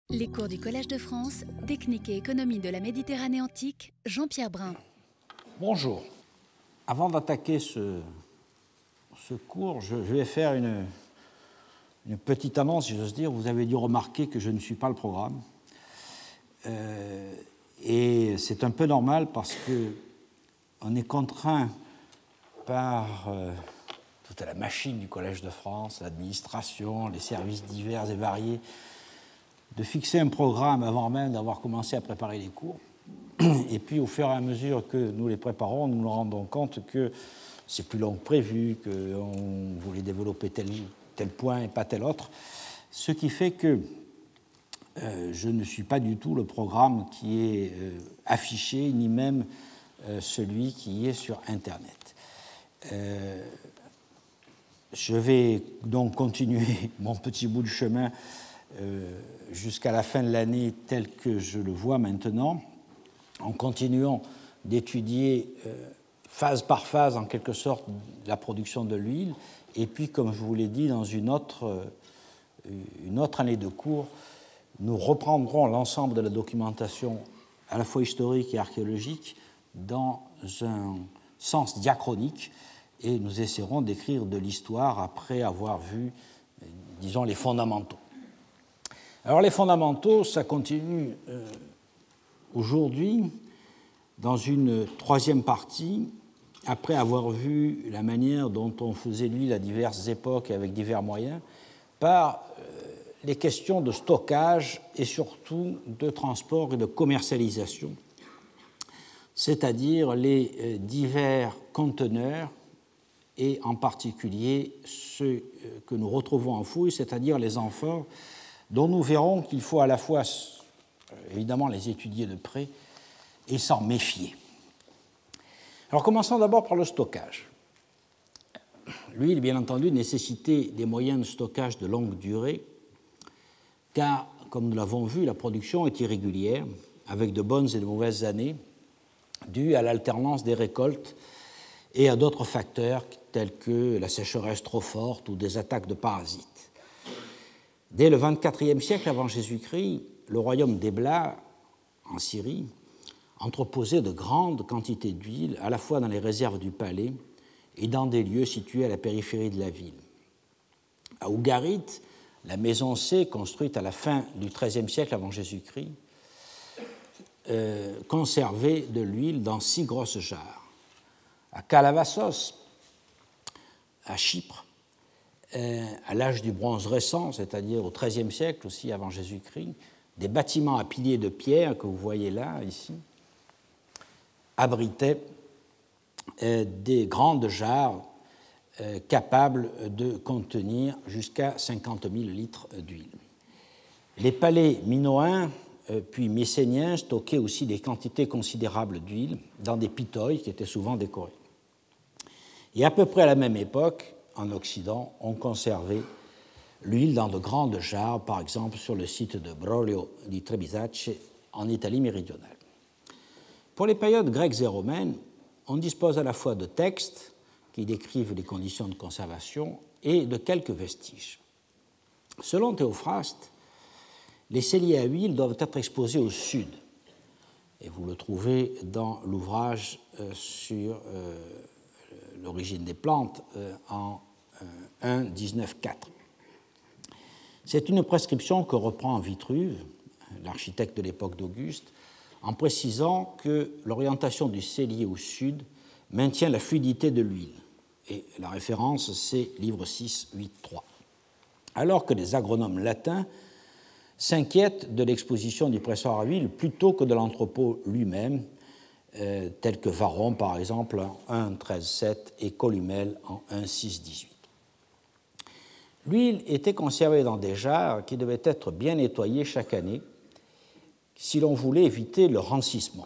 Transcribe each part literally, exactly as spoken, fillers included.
Les cours du Collège de France, Technique et économie de la Méditerranée antique, Jean-Pierre Brun. Bonjour. Avant d'attaquer ce, ce cours, je, je vais faire une, une petite annonce, si j'ose dire. Vous avez dû remarquer que je ne suis pas le programme. Euh, et c'est un peu normal parce qu'on est contraint par euh, toute la machine du Collège de France, l'administration, les services divers et variés, de fixer un programme avant même d'avoir commencé à préparer les cours. Et puis, au fur et à mesure que nous les préparons, nous nous rendons compte que c'est plus long que prévu, qu'on voulait développer tel, tel point et pas tel autre, ce qui fait que euh, je ne suis pas du tout le programme qui est euh, affiché, ni même euh, celui qui est sur Internet. Euh, je vais donc continuer mon petit bout de chemin euh, jusqu'à la fin de l'année tel que je le vois maintenant, en continuant d'étudier euh, phase par phase, en quelque sorte, la production de l'huile, et puis, comme je vous l'ai dit, dans une autre, euh, une autre année de cours, nous reprendrons l'ensemble de la documentation, à la fois historique et archéologique, dans un sens diachronique, et nous essaierons d'écrire de l'histoire après avoir vu, euh, disons, les fondamentaux. Alors, les fondamentaux, ça continue euh, aujourd'hui, dans une troisième partie, après avoir vu la manière dont on faisait l'huile à diverses époques et avec divers moyens, par euh, les questions de stockage et surtout de transport et de commercialisation, c'est-à-dire les euh, divers conteneurs et en particulier ceux euh, que nous retrouvons en fouille, c'est-à-dire les amphores, dont nous verrons qu'il faut à la fois, évidemment, les étudier de près et s'en méfier. Alors, commençons d'abord par le stockage. L'huile, bien entendu, nécessitait des moyens de stockage de longue durée, car, comme nous l'avons vu, la production est irrégulière, avec de bonnes et de mauvaises années, dues à l'alternance des récoltes et à d'autres facteurs tels que la sécheresse trop forte ou des attaques de parasites. Dès le vingt-quatrième siècle avant Jésus-Christ, le royaume d'Ebla, en Syrie, entreposait de grandes quantités d'huile, à la fois dans les réserves du palais et dans des lieux situés à la périphérie de la ville. À Ougarit, la maison C, construite à la fin du treizième siècle avant Jésus-Christ, euh, conservait de l'huile dans six grosses jarres. À Kalavassos, à Chypre, Euh, à l'âge du bronze récent, c'est-à-dire au treizième siècle aussi avant Jésus-Christ, des bâtiments à piliers de pierre que vous voyez là, ici, abritaient euh, des grandes jarres euh, capables de contenir jusqu'à cinquante mille litres d'huile. Les palais minoens euh, puis mycéniens stockaient aussi des quantités considérables d'huile dans des pitoïs qui étaient souvent décorés. Et à peu près à la même époque, en Occident, on conservait l'huile dans de grandes jarres, par exemple sur le site de Broglio di Trebisace, en Italie méridionale. Pour les périodes grecques et romaines, on dispose à la fois de textes qui décrivent les conditions de conservation et de quelques vestiges. Selon Théophraste, les celliers à huile doivent être exposés au sud, et vous le trouvez dans l'ouvrage euh, sur euh, l'origine des plantes euh, en un dix-neuf quatre. C'est une prescription que reprend Vitruve, l'architecte de l'époque d'Auguste, en précisant que l'orientation du cellier au sud maintient la fluidité de l'huile. Et la référence, c'est livre six, huit, trois. Alors que les agronomes latins s'inquiètent de l'exposition du pressoir à huile plutôt que de l'entrepôt lui-même, euh, tel que Varron, par exemple, en un treize sept et Columel en un six dix-huit. L'huile était conservée dans des jarres qui devaient être bien nettoyées chaque année si l'on voulait éviter le rancissement.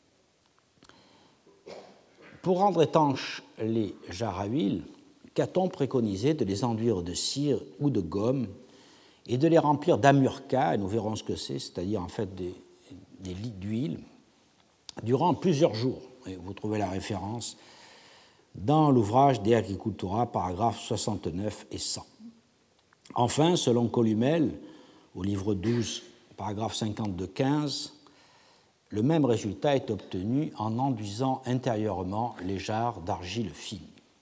Pour rendre étanches les jarres à huile, Caton préconisait de les enduire de cire ou de gomme et de les remplir d'amurca, et nous verrons ce que c'est, c'est-à-dire en fait des, des lits d'huile, durant plusieurs jours. Et vous trouvez la référence dans l'ouvrage De Agricultura, paragraphes soixante-neuf et cent. Enfin, selon Columel, au livre douze, paragraphe cinquante-deux quinze, le même résultat est obtenu en enduisant intérieurement les jarres d'argile fine.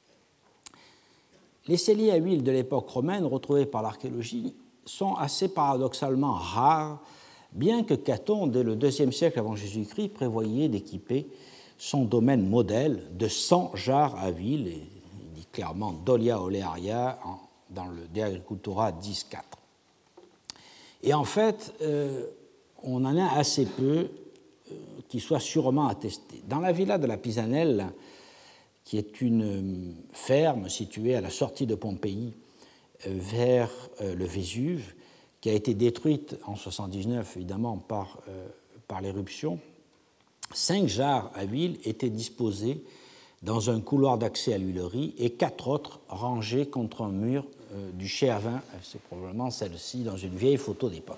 Les celliers à huile de l'époque romaine retrouvés par l'archéologie sont assez paradoxalement rares, bien que Caton, dès le deuxième siècle avant Jésus-Christ, prévoyait d'équiper son domaine modèle de cent jarres à huile, et il dit clairement Dolia Olearia dans le De Agricultura dix quatre. Et en fait, euh, on en a assez peu euh, qui soient sûrement attestés. Dans la villa de la Pisanelle, qui est une ferme située à la sortie de Pompéi euh, vers euh, le Vésuve, qui a été détruite en soixante-dix-neuf, évidemment, par, euh, par l'éruption, cinq jarres à huile étaient disposées dans un couloir d'accès à l'huilerie et quatre autres rangées contre un mur euh, du chai à vin. C'est probablement celle-ci dans une vieille photo d'époque.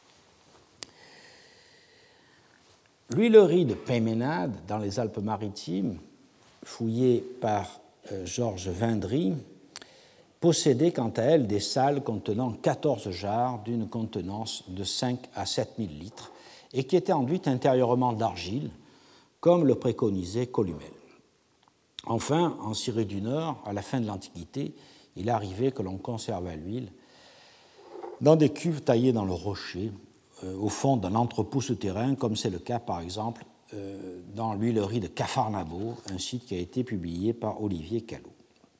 L'huilerie de Péménade, dans les Alpes-Maritimes, fouillée par euh, Georges Vindry, possédait quant à elle des salles contenant quatorze jarres d'une contenance de cinq à sept mille litres et qui étaient enduites intérieurement d'argile, comme le préconisait Columel. Enfin, en Syrie du Nord, à la fin de l'Antiquité, il arrivait que l'on conservât l'huile dans des cuves taillées dans le rocher, euh, au fond d'un entrepôt souterrain, comme c'est le cas, par exemple, euh, dans l'huilerie de Capharnabaud, un site qui a été publié par Olivier Callot.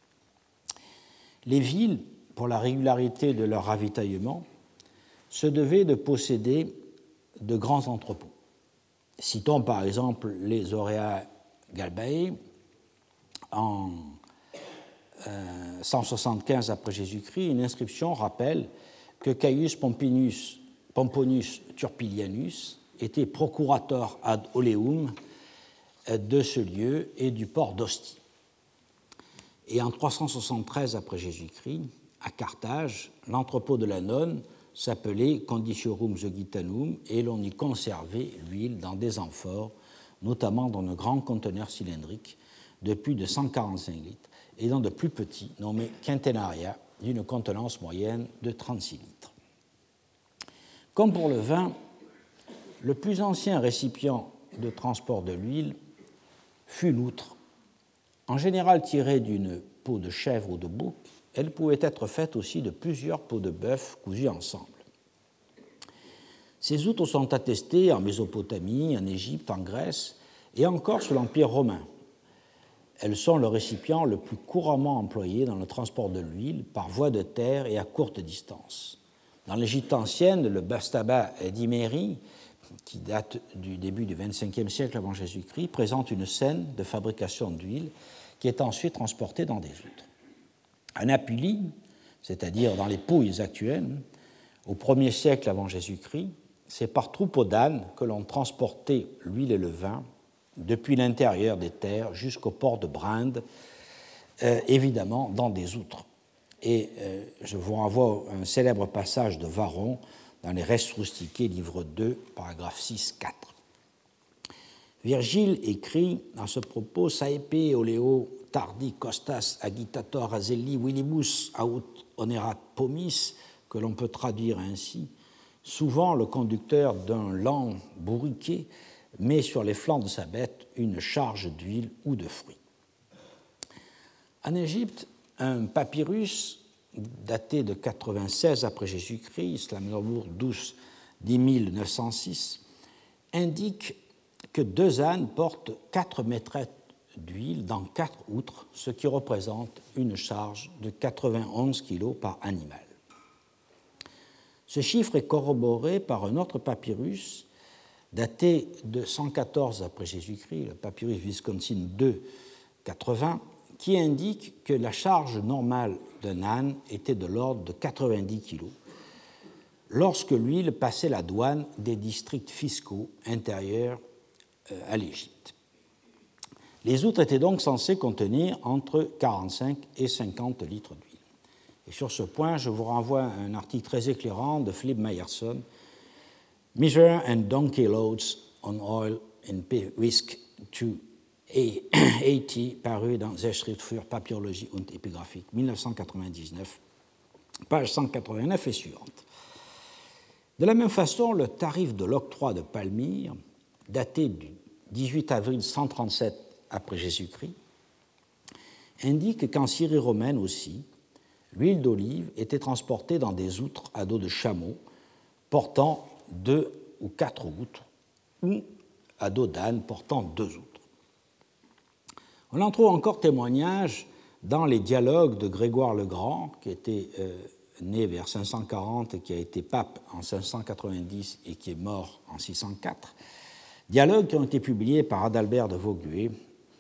Les villes, pour la régularité de leur ravitaillement, se devaient de posséder de grands entrepôts. Citons par exemple les Aurea Galbae, en euh, cent soixante-quinze après Jésus-Christ, une inscription rappelle que Caius Pomponius, Pomponius Turpilianus était procurator ad oleum de ce lieu et du port d'Ostie. Et en trois cent soixante-treize après Jésus-Christ, à Carthage, l'entrepôt de la nonne s'appelait Conditiorum Zogitanum et l'on y conservait l'huile dans des amphores, notamment dans de grands conteneurs cylindriques de plus de cent quarante-cinq litres et dans de plus petits, nommés Quintenaria, d'une contenance moyenne de trente-six litres. Comme pour le vin, le plus ancien récipient de transport de l'huile fut l'outre. En général tirée d'une peau de chèvre ou de bouc, elle pouvait être faite aussi de plusieurs peaux de bœuf cousues ensemble. Ces outres sont attestées en Mésopotamie, en Égypte, en Grèce et encore sous l'Empire romain. Elles sont le récipient le plus couramment employé dans le transport de l'huile par voie de terre et à courte distance. Dans l'Égypte ancienne, le bastaba d'Imérie, qui date du début du vingt-cinquième siècle avant Jésus-Christ, présente une scène de fabrication d'huile qui est ensuite transportée dans des outres. En Apulie, c'est-à-dire dans les Pouilles actuelles, au premier siècle avant Jésus-Christ, c'est par troupeau d'ânes que l'on transportait l'huile et le vin depuis l'intérieur des terres jusqu'au port de Brinde, euh, évidemment dans des outres. Et euh, je vous renvoie à un célèbre passage de Varron dans les Res Rusticae, livre deux, paragraphe six quatre. Virgile écrit à ce propos « Saepe oleo tardi costas agitator azelli willibus aut onerat pomis », que l'on peut traduire ainsi. Souvent, le conducteur d'un lent bourriquet met sur les flancs de sa bête une charge d'huile ou de fruits. En Égypte, un papyrus daté de quatre-vingt-seize après Jésus-Christ, Islam Nobour douze, dix mille neuf cent six, indique que deux ânes portent quatre maîtrettes d'huile dans quatre outres, ce qui représente une charge de quatre-vingt-onze kilos par animal. Ce chiffre est corroboré par un autre papyrus daté de cent quatorze après Jésus-Christ, le papyrus Wisconsin deux quatre-vingts, qui indique que la charge normale d'un âne était de l'ordre de quatre-vingt-dix kilos lorsque l'huile passait la douane des districts fiscaux intérieurs à l'Égypte. Les outres étaient donc censées contenir entre quarante-cinq et cinquante litres d'huile. Et sur ce point, je vous renvoie à un article très éclairant de Philip Meyerson, Measure and Donkey Loads on Oil and Whisk to eighty, paru dans Zeitschrift für Papyrologie und Epigraphik, mille neuf cent quatre-vingt-dix-neuf, page cent quatre-vingt-neuf et suivante. De la même façon, le tarif de l'octroi de Palmyre, daté du dix-huit avril cent trente-sept après Jésus-Christ, indique qu'en Syrie romaine aussi, l'huile d'olive était transportée dans des outres à dos de chameau portant deux ou quatre outres, ou à dos d'âne portant deux outres. On en trouve encore témoignage dans les dialogues de Grégoire le Grand, qui était euh, né vers cinq cent quarante et qui a été pape en cinq cent quatre-vingt-dix et qui est mort en six cent quatre, dialogues qui ont été publiés par Adalbert de Vaugué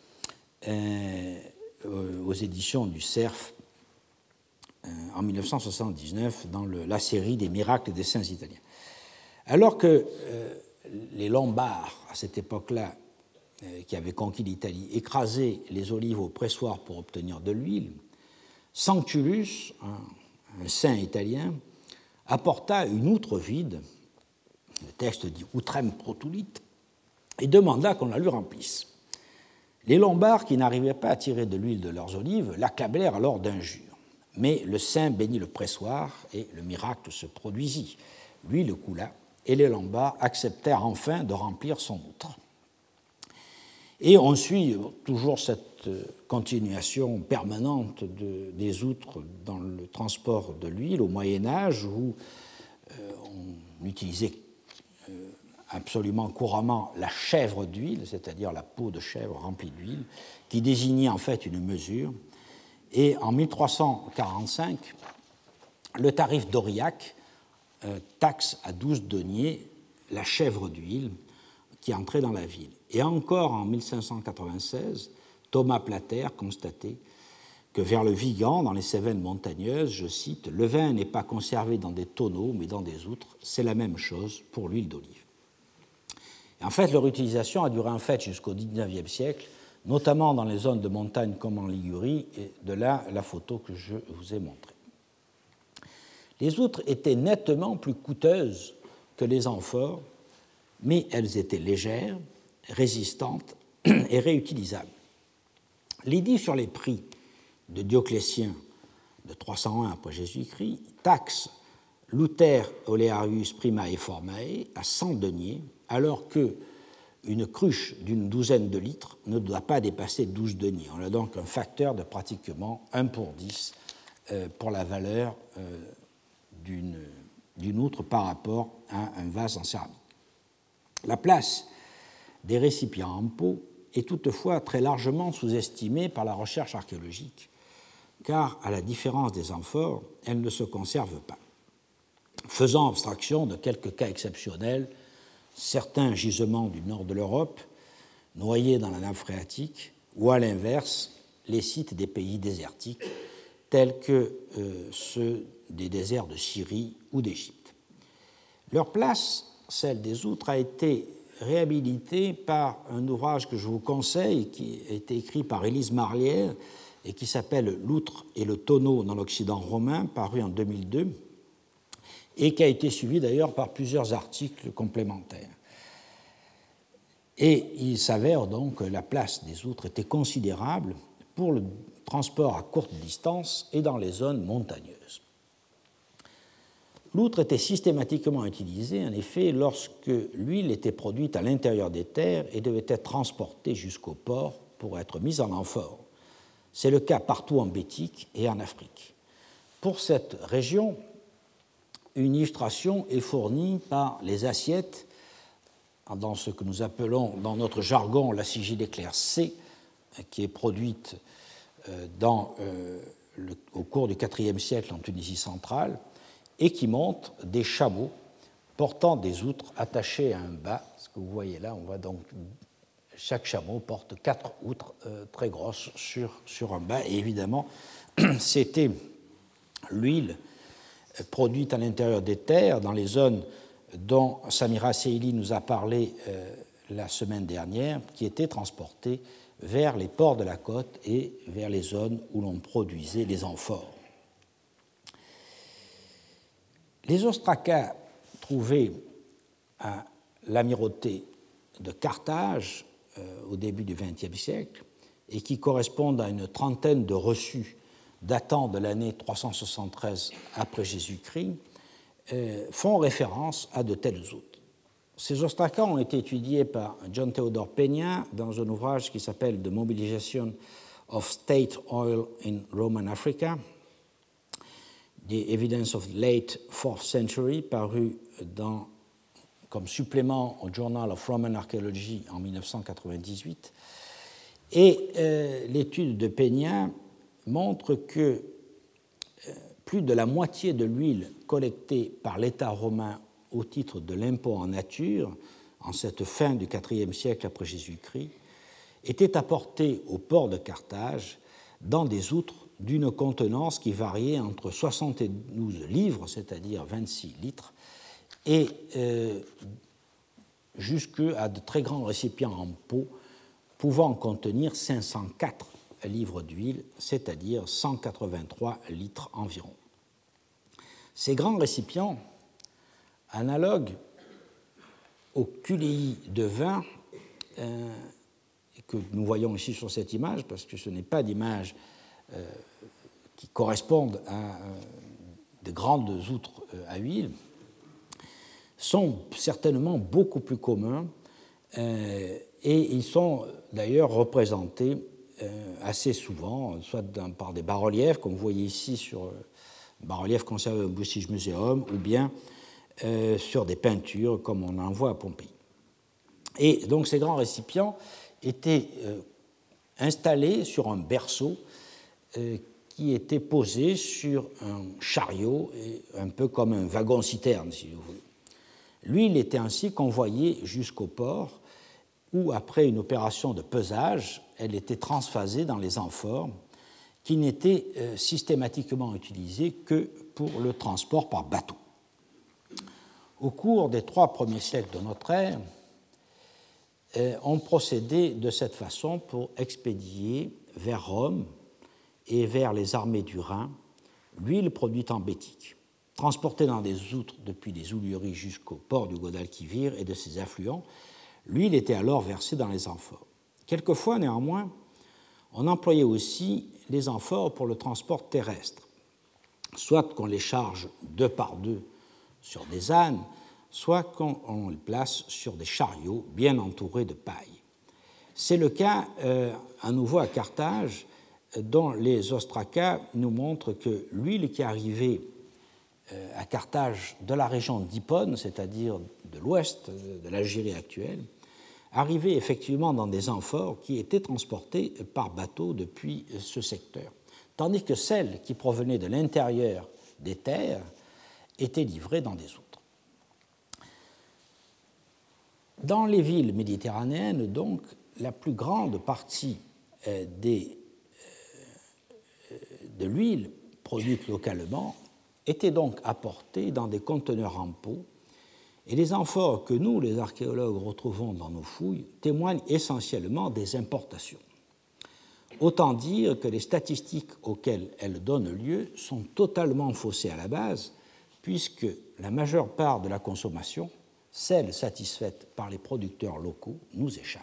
euh, aux éditions du Cerf euh, en mille neuf cent soixante-dix-neuf dans le, la série des miracles des saints italiens. Alors que euh, les Lombards, à cette époque-là, euh, qui avaient conquis l'Italie, écrasaient les olives au pressoir pour obtenir de l'huile, Sanctulus, un, un saint italien, apporta une outre vide, le texte dit utrem protulit, et demanda qu'on la lui remplisse. Les Lombards, qui n'arrivaient pas à tirer de l'huile de leurs olives, l'accablèrent alors d'injures. Mais le saint bénit le pressoir et le miracle se produisit. L'huile coula et les Lombards acceptèrent enfin de remplir son outre. Et on suit toujours cette continuation permanente de, des outres dans le transport de l'huile au Moyen-Âge, où euh, on utilisait euh, absolument couramment la chèvre d'huile, c'est-à-dire la peau de chèvre remplie d'huile, qui désignait en fait une mesure. Et en mille trois cent quarante-cinq, le tarif d'Aurillac euh, taxe à douze deniers la chèvre d'huile qui entrait dans la ville. Et encore en mille cinq cent quatre-vingt-seize, Thomas Plater constatait que vers le Vigan, dans les Cévennes montagneuses, je cite, « Le vin n'est pas conservé dans des tonneaux, mais dans des outres. C'est la même chose pour l'huile d'olive. » En fait, leur utilisation a duré en fait jusqu'au dix-neuvième siècle, notamment dans les zones de montagne comme en Ligurie, et de là la photo que je vous ai montrée. Les outres étaient nettement plus coûteuses que les amphores, mais elles étaient légères, résistantes et réutilisables. L'édit sur les prix de Dioclétien de trois cent un après Jésus-Christ taxe l'uter olearius primae formae à cent deniers, alors qu'une cruche d'une douzaine de litres ne doit pas dépasser douze deniers. On a donc un facteur de pratiquement un pour dix euh, pour la valeur euh, d'une, d'une outre par rapport à un vase en céramique. La place des récipients en peau est toutefois très largement sous-estimée par la recherche archéologique, car, à la différence des amphores, elles ne se conservent pas. Faisant abstraction de quelques cas exceptionnels, certains gisements du nord de l'Europe, noyés dans la nappe phréatique, ou à l'inverse, les sites des pays désertiques, tels que euh, ceux des déserts de Syrie ou d'Égypte. Leur place, celle des outres, a été réhabilitée par un ouvrage que je vous conseille, qui a été écrit par Élise Marlière et qui s'appelle « L'outre et le tonneau dans l'Occident romain », paru en deux mille deux, et qui a été suivi d'ailleurs par plusieurs articles complémentaires. Et il s'avère donc que la place des outres était considérable pour le transport à courte distance et dans les zones montagneuses. L'outre était systématiquement utilisée, en effet, lorsque l'huile était produite à l'intérieur des terres et devait être transportée jusqu'au port pour être mise en amphore. C'est le cas partout en Bétique et en Afrique. Pour cette région, une illustration est fournie par les assiettes dans ce que nous appelons dans notre jargon la sigille éclair C, qui est produite dans, euh, le, au cours du quatrième siècle en Tunisie centrale, et qui montre des chameaux portant des outres attachées à un bât. Ce que vous voyez là, on voit donc chaque chameau porte quatre outres euh, très grosses sur, sur un bât. Et évidemment, c'était l'huile produite à l'intérieur des terres, dans les zones dont Samira Seili nous a parlé euh, la semaine dernière, qui était transportée vers les ports de la côte et vers les zones où l'on produisait les amphores. Les ostracas trouvés à l'amirauté de Carthage euh, au début du vingtième siècle et qui correspondent à une trentaine de reçus datant de l'année trois cent soixante-treize après Jésus-Christ euh, font référence à de telles eaux. Ces ostracas ont été étudiés par John Theodore Peña dans un ouvrage qui s'appelle The Mobilization of State Oil in Roman Africa, The Evidence of the Late Fourth Century, paru dans, comme supplément au Journal of Roman Archaeology en mille neuf cent quatre-vingt-dix-huit. Et euh, l'étude de Peña montre que euh, plus de la moitié de l'huile collectée par l'État romain au titre de l'impôt en nature, en cette fin du quatrième siècle après Jésus-Christ, était apportée au port de Carthage dans des outres d'une contenance qui variait entre soixante-douze livres, c'est-à-dire vingt-six litres, et euh, jusqu'à de très grands récipients en pot pouvant contenir cinq cent quatre livres d'huile, c'est-à-dire cent quatre-vingt-trois litres environ. Ces grands récipients, analogues aux culéis de vin euh, que nous voyons ici sur cette image, parce que ce n'est pas d'image euh, qui correspondent à euh, de grandes outres euh, à huile, sont certainement beaucoup plus communs euh, et ils sont d'ailleurs représentés euh, assez souvent, soit dans, par des bas-reliefs, comme vous voyez ici sur le bas-relief conservé au British Museum, ou bien euh, sur des peintures, comme on en voit à Pompéi. Et donc ces grands récipients étaient euh, installés sur un berceau euh, qui était posé sur un chariot, un peu comme un wagon-citerne, si vous voulez. L'huile était ainsi convoyée jusqu'au port, où, après une opération de pesage, elle était transphasée dans les amphores, qui n'étaient euh, systématiquement utilisées que pour le transport par bateau. Au cours des trois premiers siècles de notre ère, euh, on procédait de cette façon pour expédier vers Rome et vers les armées du Rhin l'huile produite en Bétique, transportée dans des outres depuis les Houilleries jusqu'au port du Guadalquivir et de ses affluents. L'huile était alors versée dans les amphores. Quelquefois, néanmoins, on employait aussi les amphores pour le transport terrestre, soit qu'on les charge deux par deux sur des ânes, soit qu'on les place sur des chariots bien entourés de paille. C'est le cas euh, à nouveau à Carthage, dont les ostracas nous montrent que l'huile qui arrivait euh, à Carthage de la région d'Hippone, c'est-à-dire de l'ouest de l'Algérie actuelle, arrivait effectivement dans des amphores qui étaient transportées par bateau depuis ce secteur, tandis que celles qui provenaient de l'intérieur des terres étaient livrées dans des outres. Dans les villes méditerranéennes, donc, la plus grande partie euh, des, euh, de l'huile produite localement était donc apportée dans des conteneurs en pot, et les amphores que nous, les archéologues, retrouvons dans nos fouilles témoignent essentiellement des importations. Autant dire que les statistiques auxquelles elles donnent lieu sont totalement faussées à la base, puisque la majeure part de la consommation, celle satisfaite par les producteurs locaux, nous échappe.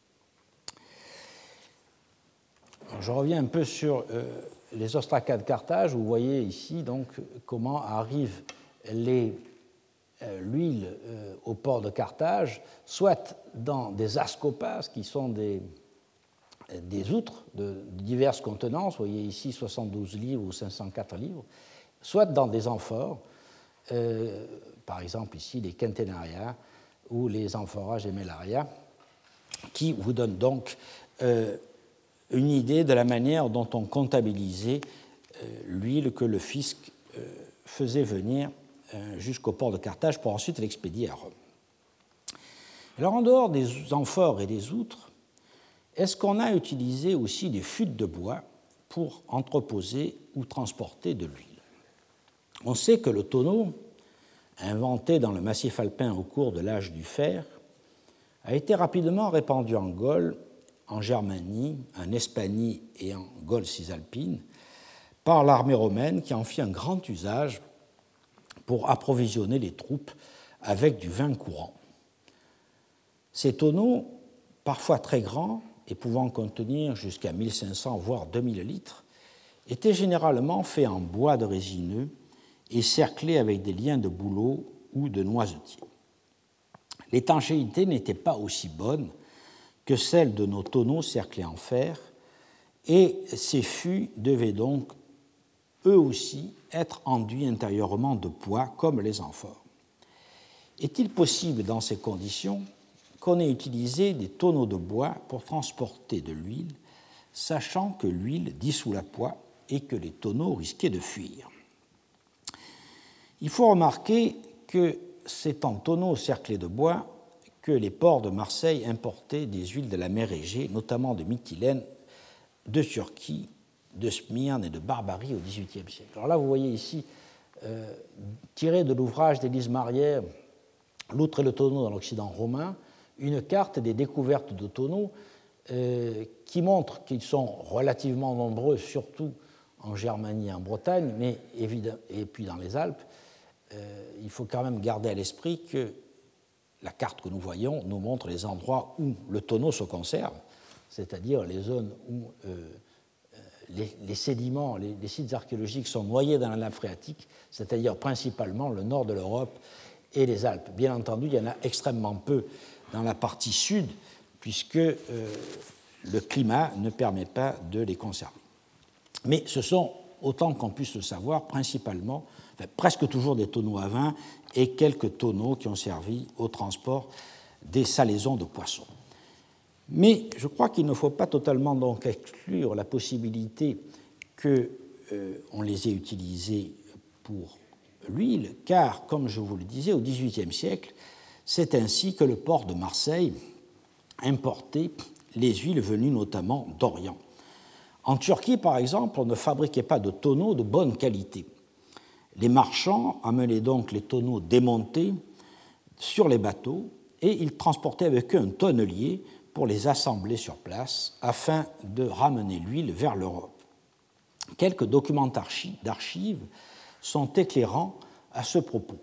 Alors, je reviens un peu sur euh, les ostracas de Carthage. Vous voyez ici donc comment arrivent les euh, l'huile euh, au port de Carthage, soit dans des ascopas, qui sont des, des outres de, de diverses contenances, vous voyez ici soixante-douze livres ou cinq cent quatre livres, soit dans des amphores, euh, par exemple ici les Centenaria ou les Amphora Gemellaria, qui vous donnent donc euh, une idée de la manière dont on comptabilisait euh, l'huile que le fisc euh, faisait venir euh, jusqu'au port de Carthage pour ensuite l'expédier à Rome. Alors, en dehors des amphores et des outres, est-ce qu'on a utilisé aussi des fûts de bois pour entreposer ou transporter de l'huile? On sait que le tonneau, inventé dans le massif alpin au cours de l'âge du fer, a été rapidement répandu en Gaule, en Germanie, en Espagne et en Gaule cisalpine par l'armée romaine qui en fit un grand usage pour approvisionner les troupes avec du vin courant. Ces tonneaux, parfois très grands et pouvant contenir jusqu'à mille cinq cents voire deux mille litres, étaient généralement faits en bois de résineux et cerclés avec des liens de bouleau ou de noisetiers. L'étanchéité n'était pas aussi bonne que celle de nos tonneaux cerclés en fer, et ces fûts devaient donc eux aussi être enduits intérieurement de bois comme les amphores. Est-il possible dans ces conditions qu'on ait utilisé des tonneaux de bois pour transporter de l'huile, sachant que l'huile dissout la poix et que les tonneaux risquaient de fuir? Il faut remarquer que c'est en tonneaux cerclés de bois que les ports de Marseille importaient des huiles de la mer Égée, notamment de Mytilène, de Turquie, de Smyrne et de Barbarie au dix-huitième siècle. Alors là, vous voyez ici, euh, tiré de l'ouvrage d'Élise Marière, L'outre et le tonneau dans l'Occident romain, une carte des découvertes de tonneaux euh, qui montre qu'ils sont relativement nombreux, surtout en Germanie et en Bretagne, mais évidemment, et puis dans les Alpes. Euh, il faut quand même garder à l'esprit que la carte que nous voyons nous montre les endroits où le tonneau se conserve, c'est-à-dire les zones où euh, les, les sédiments, les, les sites archéologiques sont noyés dans la nappe phréatique, c'est-à-dire principalement le nord de l'Europe et les Alpes. Bien entendu, il y en a extrêmement peu dans la partie sud, puisque euh, le climat ne permet pas de les conserver. Mais ce sont, autant qu'on puisse le savoir, principalement, enfin, presque toujours des tonneaux à vin et quelques tonneaux qui ont servi au transport des salaisons de poissons. Mais je crois qu'il ne faut pas totalement donc exclure la possibilité qu'on euh, les ait utilisés pour l'huile, car, comme je vous le disais, au dix-huitième siècle, c'est ainsi que le port de Marseille importait les huiles venues notamment d'Orient. En Turquie, par exemple, on ne fabriquait pas de tonneaux de bonne qualité. Les marchands amenaient donc les tonneaux démontés sur les bateaux et ils transportaient avec eux un tonnelier pour les assembler sur place afin de ramener l'huile vers l'Europe. Quelques documents d'archives sont éclairants à ce propos.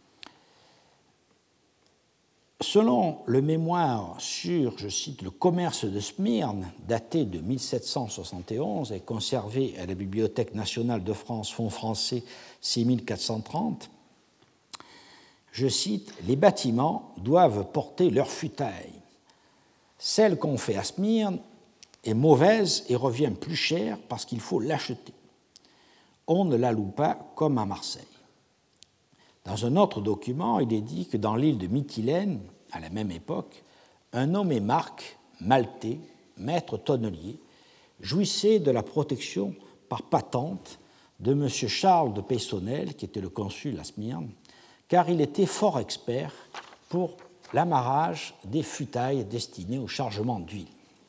Selon le mémoire sur, je cite, le commerce de Smyrne, daté de mille sept cent soixante et onze et conservé à la Bibliothèque nationale de France, fonds français six mille quatre cent trente, je cite, « Les bâtiments doivent porter leur futaille. Celle qu'on fait à Smyrne est mauvaise et revient plus cher parce qu'il faut l'acheter. On ne la loue pas comme à Marseille. » Dans un autre document, il est dit que dans l'île de Mytilène, à la même époque, un nommé Marc, maltais, maître tonnelier, jouissait de la protection par patente de M. Charles de Peyssonnel, qui était le consul à Smyrne, car il était fort expert pour l'amarrage des futailles destinées au chargement d'huile.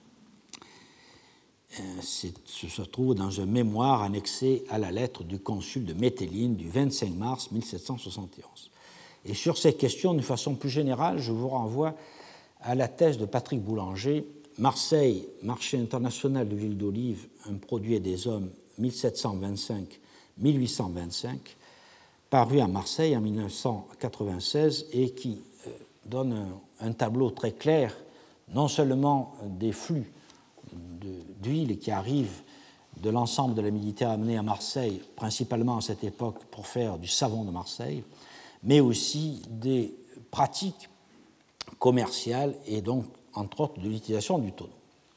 C'est, ce se trouve dans un mémoire annexé à la lettre du consul de Météline du vingt-cinq mars mille sept cent soixante et onze. Et sur ces questions, d'une façon plus générale, je vous renvoie à la thèse de Patrick Boulanger, Marseille, marché international de l'huile d'olive, un produit et des hommes, mille sept cent vingt-cinq à mille huit cent vingt-cinq, paru à Marseille en mille neuf cent quatre-vingt-seize et qui euh, donne un, un tableau très clair, non seulement des flux d'huile qui arrivent de l'ensemble de la Méditerranée à Marseille, principalement à cette époque pour faire du savon de Marseille, mais aussi des pratiques commerciales et donc, entre autres, de l'utilisation du tonneau.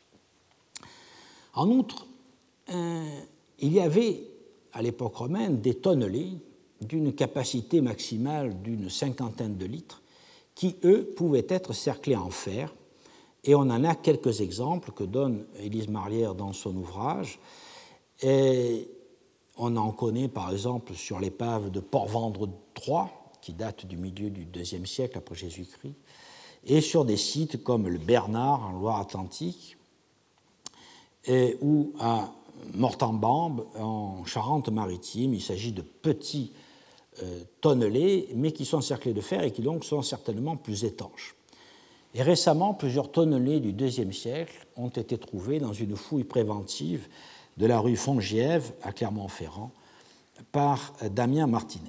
En outre, euh, il y avait à l'époque romaine des tonnelés d'une capacité maximale d'une cinquantaine de litres qui, eux, pouvaient être cerclés en fer. Et on en a quelques exemples que donne Élise Marière dans son ouvrage. Et on en connaît par exemple sur l'épave de Port-Vendre trois, qui date du milieu du deuxième siècle après Jésus-Christ, et sur des sites comme le Bernard en Loire-Atlantique, et, ou à Mortambambe en Charente-Maritime. Il s'agit de petits euh, tonnelés, mais qui sont cerclés de fer et qui donc sont certainement plus étanches. Et récemment, plusieurs tonnelés du deuxième siècle ont été trouvés dans une fouille préventive de la rue Fongiève à Clermont-Ferrand par Damien Martinez.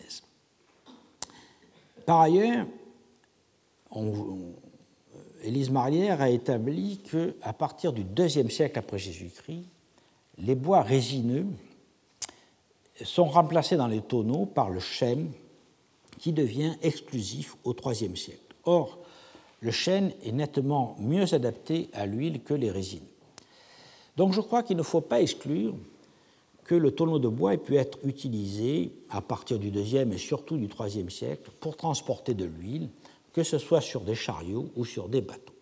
Par ailleurs, on, on, Élise Marière a établi qu'à partir du deuxième siècle après Jésus-Christ, les bois résineux sont remplacés dans les tonneaux par le chêne qui devient exclusif au troisième siècle. Or, le chêne est nettement mieux adapté à l'huile que les résines. Donc je crois qu'il ne faut pas exclure que le tonneau de bois ait pu être utilisé à partir du deuxième et surtout du troisième siècle pour transporter de l'huile, que ce soit sur des chariots ou sur des bateaux.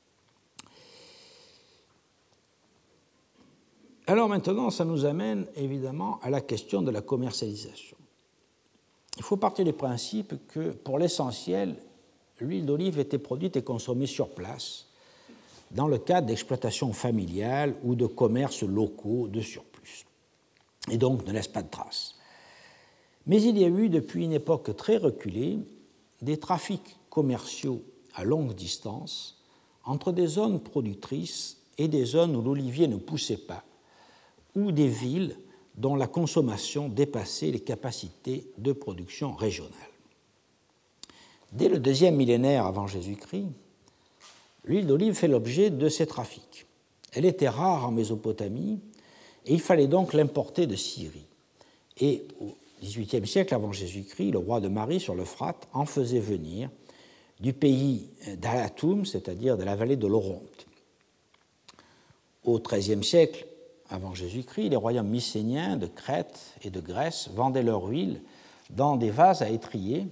Alors maintenant, ça nous amène évidemment à la question de la commercialisation. Il faut partir du principe que, pour l'essentiel, l'huile d'olive était produite et consommée sur place, dans le cadre d'exploitations familiales ou de commerces locaux de surplus, et donc ne laisse pas de traces. Mais il y a eu, depuis une époque très reculée, des trafics commerciaux à longue distance entre des zones productrices et des zones où l'olivier ne poussait pas, ou des villes dont la consommation dépassait les capacités de production régionales. Dès le deuxième millénaire avant Jésus-Christ, l'huile d'olive fait l'objet de ces trafics. Elle était rare en Mésopotamie et il fallait donc l'importer de Syrie. Et au dix-huitième siècle avant Jésus-Christ, le roi de Marie sur l'Euphrate en faisait venir du pays d'Alatoum, c'est-à-dire de la vallée de l'Oronte. Au treizième siècle avant Jésus-Christ, les royaumes mycéniens de Crète et de Grèce vendaient leur huile dans des vases à étrier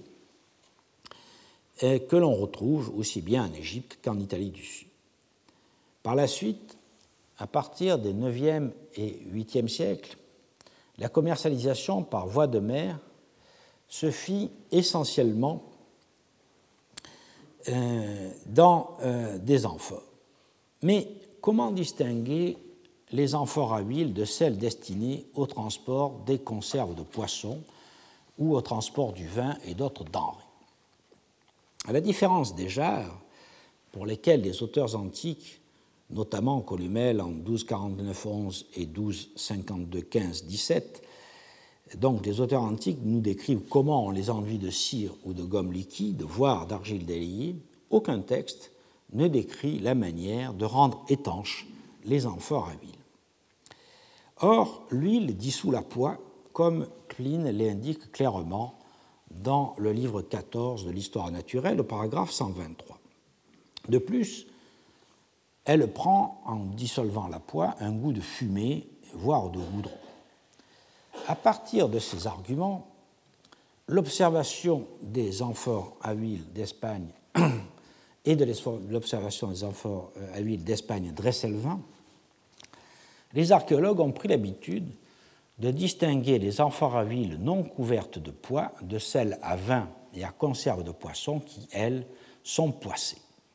que l'on retrouve aussi bien en Égypte qu'en Italie du Sud. Par la suite, à partir des neuvième et huitième siècles, la commercialisation par voie de mer se fit essentiellement euh, dans euh, des amphores. Mais comment distinguer les amphores à huile de celles destinées au transport des conserves de poissons ou au transport du vin et d'autres denrées? À la différence des jarres, pour lesquels les auteurs antiques, notamment Columelle en douze quarante-neuf onze et douze cinquante-deux quinze dix-sept, donc des auteurs antiques nous décrivent comment on les enduit de cire ou de gomme liquide, voire d'argile délayée, aucun texte ne décrit la manière de rendre étanches les amphores à huile. Or, l'huile dissout la poix, comme Pline l'indique clairement dans le livre quatorze de l'Histoire naturelle, au paragraphe cent vingt-trois. De plus, elle prend, en dissolvant la poix, un goût de fumée, voire de goudron. À partir de ces arguments, l'observation des amphores à huile d'Espagne et de l'observation des amphores à huile d'Espagne Dresselvin, les archéologues ont pris l'habitude de distinguer les amphores à huile non couvertes de poix de celles à vin et à conserve de poisson qui, elles, sont poissées.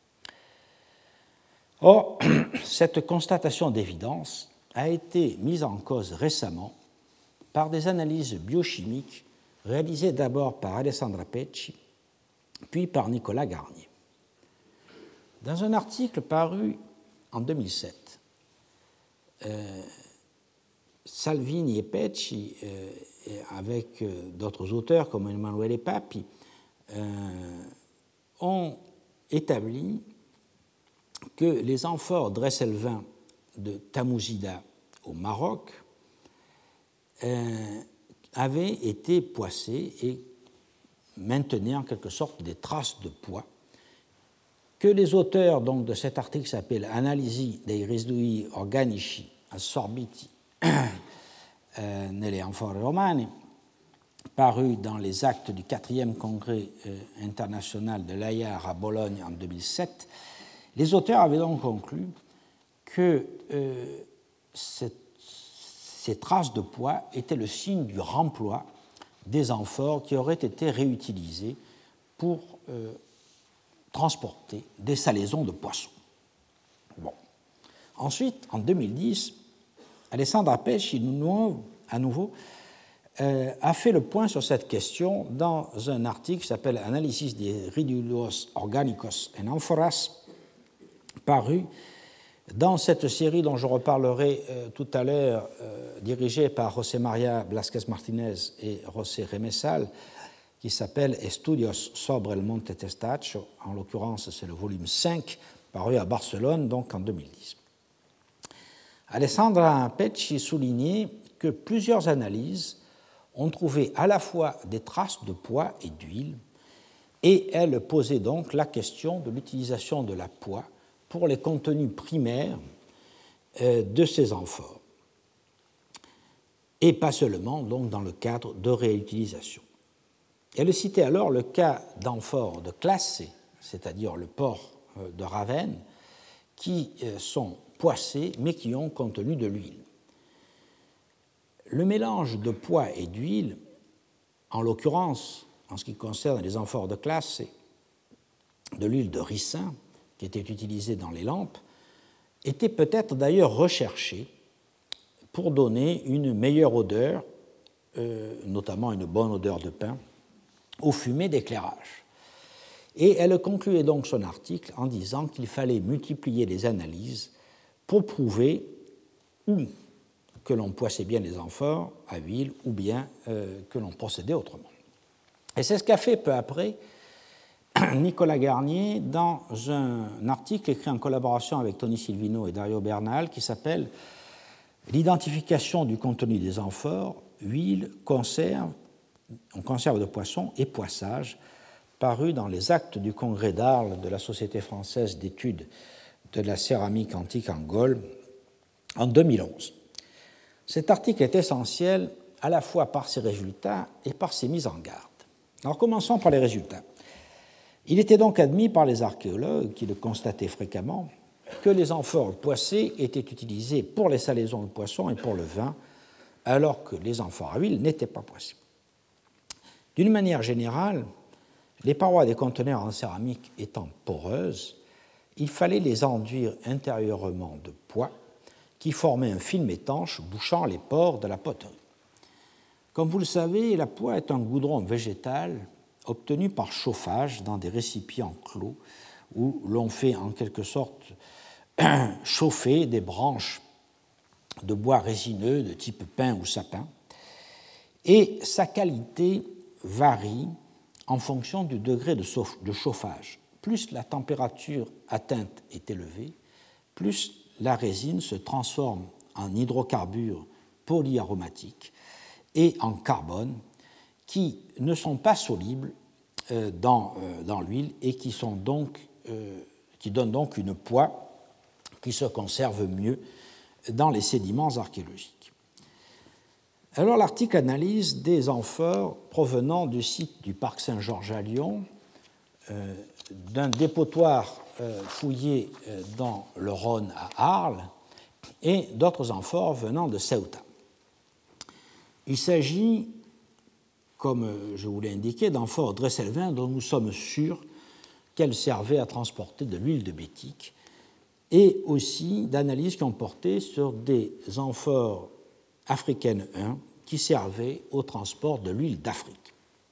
Or, cette constatation d'évidence a été mise en cause récemment par des analyses biochimiques réalisées d'abord par Alessandra Pecci, puis par Nicolas Garnier. Dans un article paru en deux mille sept, euh, Salvini et Pecci, euh, et avec euh, d'autres auteurs comme Emanuele Papi, euh, ont établi que les amphores Dresselvin de Tamouzida au Maroc euh, avaient été poissées et maintenaient en quelque sorte des traces de poids, que les auteurs donc, de cet article s'appellent Analisi dei residui organici assorbiti euh, nelle amphore romane, paru dans les actes du quatrième congrès euh, international de l'A I A R à Bologne en deux mille sept. Les auteurs avaient donc conclu que euh, cette, ces traces de poids étaient le signe du remploi des amphores qui auraient été réutilisés pour euh, transporter des salaisons de poissons. Bon. Ensuite, en deux mille dix, Alessandra Pecci, à nouveau, euh, a fait le point sur cette question dans un article qui s'appelle Analysis des residuos organicos en amphoras, paru dans cette série dont je reparlerai euh, tout à l'heure, euh, dirigée par José María Blasquez Martínez et José Remesal, qui s'appelle Estudios sobre el Monte Testaccio. En l'occurrence, c'est le volume cinq, paru à Barcelone, donc en deux mille dix. Alessandra Pecci soulignait que plusieurs analyses on trouvait à la fois des traces de pois et d'huile, et elle posait donc la question de l'utilisation de la poix pour les contenus primaires de ces amphores, et pas seulement donc dans le cadre de réutilisation. Elle citait alors le cas d'amphores de classe C, c'est-à-dire le port de Ravenne, qui sont poissés mais qui ont contenu de l'huile. Le mélange de pois et d'huile, en l'occurrence, en ce qui concerne les amphores de classe, c'est de l'huile de ricin qui était utilisée dans les lampes, était peut-être d'ailleurs recherché pour donner une meilleure odeur, euh, notamment une bonne odeur de pain, aux fumées d'éclairage. Et elle concluait donc son article en disant qu'il fallait multiplier les analyses pour prouver ou que l'on poissait bien les amphores à huile ou bien euh, que l'on procédait autrement. Et c'est ce qu'a fait peu après Nicolas Garnier dans un article écrit en collaboration avec Tony Silvino et Dario Bernal qui s'appelle « L'identification du contenu des amphores, huile, conserve, en conserve de poisson et poissage », paru dans les actes du congrès d'Arles de la Société française d'études de la céramique antique en Gaule en deux mille onze. Cet article est essentiel à la fois par ses résultats et par ses mises en garde. Alors commençons par les résultats. Il était donc admis par les archéologues, qui le constataient fréquemment, que les amphores poissées étaient utilisées pour les salaisons de poisson et pour le vin, alors que les amphores à huile n'étaient pas poissées. D'une manière générale, les parois des conteneurs en céramique étant poreuses, il fallait les enduire intérieurement de poix qui formait un film étanche bouchant les pores de la poterie. Comme vous le savez, la poix est un goudron végétal obtenu par chauffage dans des récipients clos où l'on fait en quelque sorte chauffer des branches de bois résineux de type pin ou sapin, et sa qualité varie en fonction du degré de chauffage. Plus la température atteinte est élevée, plus la résine se transforme en hydrocarbures polyaromatiques et en carbone qui ne sont pas solubles euh, dans, euh, dans l'huile et qui, sont donc, euh, qui donnent donc une poix qui se conserve mieux dans les sédiments archéologiques. Alors l'article analyse des amphores provenant du site du parc Saint-Georges à Lyon, euh, d'un dépotoir euh, fouillé euh, dans le Rhône à Arles et d'autres amphores venant de Ceuta. Il s'agit, comme je vous l'ai indiqué, d'amphores Dresselvin dont nous sommes sûrs qu'elles servaient à transporter de l'huile de bétique, et aussi d'analyses qui ont porté sur des amphores africaines un qui servaient au transport de l'huile d'Afrique.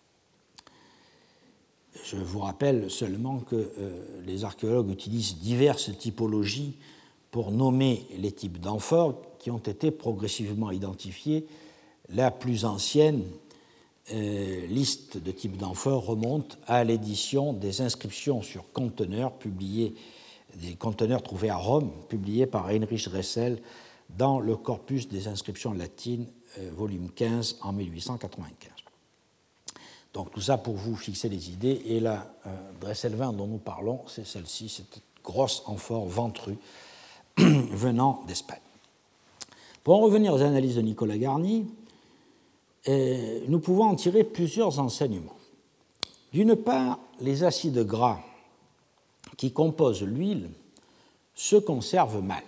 Je vous rappelle seulement que euh, les archéologues utilisent diverses typologies pour nommer les types d'amphores qui ont été progressivement identifiés. La plus ancienne euh, liste de types d'amphores remonte à l'édition des inscriptions sur conteneurs publiées, des conteneurs trouvés à Rome, publiés par Heinrich Dressel dans le Corpus des inscriptions latines, euh, volume quinze, en mille huit cent quatre-vingt-quinze. Donc tout ça pour vous fixer les idées. Et la euh, Dresselvin dont nous parlons, c'est celle-ci, cette grosse amphore ventrue venant d'Espagne. Pour en revenir aux analyses de Nicolas Garnier, euh, nous pouvons en tirer plusieurs enseignements. D'une part, les acides gras qui composent l'huile se conservent mal,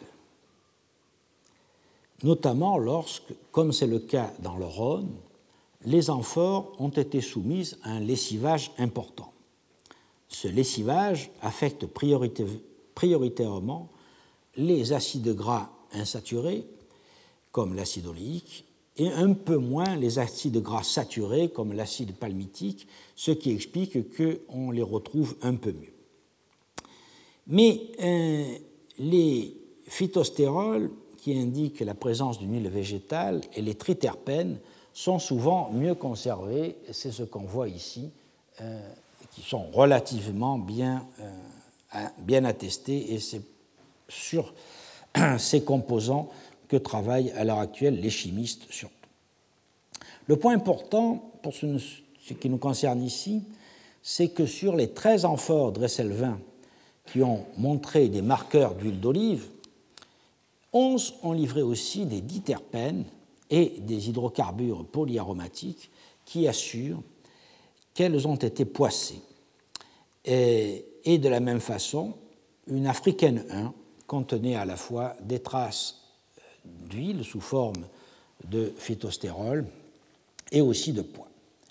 notamment lorsque, comme c'est le cas dans le Rhône, les amphores ont été soumises à un lessivage important. Ce lessivage affecte priorité, prioritairement les acides gras insaturés, comme l'acide oléique, et un peu moins les acides gras saturés, comme l'acide palmitique, ce qui explique qu'on les retrouve un peu mieux. Mais euh, les phytostérols, qui indiquent la présence d'une huile végétale, et les triterpènes sont souvent mieux conservés, c'est ce qu'on voit ici, euh, qui sont relativement bien, euh, bien attestés, et c'est sur ces composants que travaillent à l'heure actuelle les chimistes surtout. Le point important, pour ce qui nous concerne ici, c'est que sur les treize amphores Dresselvin qui ont montré des marqueurs d'huile d'olive, onze ont livré aussi des diterpènes et des hydrocarbures polyaromatiques qui assurent qu'elles ont été poissées. Et, et de la même façon, une africaine un contenait à la fois des traces d'huile sous forme de phytostérol et aussi de pois,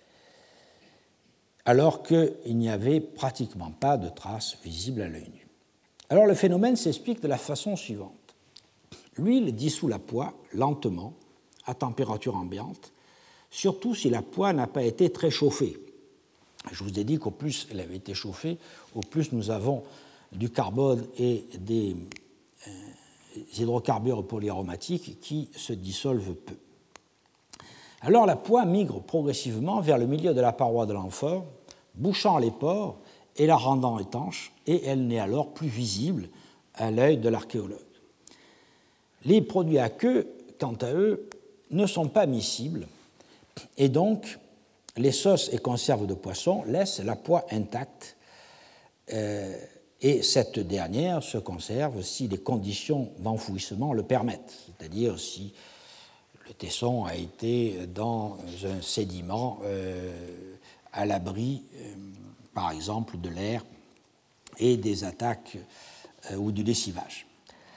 alors qu'il n'y avait pratiquement pas de traces visibles à l'œil nu. Alors le phénomène s'explique de la façon suivante. L'huile dissout la poix lentement, à température ambiante, surtout si la poix n'a pas été très chauffée. Je vous ai dit qu'au plus elle avait été chauffée, au plus nous avons du carbone et des hydrocarbures polyaromatiques qui se dissolvent peu. Alors la poix migre progressivement vers le milieu de la paroi de l'amphore, bouchant les pores et la rendant étanche, et elle n'est alors plus visible à l'œil de l'archéologue. Les produits aqueux, quant à eux, ne sont pas miscibles, et donc les sauces et conserves de poisson laissent la poix intacte, euh, et cette dernière se conserve si les conditions d'enfouissement le permettent, c'est-à-dire si le tesson a été dans un sédiment euh, à l'abri, euh, par exemple, de l'air et des attaques euh, ou du lessivage.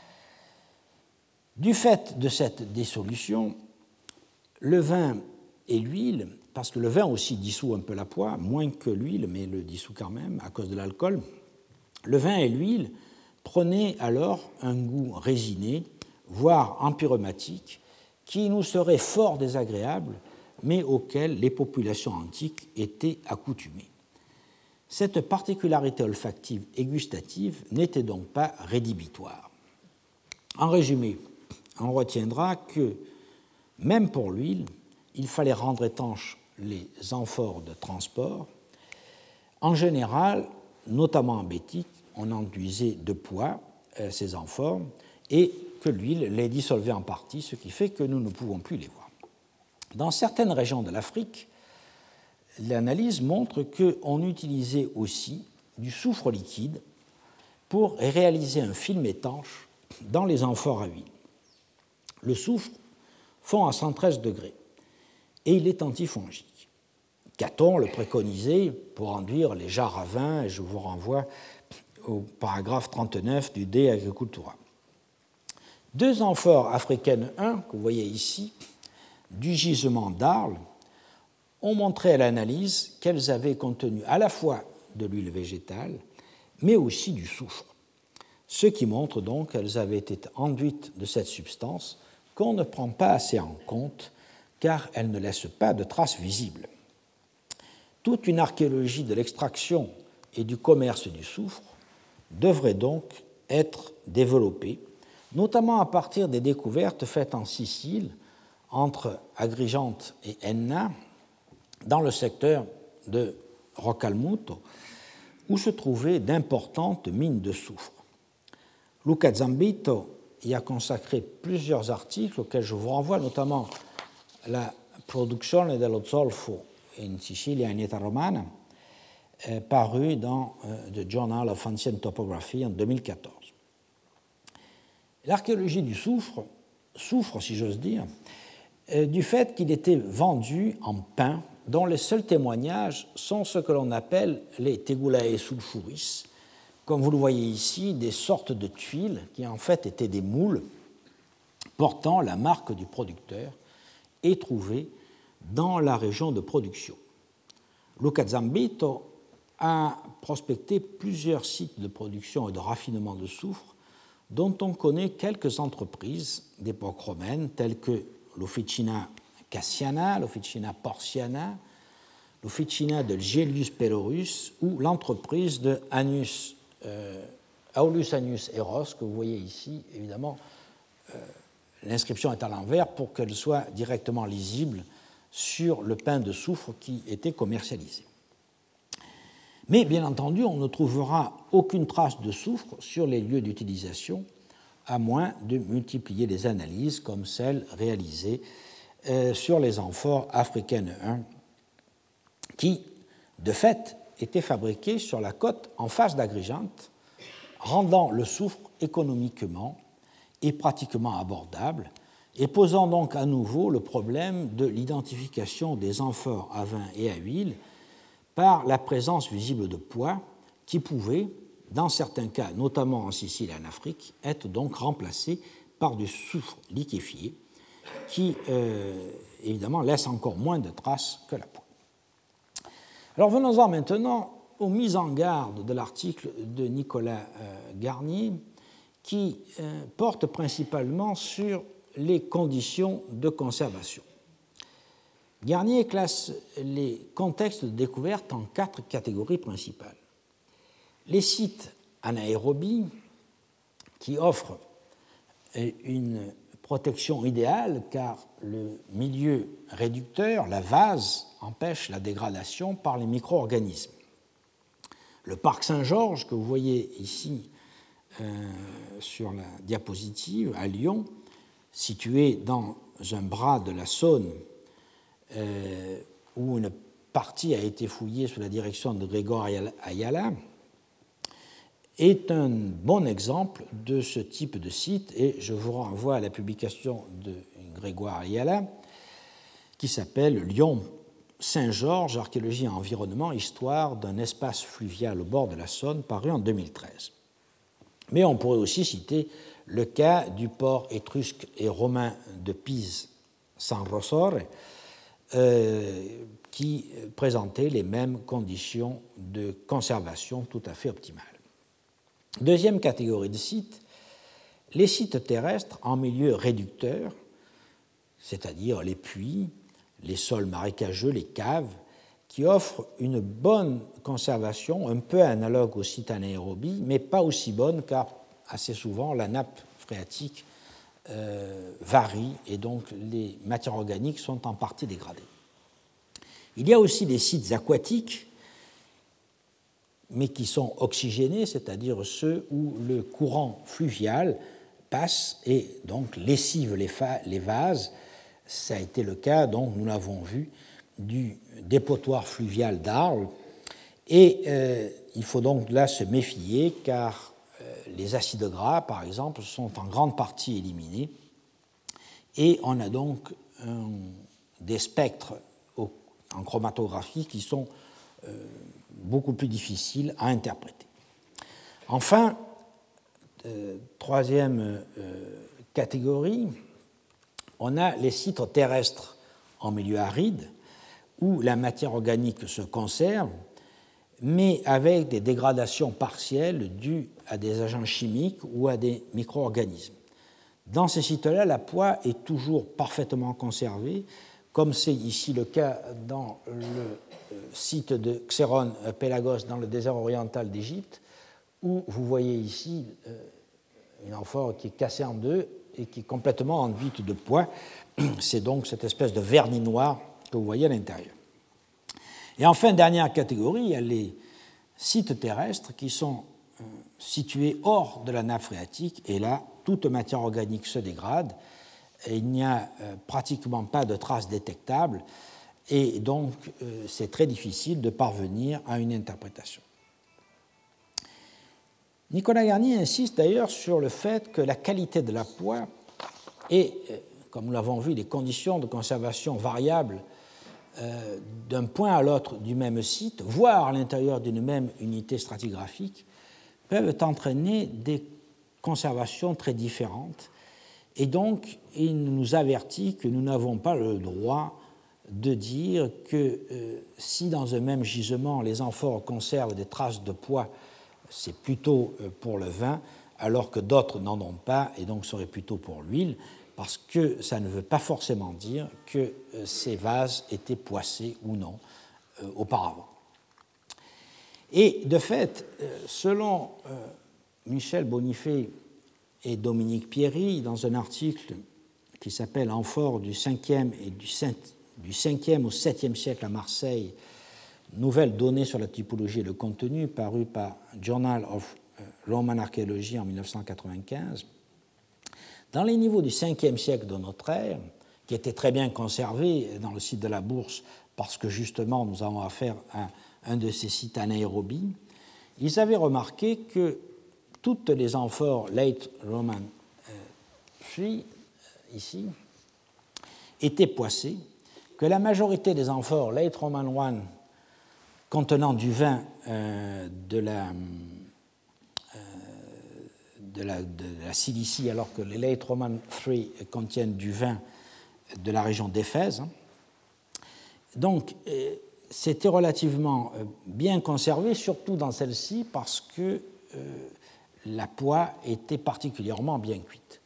Du fait de cette dissolution, le vin et l'huile, parce que le vin aussi dissout un peu la poix, moins que l'huile, mais le dissout quand même à cause de l'alcool, le vin et l'huile prenaient alors un goût résiné, voire empyromatique, qui nous serait fort désagréable, mais auquel les populations antiques étaient accoutumées. Cette particularité olfactive et gustative n'était donc pas rédhibitoire. En résumé, on retiendra que, même pour l'huile, il fallait rendre étanches les amphores de transport. En général, notamment en Bétique, on enduisait de pois euh, ces amphores et que l'huile les dissolvait en partie, ce qui fait que nous ne pouvons plus les voir. Dans certaines régions de l'Afrique, l'analyse montre qu'on utilisait aussi du soufre liquide pour réaliser un film étanche dans les amphores à huile. Le soufre fond à cent treize degrés et il est antifongique. Caton le préconisait pour enduire les jarres à vin, et je vous renvoie au paragraphe trente-neuf du De Agricultura. Deux amphores africaines un, que vous voyez ici, du gisement d'Arles, ont montré à l'analyse qu'elles avaient contenu à la fois de l'huile végétale, mais aussi du soufre, ce qui montre donc qu'elles avaient été enduites de cette substance qu'on ne prend pas assez en compte, car elle ne laisse pas de traces visibles. Toute une archéologie de l'extraction et du commerce du soufre devrait donc être développée, notamment à partir des découvertes faites en Sicile entre Agrigente et Enna, dans le secteur de Rocalmuto, où se trouvaient d'importantes mines de soufre. Luca Zambito y a consacré plusieurs articles auxquels je vous renvoie, notamment la Produzione dello zolfo in Sicilia in Età Romana, euh, paru dans euh, The Journal of Ancient Topography en deux mille quatorze. L'archéologie du soufre souffre, si j'ose dire, euh, du fait qu'il était vendu en pain, dont les seuls témoignages sont ce que l'on appelle les tegulae sulfuris, comme vous le voyez ici, des sortes de tuiles qui en fait étaient des moules portant la marque du producteur et trouvées dans la région de production. Luca Zambito a prospecté plusieurs sites de production et de raffinement de soufre dont on connaît quelques entreprises d'époque romaine telles que l'Officina Cassiana, l'Officina Porciana, l'Officina de Gellius Pellorus ou l'entreprise de Annius, euh, Aulus Annius Eros, que vous voyez ici. Évidemment, euh, l'inscription est à l'envers pour qu'elle soit directement lisible sur le pain de soufre qui était commercialisé. Mais bien entendu, on ne trouvera aucune trace de soufre sur les lieux d'utilisation, à moins de multiplier les analyses comme celles réalisées euh, sur les amphores africaines un, qui, de fait, étaient fabriquées sur la côte en face d'Agrigente, rendant le soufre économiquement et pratiquement abordable, et posant donc à nouveau le problème de l'identification des amphores à vin et à huile par la présence visible de poids qui pouvait, dans certains cas, notamment en Sicile et en Afrique, être donc remplacé par du soufre liquéfié qui, euh, évidemment, laisse encore moins de traces que la poix. Alors venons-en maintenant aux mises en garde de l'article de Nicolas euh, Garnier qui euh, porte principalement sur les conditions de conservation. Garnier classe les contextes de découverte en quatre catégories principales. Les sites anaérobies qui offrent une protection idéale car le milieu réducteur, la vase, empêche la dégradation par les micro-organismes. Le parc Saint-Georges, que vous voyez ici euh, sur la diapositive, à Lyon, situé dans un bras de la Saône, euh, où une partie a été fouillée sous la direction de Grégoire Ayala, est un bon exemple de ce type de site, et je vous renvoie à la publication de Grégoire Ayala, qui s'appelle Lyon Saint-Georges, archéologie et environnement, histoire d'un espace fluvial au bord de la Saône, paru en deux mille treize. Mais on pourrait aussi citer le cas du port étrusque et romain de Pise, San Rossore, euh, qui présentait les mêmes conditions de conservation tout à fait optimales. Deuxième catégorie de sites, les sites terrestres en milieu réducteur, c'est-à-dire les puits, les sols marécageux, les caves, qui offrent une bonne conservation, un peu analogue aux sites anaérobies, mais pas aussi bonne car assez souvent la nappe phréatique euh, varie et donc les matières organiques sont en partie dégradées. Il y a aussi des sites aquatiques, mais qui sont oxygénés, c'est-à-dire ceux où le courant fluvial passe et donc lessive les, les vases. Ça a été le cas, donc nous l'avons vu, du dépotoir fluvial d'Arles. Et euh, il faut donc là se méfier car euh, les acides gras, par exemple, sont en grande partie éliminés. Et on a donc un, des spectres au, en chromatographie qui sont euh, beaucoup plus difficiles à interpréter. Enfin, euh, troisième euh, catégorie, on a les sites terrestres en milieu aride où la matière organique se conserve, mais avec des dégradations partielles dues à des agents chimiques ou à des micro-organismes. Dans ces sites-là, la poix est toujours parfaitement conservée, comme c'est ici le cas dans le site de Xéron Pélagos dans le désert oriental d'Égypte, où vous voyez ici une amphore qui est cassée en deux et qui est complètement enduite de poix. C'est donc cette espèce de vernis noir que vous voyez à l'intérieur. Et enfin, dernière catégorie, il y a les sites terrestres qui sont situés hors de la nappe phréatique, et là, toute matière organique se dégrade, et il n'y a pratiquement pas de traces détectables, et donc c'est très difficile de parvenir à une interprétation. Nicolas Garnier insiste d'ailleurs sur le fait que la qualité de la poix et, comme nous l'avons vu, les conditions de conservation variables euh, d'un point à l'autre du même site, voire à l'intérieur d'une même unité stratigraphique, peuvent entraîner des conservations très différentes. Et donc, il nous avertit que nous n'avons pas le droit de dire que euh, si dans un même gisement les amphores conservent des traces de poids, c'est plutôt pour le vin, alors que d'autres n'en ont pas et donc serait plutôt pour l'huile, parce que ça ne veut pas forcément dire que ces vases étaient poissés ou non euh, auparavant. Et de fait, selon euh, Michel Bonifay et Dominique Pierry, dans un article qui s'appelle « Amphores du cinquième et du, du cinquième au septième siècle à Marseille, nouvelles données sur la typologie et le contenu », paru par Journal of Roman Archaeology en mille neuf cent quatre-vingt-quinze, dans les niveaux du cinquième siècle de notre ère, qui étaient très bien conservés dans le site de la Bourse, parce que justement nous avons affaire à un de ces sites anaérobies, ils avaient remarqué que toutes les amphores late Roman trois, ici, étaient poissées, que la majorité des amphores late Roman un contenant du vin euh, de, la, euh, de, la, de la Cilicie, alors que les late Roman trois contiennent du vin de la région d'Éphèse. Donc, euh, c'était relativement bien conservé, surtout dans celle-ci, parce que euh, la poix était particulièrement bien cuite.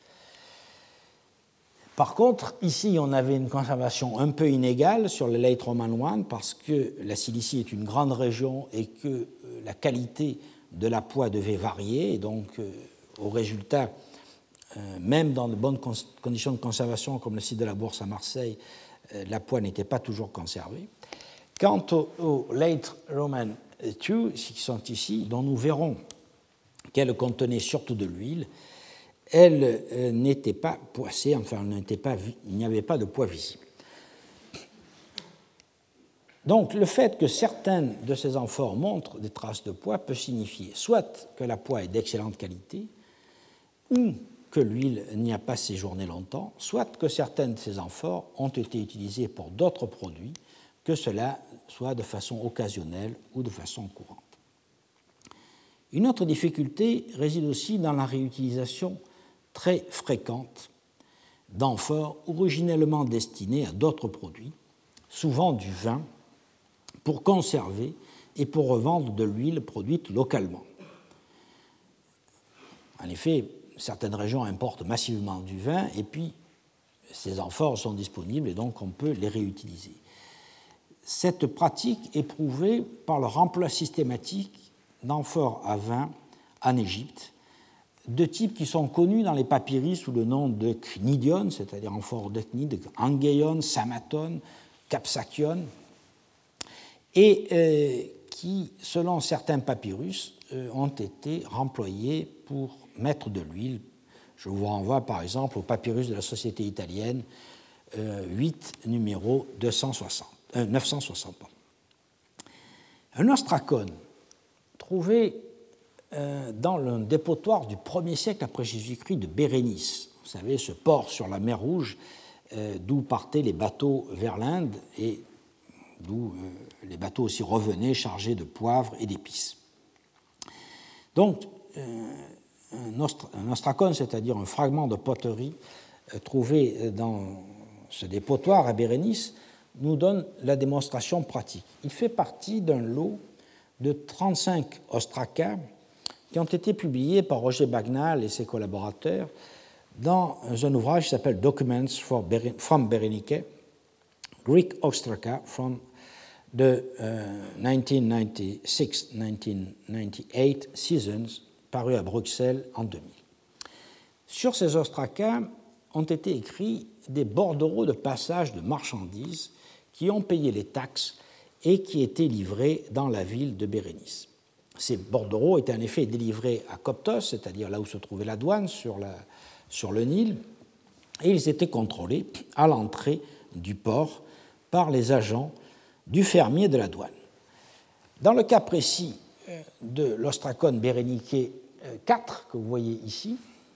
Par contre, ici, on avait une conservation un peu inégale sur le late Roman un, parce que la Cilicie est une grande région et que euh, la qualité de la poix devait varier, et donc, euh, au résultat, euh, même dans de bonnes conditions de conservation, comme le site de la Bourse à Marseille, euh, la poix n'était pas toujours conservée. Quant aux au late Roman deux, qui sont ici, dont nous verrons qu'elles contenaient surtout de l'huile, elles euh, n'étaient pas poissées, enfin, n'étaient pas, il n'y avait pas de poids visible. Donc, le fait que certaines de ces amphores montrent des traces de poids peut signifier soit que la poix est d'excellente qualité, ou que l'huile n'y a pas séjourné longtemps, soit que certaines de ces amphores ont été utilisées pour d'autres produits, que cela soit de façon occasionnelle ou de façon courante. Une autre difficulté réside aussi dans la réutilisation très fréquente d'amphores originellement destinées à d'autres produits, souvent du vin, pour conserver et pour revendre de l'huile produite localement. En effet, certaines régions importent massivement du vin et puis ces amphores sont disponibles et donc on peut les réutiliser. Cette pratique est prouvée par le remploi systématique d'amphores à vin en Égypte, de types qui sont connus dans les papyrus sous le nom de cnidion, c'est-à-dire amphores de cnide, angeion, samaton, capsachion, et euh, qui, selon certains papyrus, euh, ont été remployés pour mettre de l'huile. Je vous renvoie par exemple au papyrus de la Société italienne, euh, huit, numéro deux cent soixante, euh, neuf cent soixante. Un ostracone trouvé euh, dans le dépotoir du premier siècle après Jésus-Christ de Bérénice, vous savez, ce port sur la mer Rouge euh, d'où partaient les bateaux vers l'Inde et d'où euh, les bateaux aussi revenaient chargés de poivre et d'épices. Donc, euh, un, ostra- un ostracone, c'est-à-dire un fragment de poterie euh, trouvé dans ce dépotoir à Bérénice, nous donne la démonstration pratique. Il fait partie d'un lot de trente-cinq ostracas qui ont été publiés par Roger Bagnal et ses collaborateurs dans un ouvrage qui s'appelle Documents for Beren- from Berenike, Greek Ostraka from the uh, dix-neuf quatre-vingt-six dix-neuf quatre-vingt-dix-huit seasons, paru à Bruxelles en deux mille. Sur ces ostracas ont été écrits des bordereaux de passage de marchandises qui ont payé les taxes et qui étaient livrés dans la ville de Bérénice. Ces bordereaux étaient en effet délivrés à Coptos, c'est-à-dire là où se trouvait la douane sur, la, sur le Nil, et ils étaient contrôlés à l'entrée du port par les agents du fermier de la douane. Dans le cas précis de l'ostracone Béréniké quatre, que vous voyez ici,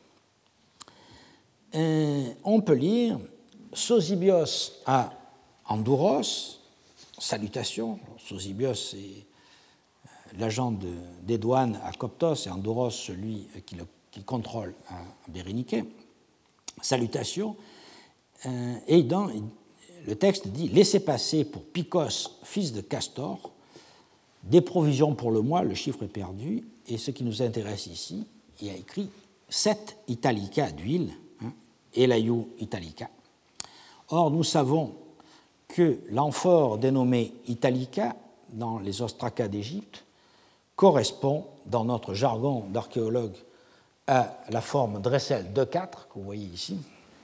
on peut lire « Sosibios à Andouros », salutation. Sosibios est l'agent de, des douanes à Coptos et Andouros, celui qui, le, qui contrôle à Béréniké. Salutation. Et dans le texte dit « Laissez passer pour Picos, fils de Castor, des provisions pour le mois, le chiffre est perdu, et ce qui nous intéresse ici, il y a écrit sept italica d'huile, hein, Elaiou italica. Or, nous savons que l'amphore dénommée italica dans les ostracas d'Égypte correspond, dans notre jargon d'archéologue, à la forme Dressel deux quatre, que vous voyez ici,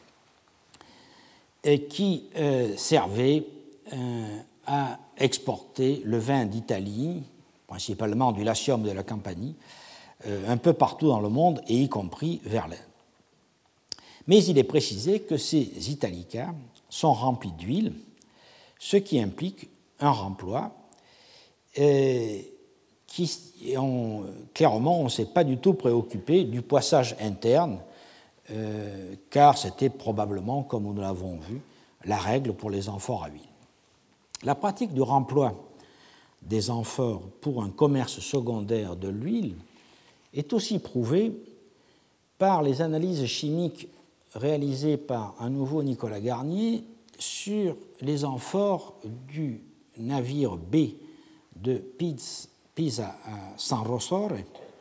et qui euh, servait euh, à exporter le vin d'Italie, principalement du Latium de la Campanie, euh, un peu partout dans le monde, et y compris vers l'Inde. Mais il est précisé que ces italicas sont remplis d'huile, ce qui implique un remploi euh, qui, on, clairement, on ne s'est pas du tout préoccupé du poissage interne, euh, car c'était probablement, comme nous l'avons vu, la règle pour les amphores à huile. La pratique du remploi des amphores pour un commerce secondaire de l'huile est aussi prouvée par les analyses chimiques réalisées par un nouveau Nicolas Garnier sur les amphores du navire B de Pisa à San Rossore,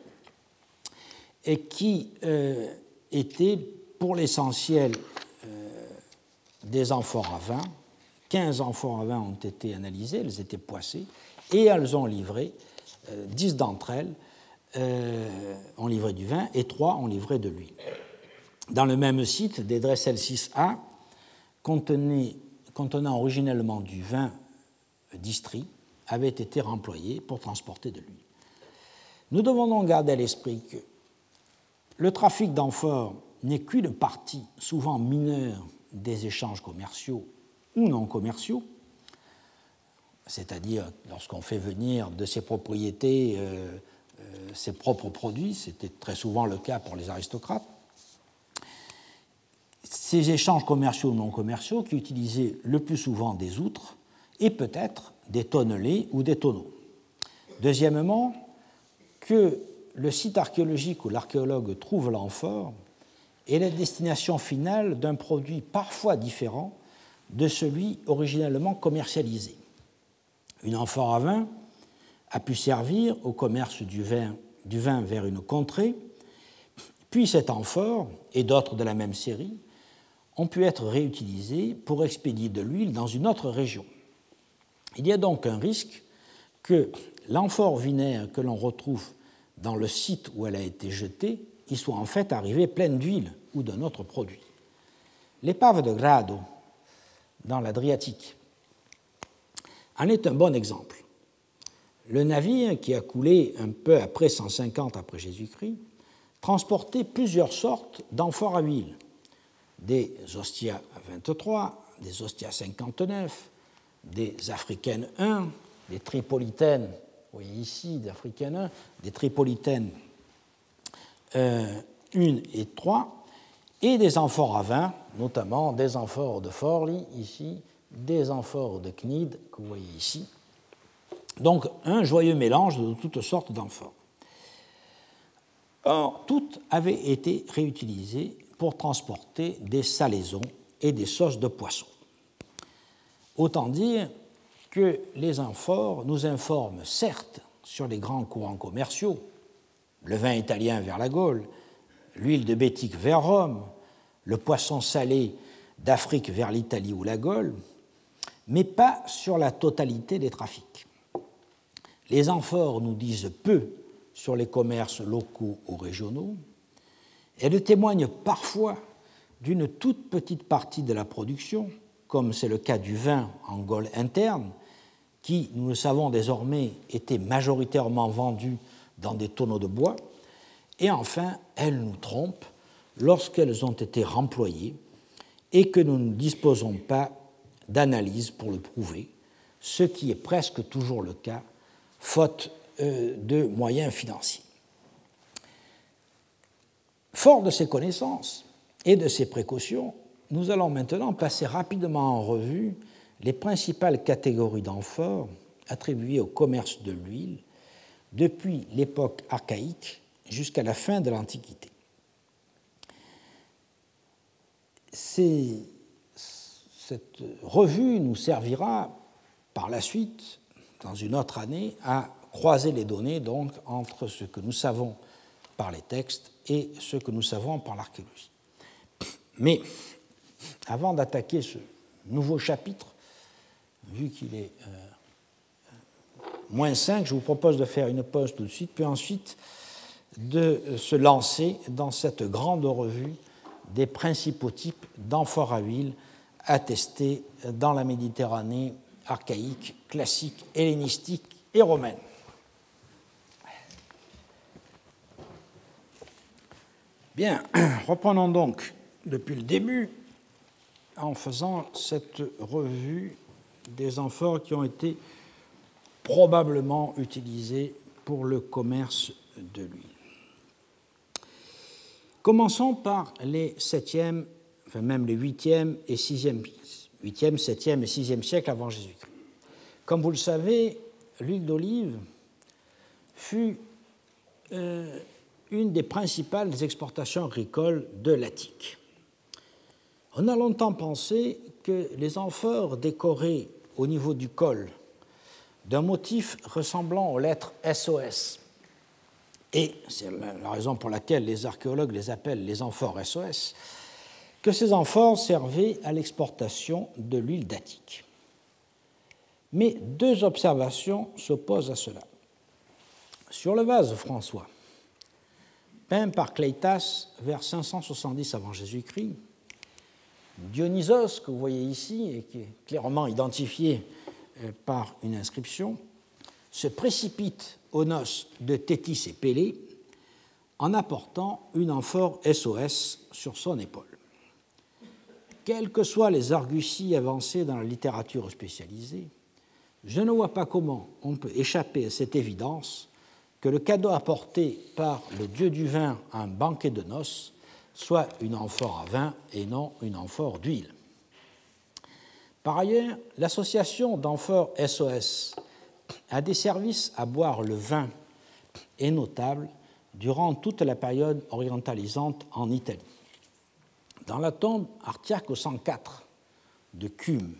et qui euh, étaient pour l'essentiel euh, des amphores à vin. quinze amphores à vin ont été analysées, elles étaient poissées, et elles ont livré, euh, dix d'entre elles euh, ont livré du vin et trois ont livré de l'huile. Dans le même site, des Dressel six A contenaient, contenant originellement du vin distri avaient été remployés pour transporter de l'huile. Nous devons donc garder à l'esprit que le trafic d'amphores n'est qu'une partie, souvent mineure, des échanges commerciaux ou non commerciaux, c'est-à-dire lorsqu'on fait venir de ses propriétés euh, euh, ses propres produits, c'était très souvent le cas pour les aristocrates. Ces échanges commerciaux ou non commerciaux qui utilisaient le plus souvent des outres et peut-être des tonnelets ou des tonneaux. Deuxièmement, que le site archéologique où l'archéologue trouve l'amphore est la destination finale d'un produit parfois différent de celui originellement commercialisé. Une amphore à vin a pu servir au commerce du vin, du vin vers une contrée, puis cette amphore, et d'autres de la même série, ont pu être réutilisées pour expédier de l'huile dans une autre région. Il y a donc un risque que l'amphore vinaire que l'on retrouve dans le site où elle a été jetée y soit en fait arrivée pleine d'huile ou d'un autre produit. L'épave de Grado, dans l'Adriatique, en est un bon exemple. Le navire, qui a coulé un peu après cent cinquante après Jésus-Christ, transportait plusieurs sortes d'amphores à huile, des Ostia vingt-trois, des Ostia cinquante-neuf, des Africaines un, des Tripolitaines, vous voyez ici, des Africaines un, des Tripolitaines euh, un et trois, et des amphores à vin, notamment des amphores de Forli, ici, des amphores de Cnide, que vous voyez ici. Donc, un joyeux mélange de toutes sortes d'amphores. Or, toutes avaient été réutilisées pour transporter des salaisons et des sauces de poisson. Autant dire que les amphores nous informent certes sur les grands courants commerciaux, le vin italien vers la Gaule, l'huile de Bétique vers Rome, le poisson salé d'Afrique vers l'Italie ou la Gaule, mais pas sur la totalité des trafics. Les amphores nous disent peu sur les commerces locaux ou régionaux. Elles témoignent parfois d'une toute petite partie de la production, comme c'est le cas du vin en Gaule interne, qui, nous le savons désormais, était majoritairement vendu dans des tonneaux de bois. Et enfin, elles nous trompent lorsqu'elles ont été remployées et que nous ne disposons pas d'analyse pour le prouver, ce qui est presque toujours le cas, faute euh, de moyens financiers. Fort de ces connaissances et de ces précautions, nous allons maintenant passer rapidement en revue les principales catégories d'amphores attribuées au commerce de l'huile depuis l'époque archaïque jusqu'à la fin de l'Antiquité. C'est, cette revue nous servira par la suite, dans une autre année, à croiser les données donc, entre ce que nous savons par les textes et ce que nous savons par l'archéologie. Mais avant d'attaquer ce nouveau chapitre, vu qu'il est euh, moins cinq, je vous propose de faire une pause tout de suite, puis ensuite de se lancer dans cette grande revue des principaux types d'amphores à huile attestés dans la Méditerranée archaïque, classique, hellénistique et romaine. Bien, reprenons donc depuis le début. en faisant cette revue des amphores qui ont été probablement utilisés pour le commerce de l'huile. Commençons par les septième, enfin même les huitième et sixième, huitième, septième et sixième siècles avant Jésus-Christ. Comme vous le savez, l'huile d'olive fut euh, une des principales exportations agricoles de l'Attique. On a longtemps pensé que les amphores décorées au niveau du col d'un motif ressemblant aux lettres S O S, et c'est la raison pour laquelle les archéologues les appellent les amphores S O S, que ces amphores servaient à l'exportation de l'huile d'Attique. Mais deux observations s'opposent à cela. Sur le vase François, peint par Cleitas vers cinq cent soixante-dix avant Jésus-Christ, Dionysos, que vous voyez ici, et qui est clairement identifié par une inscription, se précipite aux noces de Thétis et Pélée en apportant une amphore S O S sur son épaule. Quelles que soient les arguties avancées dans la littérature spécialisée, je ne vois pas comment on peut échapper à cette évidence que le cadeau apporté par le dieu du vin à un banquet de noces soit une amphore à vin et non une amphore d'huile. Par ailleurs, l'association d'amphores S O S à des services à boire le vin est notable durant toute la période orientalisante en Italie. Dans la tombe Artiaque cent quatre de Cumes,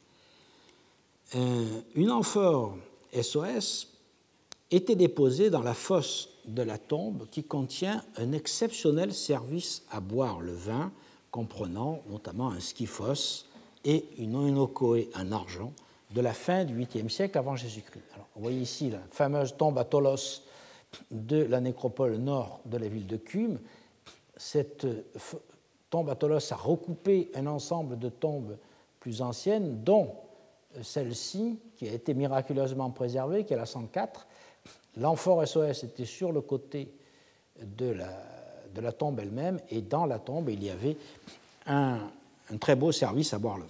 une amphore S O S était déposée dans la fosse de la tombe qui contient un exceptionnel service à boire le vin, comprenant notamment un skyphos et une oinokoé en argent de la fin du huitième siècle avant Jésus-Christ. Alors, vous voyez ici la fameuse tombe à Tolos de la nécropole nord de la ville de Cumes. Cette tombe à Tolos a recoupé un ensemble de tombes plus anciennes, dont celle-ci, qui a été miraculeusement préservée, qui est la cent quatre. L'amphore S O S était sur le côté de la, de la tombe elle-même, et dans la tombe, il y avait un, un très beau service à boire le vin.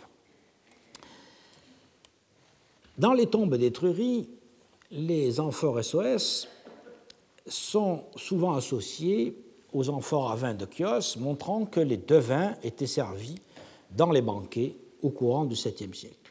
Dans les tombes d'Étrurie, les amphores S O S sont souvent associés aux amphores à vin de Chios, montrant que les devins étaient servis dans les banquets au courant du septième siècle.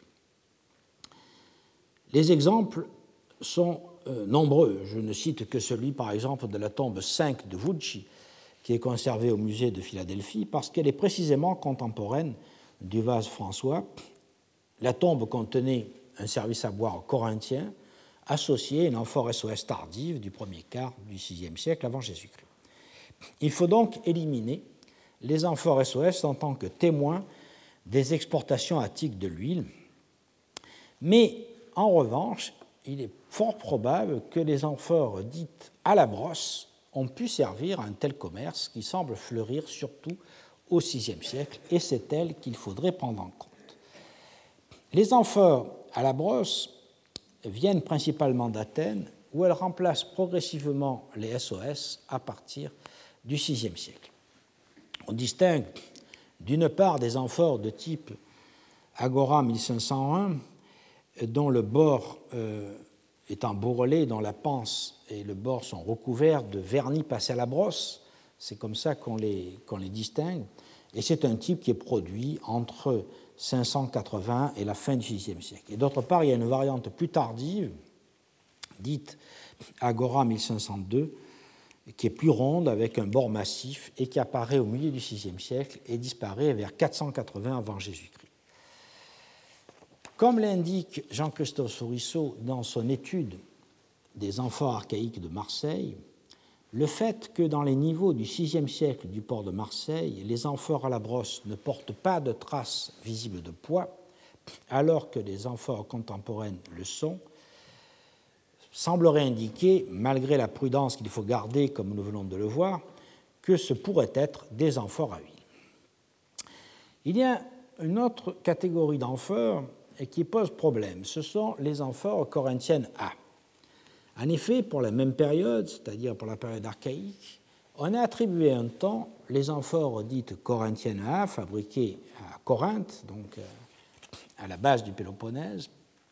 Les exemples sont euh, nombreux. Je ne cite que celui, par exemple, de la tombe cinq de Vucci, qui est conservée au musée de Philadelphie, parce qu'elle est précisément contemporaine du vase François. La tombe contenait un service à boire corinthien associé à une amphore S O S tardive du premier quart du sixième siècle avant Jésus-Christ. Il faut donc éliminer les amphores S O S en tant que témoins des exportations attiques de l'huile, mais en revanche, il est fort probable que les amphores dites à la brosse ont pu servir à un tel commerce qui semble fleurir surtout au sixième siècle, et c'est elles qu'il faudrait prendre en compte. Les amphores à la brosse viennent principalement d'Athènes, où elles remplacent progressivement les S O S à partir du sixième siècle. On distingue d'une part des amphores de type Agora mille cinq cent un, dont le bord euh, est embourrelé, dont la panse et le bord sont recouverts de vernis passé à la brosse. C'est comme ça qu'on les, qu'on les distingue. Et c'est un type qui est produit entre cinq cent quatre-vingts et la fin du sixième siècle. Et d'autre part, il y a une variante plus tardive, dite Agora mille cinq cent deux, qui est plus ronde, avec un bord massif, et qui apparaît au milieu du sixième siècle et disparaît vers quatre cent quatre-vingts avant Jésus-Christ. Comme l'indique Jean-Christophe Sourisseau dans son étude des amphores archaïques de Marseille, le fait que dans les niveaux du sixième siècle du port de Marseille, les amphores à la brosse ne portent pas de traces visibles de poids, alors que les amphores contemporaines le sont, semblerait indiquer, malgré la prudence qu'il faut garder, comme nous venons de le voir, que ce pourrait être des amphores à huile. Il y a une autre catégorie d'amphores qui pose problème, ce sont les amphores corinthiennes A. En effet, pour la même période, c'est-à-dire pour la période archaïque, on a attribué un temps les amphores dites corinthiennes A, fabriquées à Corinthe, donc à la base du Péloponnèse,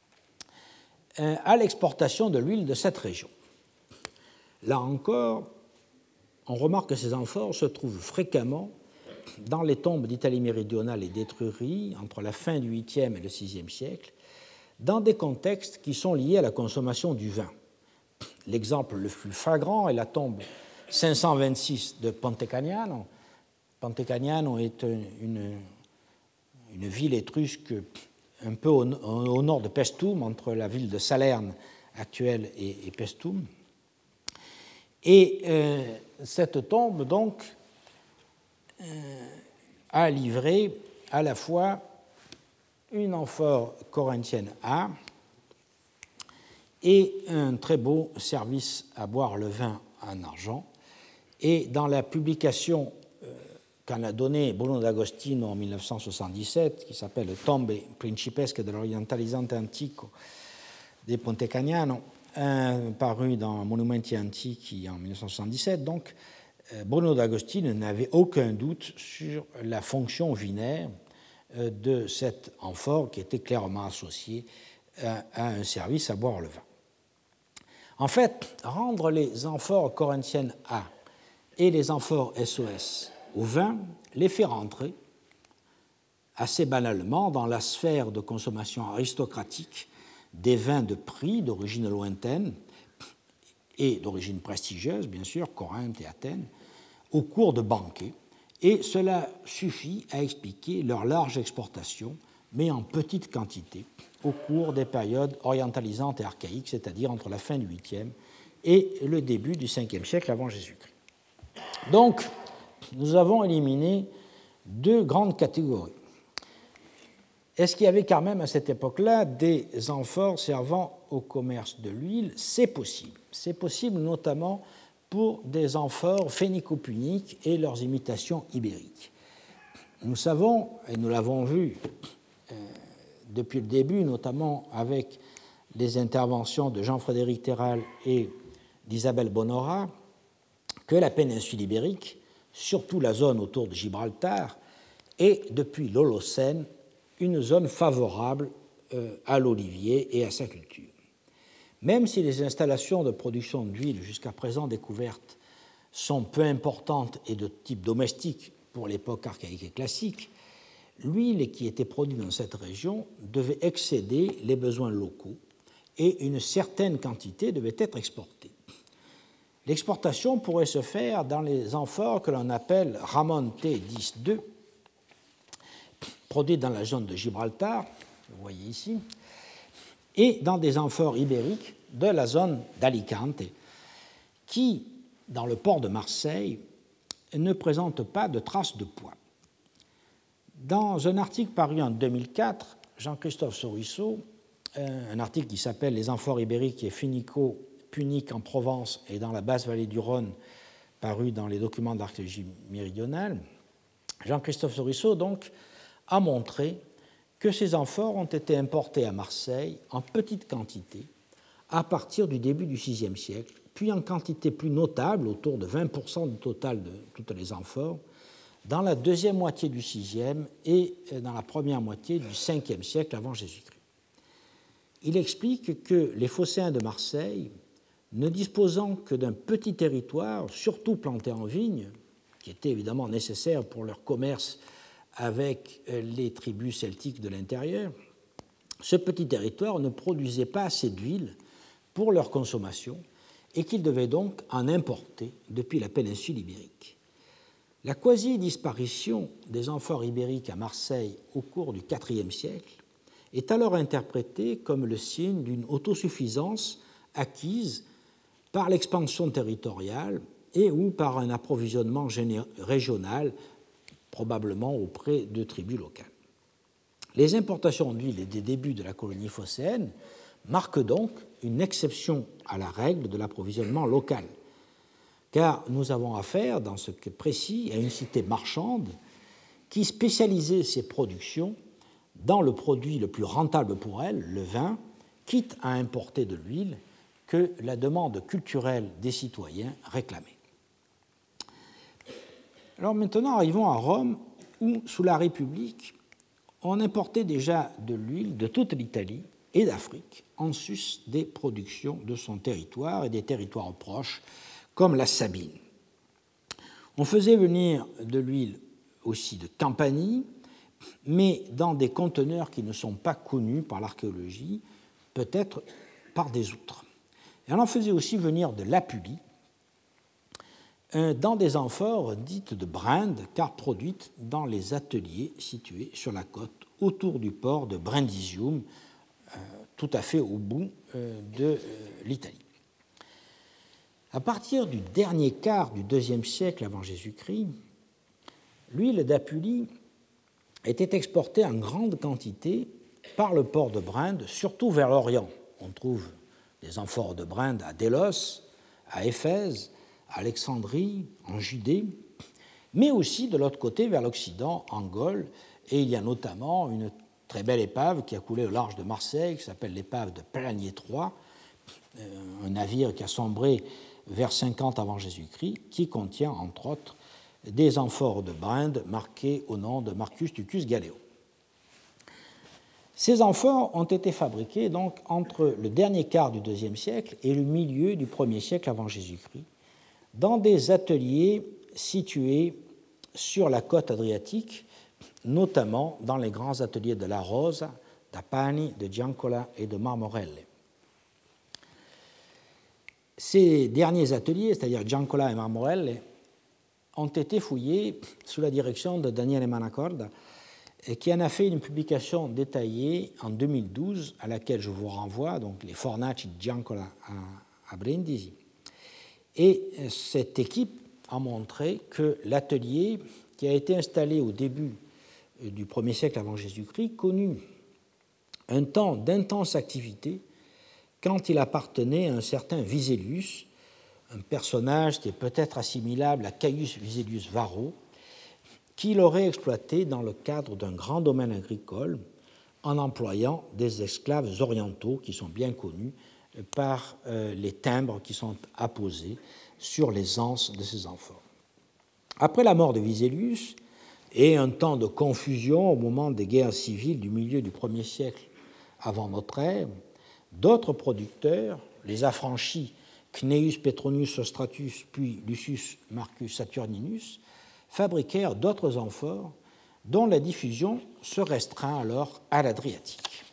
à l'exportation de l'huile de cette région. Là encore, on remarque que ces amphores se trouvent fréquemment dans les tombes d'Italie méridionale et d'Étrurie entre la fin du huitième et le sixième siècle, dans des contextes qui sont liés à la consommation du vin. L'exemple le plus flagrant est la tombe cinq cent vingt-six de Pontecagnano. Pontecagnano est une, une ville étrusque un peu au, au nord de Paestum, entre la ville de Salerne actuelle et, et Paestum. Et euh, cette tombe, donc, euh, a livré à la fois une amphore corinthienne A et un très beau service à boire le vin en argent. Et dans la publication euh, qu'en a donnée Bruno D'Agostino en mille neuf cent soixante-dix-sept, qui s'appelle Tombe principesche dell'Orientalizzante Antico de Pontecagnano, euh, paru dans Monumenti Antichi en mille neuf cent soixante-dix-sept, donc, euh, Bruno D'Agostino n'avait aucun doute sur la fonction vinaire euh, de cette amphore qui était clairement associée à, à un service à boire le vin. En fait, rendre les amphores corinthiennes A et les amphores S O S au vin les fait rentrer assez banalement dans la sphère de consommation aristocratique des vins de prix d'origine lointaine et d'origine prestigieuse, bien sûr, Corinthe et Athènes, au cours de banquets, et cela suffit à expliquer leur large exportation, mais en petite quantité, au cours des périodes orientalisantes et archaïques, c'est-à-dire entre la fin du huitième et le début du cinquième siècle avant Jésus-Christ. Donc, nous avons éliminé deux grandes catégories. Est-ce qu'il y avait quand même à cette époque-là des amphores servant au commerce de l'huile? C'est possible. C'est possible notamment pour des amphores phénico-puniques et leurs imitations ibériques. Nous savons, et nous l'avons vu euh, depuis le début, notamment avec les interventions de Jean-Frédéric Terral et d'Isabelle Bonora, que la péninsule ibérique, surtout la zone autour de Gibraltar, est depuis l'Holocène une zone favorable euh, à l'olivier et à sa culture. Même si les installations de production d'huile jusqu'à présent découvertes sont peu importantes et de type domestique pour l'époque archaïque et classique, l'huile qui était produite dans cette région devait excéder les besoins locaux et une certaine quantité devait être exportée. L'exportation pourrait se faire dans les amphores que l'on appelle Ramonte dix deux, produites dans la zone de Gibraltar, vous voyez ici, et dans des amphores ibériques de la zone d'Alicante, qui, dans le port de Marseille, ne présentent pas de traces de poids. Dans un article paru en deux mille quatre, Jean-Christophe Sorisseau, un article qui s'appelle « Les amphores ibériques et phénico-puniques en Provence et dans la basse vallée du Rhône », paru dans les documents d'archéologie méridionale, Jean-Christophe Sorisseau, donc, a montré que ces amphores ont été importés à Marseille en petite quantité à partir du début du sixième siècle, puis en quantité plus notable, autour de vingt pour cent du total de toutes les amphores, dans la deuxième moitié du sixième et dans la première moitié du cinquième siècle avant Jésus-Christ. Il explique que les phocéens de Marseille, ne disposant que d'un petit territoire, surtout planté en vignes, qui était évidemment nécessaire pour leur commerce avec les tribus celtiques de l'intérieur, ce petit territoire ne produisait pas assez d'huile pour leur consommation et qu'ils devaient donc en importer depuis la péninsule ibérique. La quasi-disparition des amphores ibériques à Marseille au cours du quatrième siècle est alors interprétée comme le signe d'une autosuffisance acquise par l'expansion territoriale et ou par un approvisionnement régional, probablement auprès de tribus locales. Les importations d'huile des débuts de la colonie phocéenne marquent donc une exception à la règle de l'approvisionnement local, car nous avons affaire, dans ce cas précis, à une cité marchande qui spécialisait ses productions dans le produit le plus rentable pour elle, le vin, quitte à importer de l'huile que la demande culturelle des citoyens réclamait. Alors maintenant, arrivons à Rome, où, sous la République, on importait déjà de l'huile de toute l'Italie et d'Afrique, en sus des productions de son territoire et des territoires proches, comme la Sabine. On faisait venir de l'huile aussi de Campanie, mais dans des conteneurs qui ne sont pas connus par l'archéologie, peut-être par des outres. Et on en faisait aussi venir de l'Apulie, dans des amphores dites de Brinde, car produites dans les ateliers situés sur la côte autour du port de Brindisium, euh, tout à fait au bout euh, de euh, l'Italie. À partir du dernier quart du deuxième siècle avant Jésus-Christ, l'huile d'Apulie était exportée en grande quantité par le port de Brinde, surtout vers l'Orient. On trouve des amphores de Brinde à Délos, à Éphèse, à Alexandrie, en Judée, mais aussi de l'autre côté vers l'Occident, en Gaule, et il y a notamment une très belle épave qui a coulé au large de Marseille, qui s'appelle l'épave de Planier trois, un navire qui a sombré vers cinquante avant Jésus-Christ, qui contient entre autres des amphores de Brinde marquées au nom de Marcus Tucus Galleo. Ces amphores ont été fabriqués donc entre le dernier quart du deuxième siècle et le milieu du premier siècle avant Jésus-Christ, dans des ateliers situés sur la côte adriatique, notamment dans les grands ateliers de La Rosa, d'Apani, de Giancola et de Marmorelle. Ces derniers ateliers, c'est-à-dire Giancola et Marmorelle, ont été fouillés sous la direction de Daniele Manacorda, qui en a fait une publication détaillée en deux mille douze, à laquelle je vous renvoie, donc les Fornaci de Giancola à, à Brindisi. Et cette équipe a montré que l'atelier, qui a été installé au début du premier siècle avant Jésus-Christ, connut un temps d'intense activité quand il appartenait à un certain Viselius, un personnage qui est peut-être assimilable à Caius Viselius Varro, qui l'aurait exploité dans le cadre d'un grand domaine agricole en employant des esclaves orientaux qui sont bien connus par euh, les timbres qui sont apposés sur les anses de ces amphores. Après la mort de Viselius et un temps de confusion au moment des guerres civiles du milieu du premier siècle avant notre ère, d'autres producteurs, les affranchis Cneus Petronius Sostratus puis Lucius Marcus Saturninus, fabriquèrent d'autres amphores dont la diffusion se restreint alors à l'Adriatique.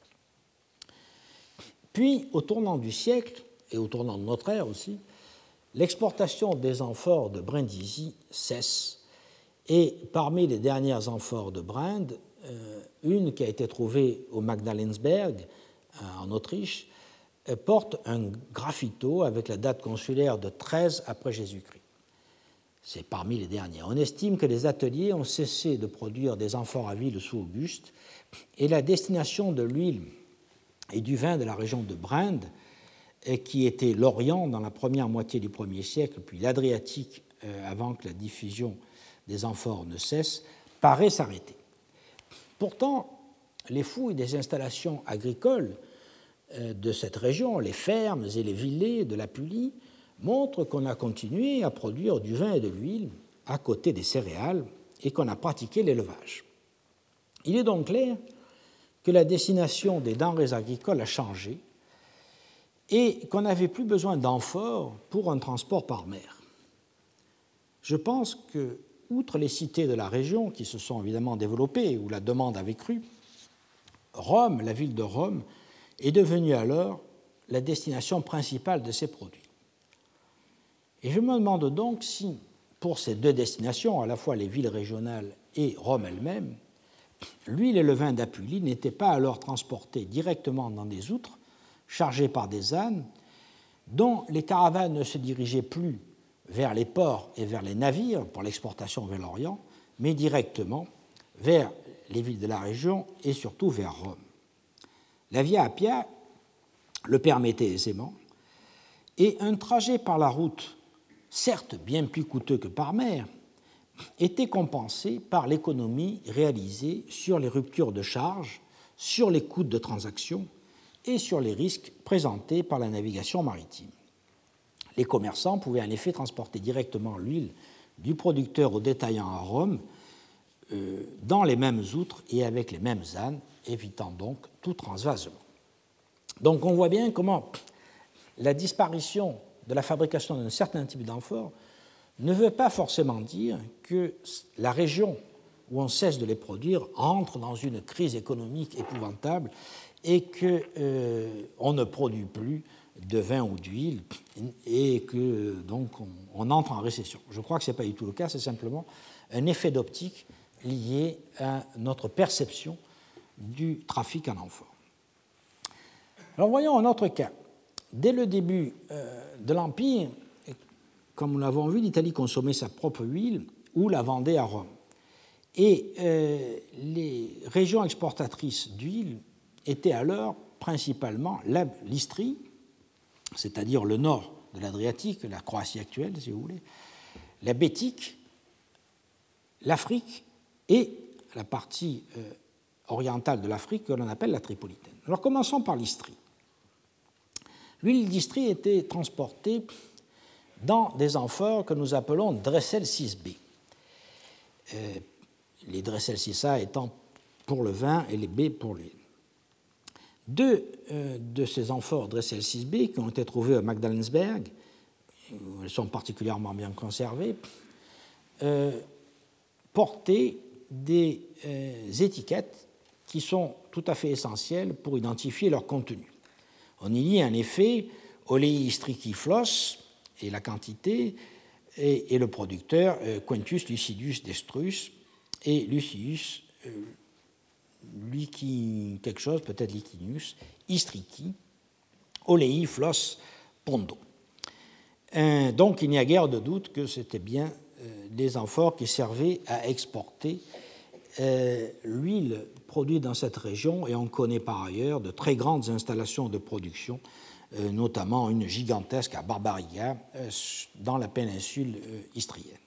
Puis, au tournant du siècle, et au tournant de notre ère aussi, l'exportation des amphores de Brindisi cesse, et parmi les dernières amphores de Brinde, euh, une qui a été trouvée au Magdalensberg, en Autriche, porte un graffito avec la date consulaire de treize après Jésus-Christ. C'est parmi les dernières. On estime que les ateliers ont cessé de produire des amphores à huile sous Auguste et la destination de l'huile et du vin de la région de Brinde, qui était l'Orient dans la première moitié du premier siècle, puis l'Adriatique avant que la diffusion des amphores ne cesse, paraît s'arrêter. Pourtant, les fouilles des installations agricoles de cette région, les fermes et les villets de l'Apulie, montrent qu'on a continué à produire du vin et de l'huile à côté des céréales et qu'on a pratiqué l'élevage. Il est donc clair que la destination des denrées agricoles a changé et qu'on n'avait plus besoin d'amphores pour un transport par mer. Je pense que, outre les cités de la région qui se sont évidemment développées, où la demande avait cru, Rome, la ville de Rome, est devenue alors la destination principale de ces produits. Et je me demande donc si, pour ces deux destinations, à la fois les villes régionales et Rome elle-même, l'huile et le vin d'Apulie n'étaient pas alors transportés directement dans des outres, chargés par des ânes, dont les caravanes ne se dirigeaient plus vers les ports et vers les navires pour l'exportation vers l'Orient, mais directement vers les villes de la région et surtout vers Rome. La Via Appia le permettait aisément, et un trajet par la route, certes bien plus coûteux que par mer, était compensé par l'économie réalisée sur les ruptures de charge, sur les coûts de transaction et sur les risques présentés par la navigation maritime. Les commerçants pouvaient en effet transporter directement l'huile du producteur au détaillant à Rome, euh, dans les mêmes outres et avec les mêmes ânes, évitant donc tout transvasement. Donc on voit bien comment la disparition de la fabrication d'un certain type d'amphores ne veut pas forcément dire que la région où on cesse de les produire entre dans une crise économique épouvantable et qu'on euh, ne produit plus de vin ou d'huile et que donc on, on entre en récession. Je crois que ce n'est pas du tout le cas, c'est simplement un effet d'optique lié à notre perception du trafic en amphores. Alors voyons un autre cas. Dès le début euh, de l'Empire, comme nous l'avons vu, l'Italie consommait sa propre huile ou la vendait à Rome. Et euh, les régions exportatrices d'huile étaient alors principalement l'Istrie, c'est-à-dire le nord de l'Adriatique, la Croatie actuelle, si vous voulez, la Bétique, l'Afrique et la partie euh, orientale de l'Afrique que l'on appelle la Tripolitaine. Alors commençons par l'Istrie. L'huile d'Istrie était transportée dans des amphores que nous appelons Dressel six B. Euh, les Dressel six A étant pour le vin et les B pour l'huile. Deux euh, de ces amphores Dressel six B qui ont été trouvés à Magdalensberg, où elles sont particulièrement bien conservées, euh, portaient des euh, étiquettes qui sont tout à fait essentielles pour identifier leur contenu. On y lit en effet Olei Strici-Flos et la quantité et, et le producteur euh, Quintus Lucidus Destrus et Lucius euh, Liqui, quelque chose, peut-être Licinius, Istrici, Olei Flos Pondo. Euh, donc il n'y a guère de doute que c'était bien euh, des amphores qui servaient à exporter euh, l'huile produite dans cette région, et on connaît par ailleurs de très grandes installations de production, euh, notamment une gigantesque à Barbariga, euh, dans la péninsule euh, istrienne.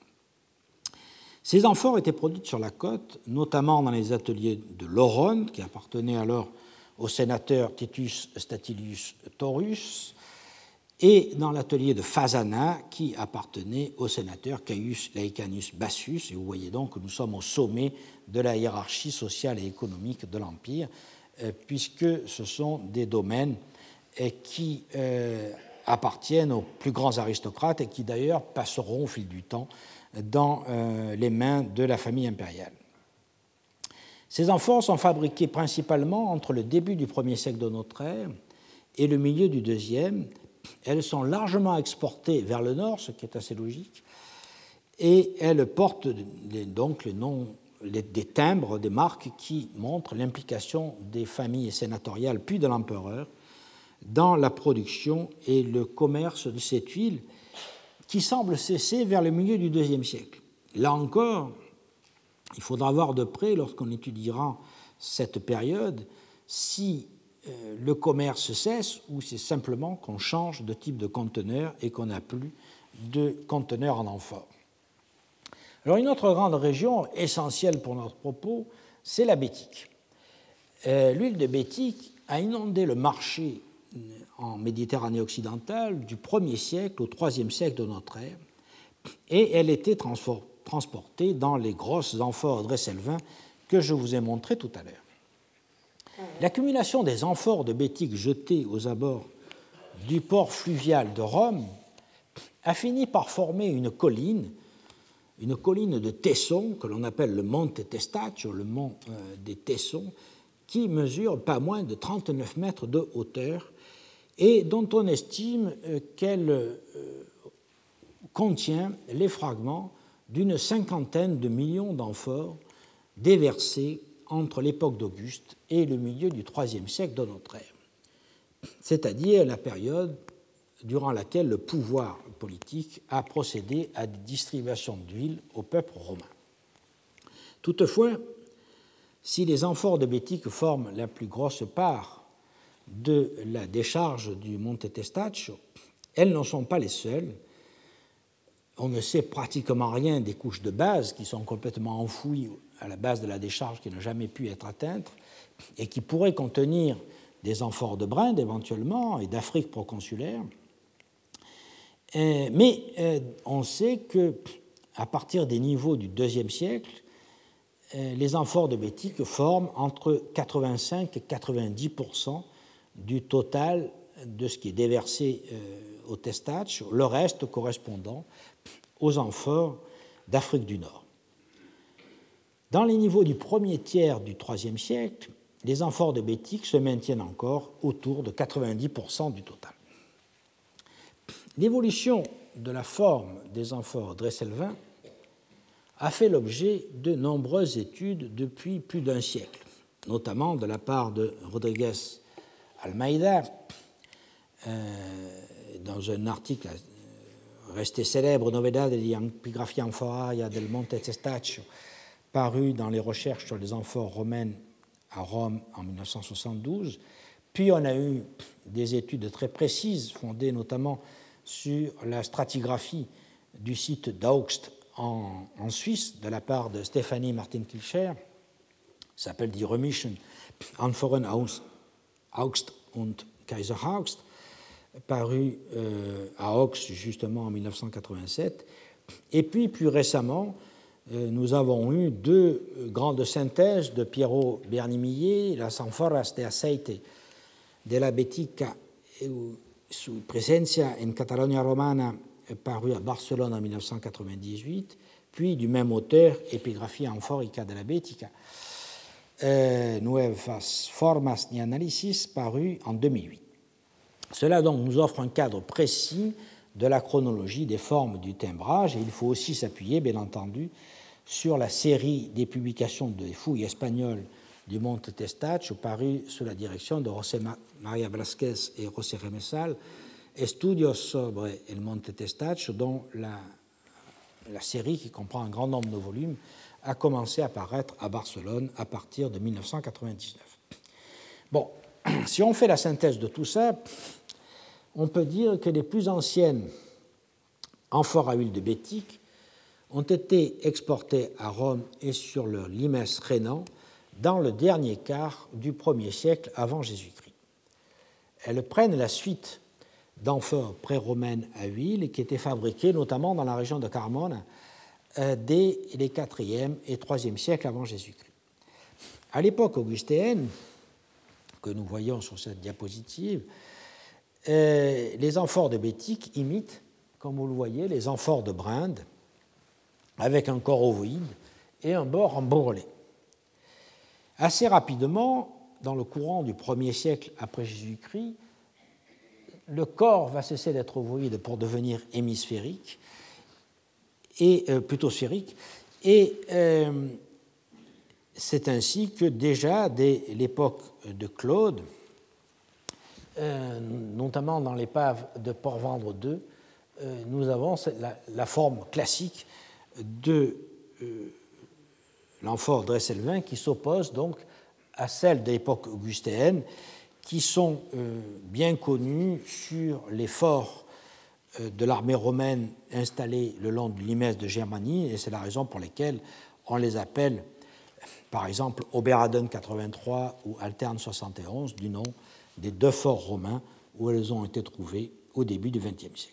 Ces amphores étaient produites sur la côte, notamment dans les ateliers de Lauronne, qui appartenaient alors au sénateur Titus Statilius Taurus, et dans l'atelier de Fasana, qui appartenait au sénateur Caius Laecanus Bassus. Et vous voyez donc que nous sommes au sommet de la hiérarchie sociale et économique de l'Empire, euh, puisque ce sont des domaines euh, qui euh, appartiennent aux plus grands aristocrates et qui d'ailleurs passeront au fil du temps dans euh, les mains de la famille impériale. Ces amphores sont fabriquées principalement entre le début du premier siècle de notre ère et le milieu du deuxième. Elles sont largement exportées vers le nord, ce qui est assez logique, et elles portent donc le nom, les, des timbres, des marques qui montrent l'implication des familles sénatoriales puis de l'empereur dans la production et le commerce de cette huile qui semble cesser vers le milieu du deuxième siècle. Là encore, il faudra voir de près, lorsqu'on étudiera cette période, si euh, le commerce cesse ou c'est simplement qu'on change de type de conteneur et qu'on n'a plus de conteneurs en amphore. Alors une autre grande région essentielle pour notre propos, c'est la Bétique. Euh, l'huile de Bétique a inondé le marché en Méditerranée occidentale du premier siècle au troisième siècle de notre ère, et elle était transportée dans les grosses amphores Dresselvin que je vous ai montrées tout à l'heure. L'accumulation des amphores de Bétique jetées aux abords du port fluvial de Rome a fini par former une colline, une colline de tessons que l'on appelle le Monte Testaccio, le mont euh, des Tessons, qui mesure pas moins de trente-neuf mètres de hauteur et dont on estime euh, qu'elle euh, contient les fragments d'une cinquantaine de millions d'amphores déversés entre l'époque d'Auguste et le milieu du troisième siècle de notre ère, c'est-à-dire la période durant laquelle le pouvoir politique a procédé à des distributions d'huile au peuple romain. Toutefois, si les amphores de Bétique forment la plus grosse part de la décharge du Monte Testaccio, elles n'en sont pas les seules. On ne sait pratiquement rien des couches de base qui sont complètement enfouies à la base de la décharge qui n'ont jamais pu être atteintes et qui pourraient contenir des amphores de Brinde éventuellement et d'Afrique proconsulaire. Mais on sait que à partir des niveaux du deuxième siècle, les amphores de Bétique forment entre quatre-vingt-cinq et quatre-vingt-dix pour cent du total de ce qui est déversé au Testaccio, le reste correspondant aux amphores d'Afrique du Nord. Dans les niveaux du premier tiers du troisième siècle, les amphores de Bétique se maintiennent encore autour de quatre-vingt-dix pour cent du total. L'évolution de la forme des amphores dresselvins a fait l'objet de nombreuses études depuis plus d'un siècle, notamment de la part de Rodriguez Almeida, euh, dans un article resté célèbre, Novedades di Epigrafia Amphoraia del Monte Testaccio, paru dans les recherches sur les amphores romaines à Rome en mille neuf cent soixante-douze. Puis on a eu des études très précises, fondées notamment sur la stratigraphie du site d'Augst en, en Suisse, de la part de Stephanie Martin-Kilscher, s'appelle Die Römischen Amphoren aus Augst und Kaiser Augst, paru euh, à Augst justement en mille neuf cent quatre-vingt-sept. Et puis plus récemment, euh, nous avons eu deux grandes synthèses de Piero Bernimillet, Las Amphoras de Aceite della Bética su presenza in Catalonia Romana, paru à Barcelone en mille neuf cent quatre-vingt-dix-huit, puis du même auteur, Epigraphia Amphorica della Bética, euh, Nuevas Formas de Analysis, paru en deux mille huit. Cela donc nous offre un cadre précis de la chronologie des formes du timbrage, et il faut aussi s'appuyer, bien entendu, sur la série des publications des fouilles espagnoles du Monte Testaccio, paru sous la direction de José María Blasquez et José Remesal, Estudios sobre el Monte Testaccio, dont la, la série, qui comprend un grand nombre de volumes, a commencé à apparaître à Barcelone à partir de mille neuf cent quatre-vingt-dix-neuf. Bon, si on fait la synthèse de tout ça, on peut dire que les plus anciennes amphores à huile de Bétique ont été exportées à Rome et sur le limes rhénan dans le dernier quart du premier siècle avant Jésus-Christ. Elles prennent la suite d'amphores pré-romaines à huile qui étaient fabriquées notamment dans la région de Carmona euh, dès les quatrième et troisième siècles avant Jésus-Christ. À l'époque augustéenne, que nous voyons sur cette diapositive, euh, les amphores de Bétique imitent, comme vous le voyez, les amphores de Brinde, avec un corps ovoïde et un bord embourrelé. Assez rapidement, dans le courant du premier siècle après Jésus-Christ, le corps va cesser d'être ovoïde pour devenir hémisphérique, et euh, plutôt sphérique, et euh, c'est ainsi que déjà dès l'époque de Claude, euh, notamment dans l'épave de Port-Vendre deux, euh, nous avons la, la forme classique de euh, l'amphore dresselvin qui s'oppose donc à celle de l'époque augustéenne, qui sont euh, bien connues sur les forts euh, de l'armée romaine installés le long du limes de Germanie, et c'est la raison pour laquelle on les appelle, par exemple, Oberaden quatre-vingt-trois ou Alterne soixante et onze, du nom des deux forts romains où elles ont été trouvées au début du vingtième siècle.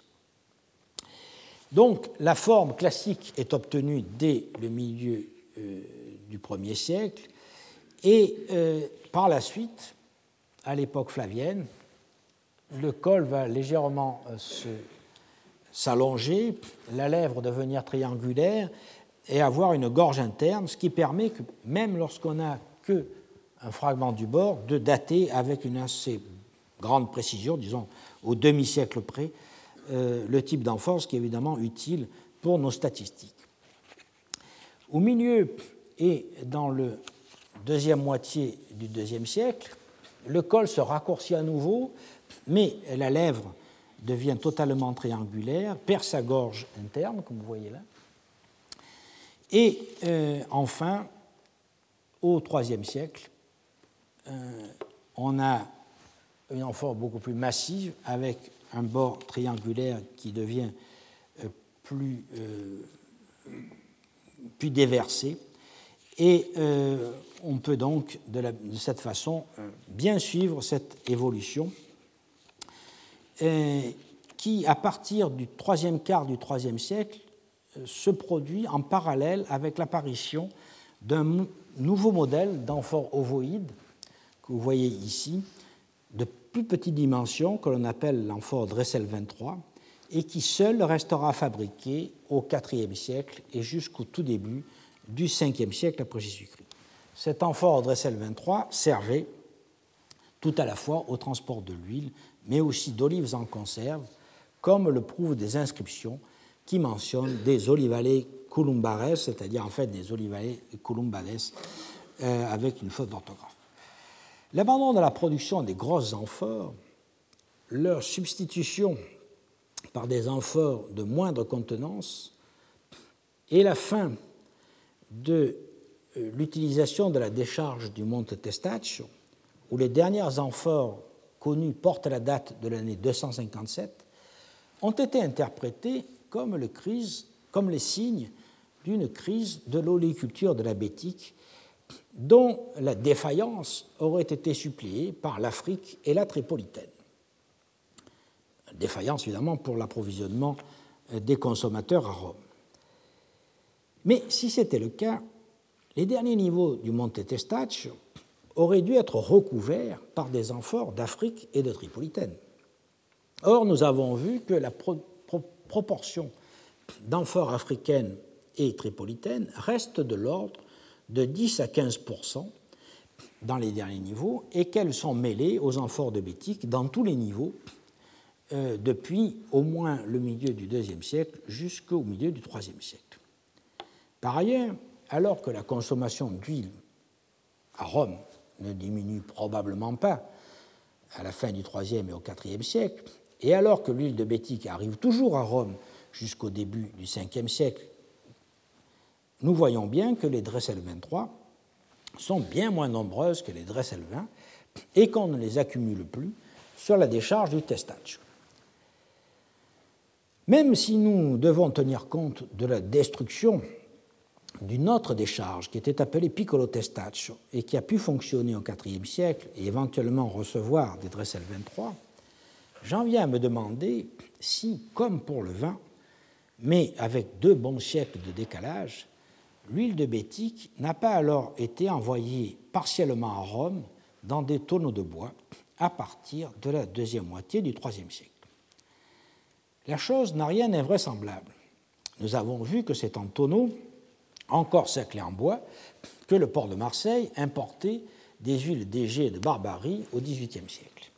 Donc, la forme classique est obtenue dès le milieu euh, du premier siècle, et euh, par la suite, à l'époque flavienne, le col va légèrement euh, se, s'allonger, la lèvre devenir triangulaire et avoir une gorge interne, ce qui permet que, même lorsqu'on n'a qu'un fragment du bord, de dater avec une assez grande précision, disons au demi-siècle près, euh, le type d'amphore, ce qui est évidemment utile pour nos statistiques. Au milieu et dans le deuxième moitié du deuxième siècle, le col se raccourcit à nouveau, mais la lèvre devient totalement triangulaire, perd sa gorge interne, comme vous voyez là. Et euh, enfin, au troisième siècle, euh, on a une amphore beaucoup plus massive, avec un bord triangulaire qui devient euh, plus, euh, plus déversé. Et euh, on peut donc, de, la, de cette façon, euh, bien suivre cette évolution euh, qui, à partir du troisième quart du troisième siècle, se produit en parallèle avec l'apparition d'un nouveau modèle d'amphore ovoïde, que vous voyez ici, de plus petite dimension, que l'on appelle l'amphore Dressel vingt-trois, et qui seul restera fabriqué au quatrième siècle et jusqu'au tout début du cinquième siècle après Jésus-Christ. Cet amphore Dressel vingt-trois servait tout à la fois au transport de l'huile, mais aussi d'olives en conserve, comme le prouvent des inscriptions qui mentionnent des olivales columbares, c'est-à-dire en fait des olivales columbales euh, avec une faute d'orthographe. L'abandon de la production des grosses amphores, leur substitution par des amphores de moindre contenance et la fin de l'utilisation de la décharge du Monte Testaccio, où les dernières amphores connues portent la date de l'année deux cent cinquante-sept, ont été interprétées comme, le crise, comme les signes d'une crise de l'oléiculture de la Bétique, dont la défaillance aurait été suppléée par l'Afrique et la Tripolitaine. Défaillance, évidemment, pour l'approvisionnement des consommateurs à Rome. Mais si c'était le cas, les derniers niveaux du Monte Testaccio auraient dû être recouverts par des amphores d'Afrique et de Tripolitaine. Or, nous avons vu que la pro- pro- proportion d'amphores africaines et tripolitaines reste de l'ordre de dix à quinze pour cent dans les derniers niveaux et qu'elles sont mêlées aux amphores de Bétique dans tous les niveaux euh, depuis au moins le milieu du deuxième siècle jusqu'au milieu du troisième siècle. Par ailleurs, alors que la consommation d'huile à Rome ne diminue probablement pas à la fin du troisième et au quatrième siècle, et alors que l'huile de Bétique arrive toujours à Rome jusqu'au début du cinquième siècle, nous voyons bien que les Dressel vingt-trois sont bien moins nombreuses que les Dressel vingt et qu'on ne les accumule plus sur la décharge du Testaccio. Même si nous devons tenir compte de la destruction d'une autre décharge qui était appelée Piccolo Testaccio et qui a pu fonctionner au quatrième siècle et éventuellement recevoir des Dressel vingt-trois, j'en viens à me demander si, comme pour le vin, mais avec deux bons siècles de décalage, l'huile de Bétique n'a pas alors été envoyée partiellement à Rome dans des tonneaux de bois à partir de la deuxième moitié du troisième siècle. La chose n'a rien d'invraisemblable. Nous avons vu que c'est en tonneaux, encore cerclés en bois, que le port de Marseille importait des huiles d'Égée et de Barbarie au dix-huitième siècle.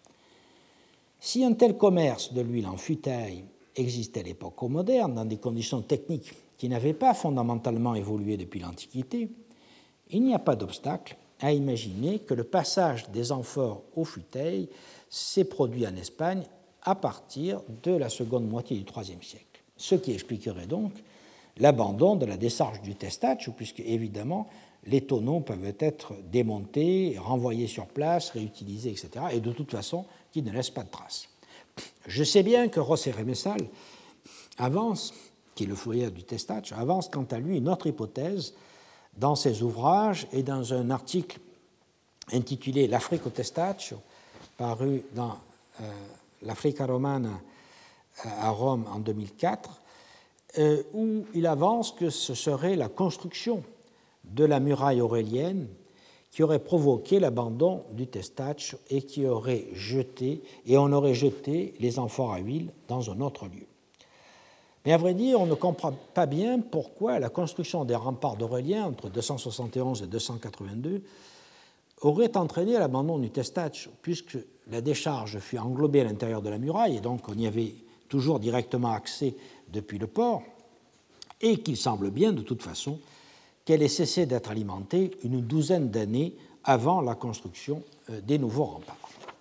Si un tel commerce de l'huile en futaille existait à l'époque moderne, dans des conditions techniques qui n'avaient pas fondamentalement évolué depuis l'Antiquité, il n'y a pas d'obstacle à imaginer que le passage des amphores aux futailles s'est produit en Espagne à partir de la seconde moitié du troisième siècle, ce qui expliquerait donc l'abandon de la décharge du Testaccio, puisque évidemment les tonneaux peuvent être démontés, renvoyés sur place, réutilisés, et cetera, et de toute façon qui ne laissent pas de traces. Je sais bien que Rosser Remessal avance, qui est le fourier du Testaccio, avance quant à lui une autre hypothèse dans ses ouvrages et dans un article intitulé L'Afrique au Testaccio, paru dans euh, l'Africa Romana à Rome en deux mille quatre, euh, où il avance que ce serait la construction de la muraille aurélienne qui aurait provoqué l'abandon du Testaccio et qui aurait jeté, et on aurait jeté les amphores à huile dans un autre lieu. Mais à vrai dire, on ne comprend pas bien pourquoi la construction des remparts d'Aurélien entre deux cent soixante et onze et deux cent quatre-vingt-deux aurait entraîné l'abandon du Testaccio, puisque la décharge fut englobée à l'intérieur de la muraille, et donc on y avait toujours directement accès depuis le port, et qu'il semble bien, de toute façon, qu'elle ait cessé d'être alimentée une douzaine d'années avant la construction des nouveaux remparts.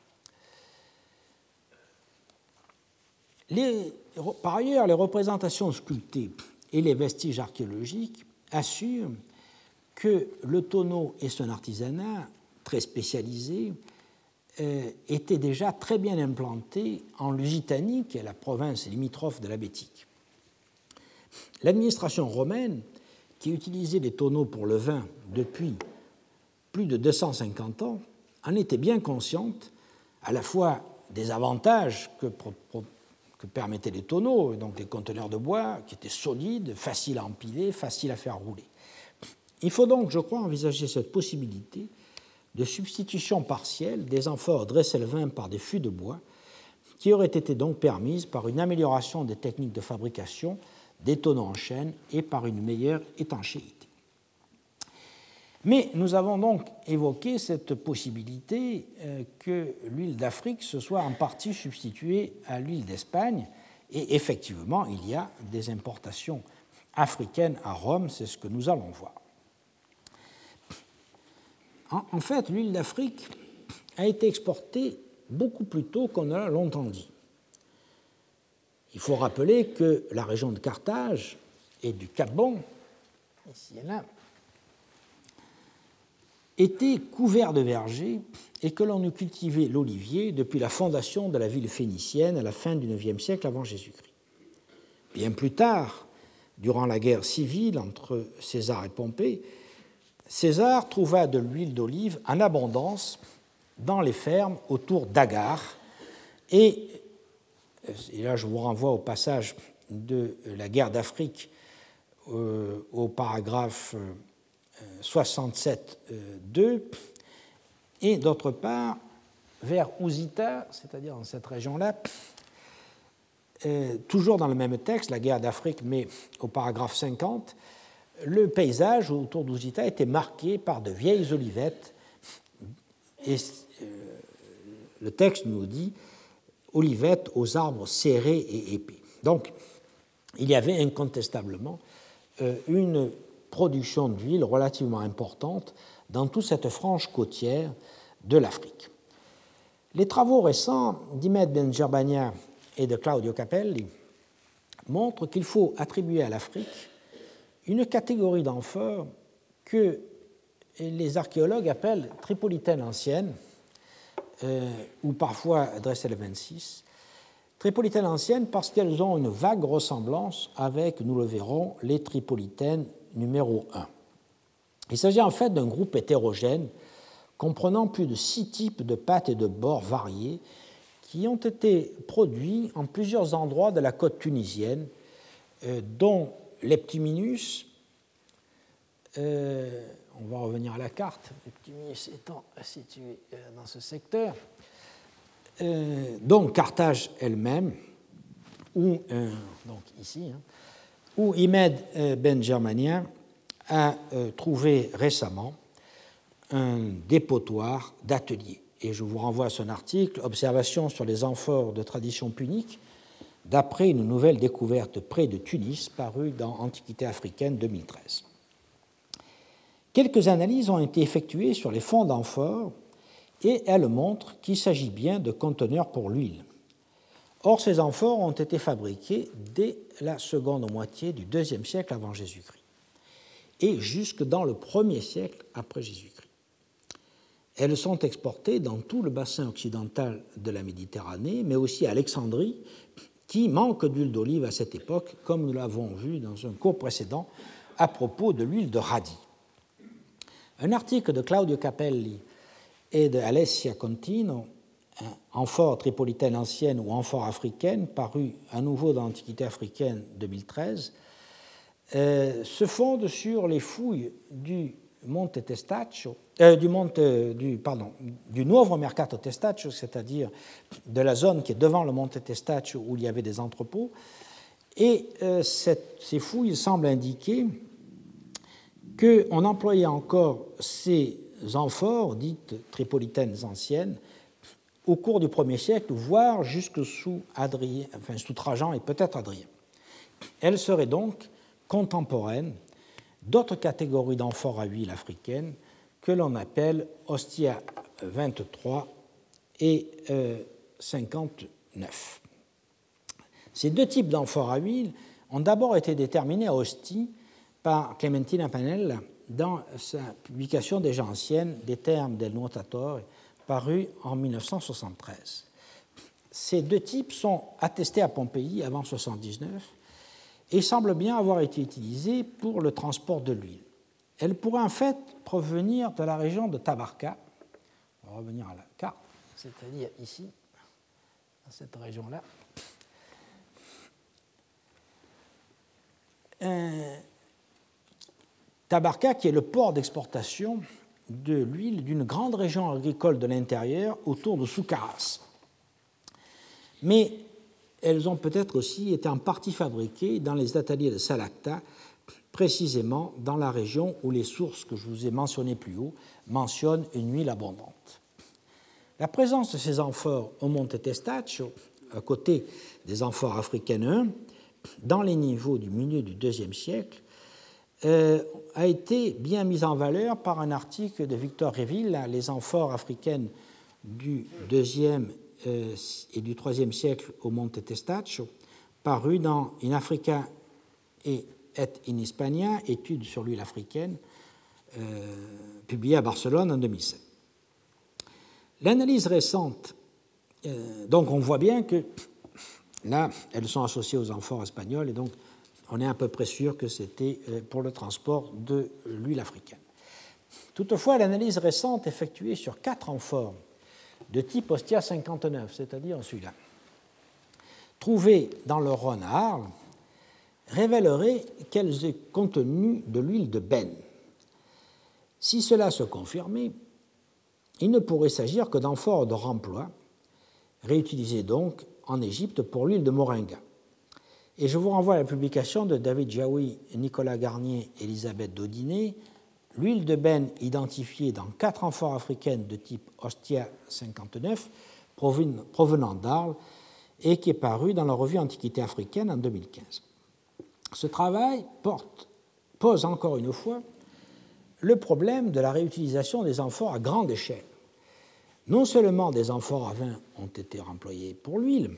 Les, par ailleurs, les représentations sculptées et les vestiges archéologiques assurent que le tonneau et son artisanat très spécialisé euh, étaient déjà très bien implantés en Lusitanie, qui est la province limitrophe de la Bétique. L'administration romaine, qui utilisait les tonneaux pour le vin depuis plus de deux cent cinquante ans, en était bien consciente à la fois des avantages que, pro- que permettaient les tonneaux, donc les conteneurs de bois, qui étaient solides, faciles à empiler, faciles à faire rouler. Il faut donc, je crois, envisager cette possibilité de substitution partielle des amphores Dresselvin par des fûts de bois, qui aurait été donc permise par une amélioration des techniques de fabrication des tonneaux en chêne et par une meilleure étanchéité. Mais nous avons donc évoqué cette possibilité euh, que l'huile d'Afrique se soit en partie substituée à l'huile d'Espagne, et effectivement, il y a des importations africaines à Rome, c'est ce que nous allons voir. En, en fait, l'huile d'Afrique a été exportée beaucoup plus tôt qu'on ne l'a longtemps dit. Il faut rappeler que la région de Carthage et du Cap-Bon, ici et là, était couvert de vergers et que l'on eût cultivé l'olivier depuis la fondation de la ville phénicienne à la fin du neuvième siècle avant Jésus-Christ. Bien plus tard, durant la guerre civile entre César et Pompée, César trouva de l'huile d'olive en abondance dans les fermes autour d'Agar. Et, et là, je vous renvoie au passage de la guerre d'Afrique euh, au paragraphe euh, soixante-sept deux, et d'autre part, vers Ouzita, c'est-à-dire dans cette région-là, euh, toujours dans le même texte, la guerre d'Afrique, mais au paragraphe cinquante, le paysage autour d'Ouzita était marqué par de vieilles olivettes, et euh, le texte nous dit « olivettes aux arbres serrés et épais ». Donc, il y avait incontestablement euh, une production d'huile relativement importante dans toute cette frange côtière de l'Afrique. Les travaux récents d'Imed Ben-Jerbania et de Claudio Capelli montrent qu'il faut attribuer à l'Afrique une catégorie d'amphores que les archéologues appellent tripolitaine ancienne, euh, ou parfois Dressel vingt-six, tripolitaine ancienne parce qu'elles ont une vague ressemblance avec, nous le verrons, les tripolitaines numéro un. Il s'agit en fait d'un groupe hétérogène comprenant plus de six types de pâtes et de bords variés qui ont été produits en plusieurs endroits de la côte tunisienne, euh, dont l'Eptiminus, euh, on va revenir à la carte, l'Eptiminus étant situé dans ce secteur, euh, dont Carthage elle-même, ou euh, donc ici, hein, où Imed Ben Germania a euh, trouvé récemment un dépotoir d'atelier. Et je vous renvoie à son article « Observations sur les amphores de tradition punique » d'après une nouvelle découverte près de Tunis, parue dans Antiquité africaine deux mille treize. Quelques analyses ont été effectuées sur les fonds d'amphores et elles montrent qu'il s'agit bien de conteneurs pour l'huile. Or, ces amphores ont été fabriquées dès la seconde moitié du deuxième siècle avant Jésus-Christ et jusque dans le premier siècle après Jésus-Christ. Elles sont exportées dans tout le bassin occidental de la Méditerranée, mais aussi à Alexandrie, qui manque d'huile d'olive à cette époque, comme nous l'avons vu dans un cours précédent à propos de l'huile de radis. Un article de Claudio Capelli et de Alessia Contino, Amphore tripolitaine ancienne ou amphore africaine, paru à nouveau dans l'Antiquité africaine deux mille treize, euh, se fonde sur les fouilles du Monte Testaccio, euh, du, monte, du, pardon, du Nuovo Mercato Testaccio, c'est-à-dire de la zone qui est devant le Monte Testaccio où il y avait des entrepôts, et euh, cette, ces fouilles semblent indiquer qu'on employait encore ces amphores, dites tripolitaines anciennes, au cours du premier siècle, voire jusque sous, Adrien, enfin, sous Trajan et peut-être Adrien. Elles seraient donc contemporaines d'autres catégories d'amphores à huile africaines que l'on appelle Ostia vingt-trois et euh, cinquante-neuf. Ces deux types d'amphores à huile ont d'abord été déterminés à Ostie par Clementina Panella dans sa publication déjà ancienne des termes del nuotatore, paru en mille neuf cent soixante-treize. Ces deux types sont attestés à Pompéi avant soixante-dix-neuf et semblent bien avoir été utilisés pour le transport de l'huile. Elles pourraient en fait provenir de la région de Tabarka. On va revenir à la carte, c'est-à-dire ici, dans cette région-là. Euh, Tabarka, qui est le port d'exportation de l'huile d'une grande région agricole de l'intérieur autour de Soukaras. Mais elles ont peut-être aussi été en partie fabriquées dans les ateliers de Salakta, précisément dans la région où les sources que je vous ai mentionnées plus haut mentionnent une huile abondante. La présence de ces amphores au Monte Testaccio, à côté des amphores africaines un, dans les niveaux du milieu du deuxième siècle, Euh, a été bien mise en valeur par un article de Victor Réville, Les amphores africaines du deuxième euh, et du troisième siècle au Monte Testaccio, paru dans In Africa et in Hispania, étude sur l'huile africaine, euh, publiée à Barcelone en deux mille sept. L'analyse récente, euh, donc on voit bien que là, elles sont associées aux amphores espagnoles et donc on est à peu près sûr que c'était pour le transport de l'huile africaine. Toutefois, l'analyse récente effectuée sur quatre amphores de type Ostia cinquante-neuf, c'est-à-dire celui-là, trouvées dans le Rhône à Arles, révélerait qu'elles aient contenu de l'huile de benne. Si cela se confirmait, il ne pourrait s'agir que d'amphores de remploi, réutilisées donc en Égypte pour l'huile de moringa. Et je vous renvoie à la publication de David Jaoui, Nicolas Garnier et Elisabeth Daudinet, l'huile de benne identifiée dans quatre amphores africaines de type Ostia cinquante-neuf provenant d'Arles et qui est parue dans la revue Antiquité africaine en deux mille quinze. Ce travail porte, pose encore une fois le problème de la réutilisation des amphores à grande échelle. Non seulement des amphores à vin ont été remployés pour l'huile,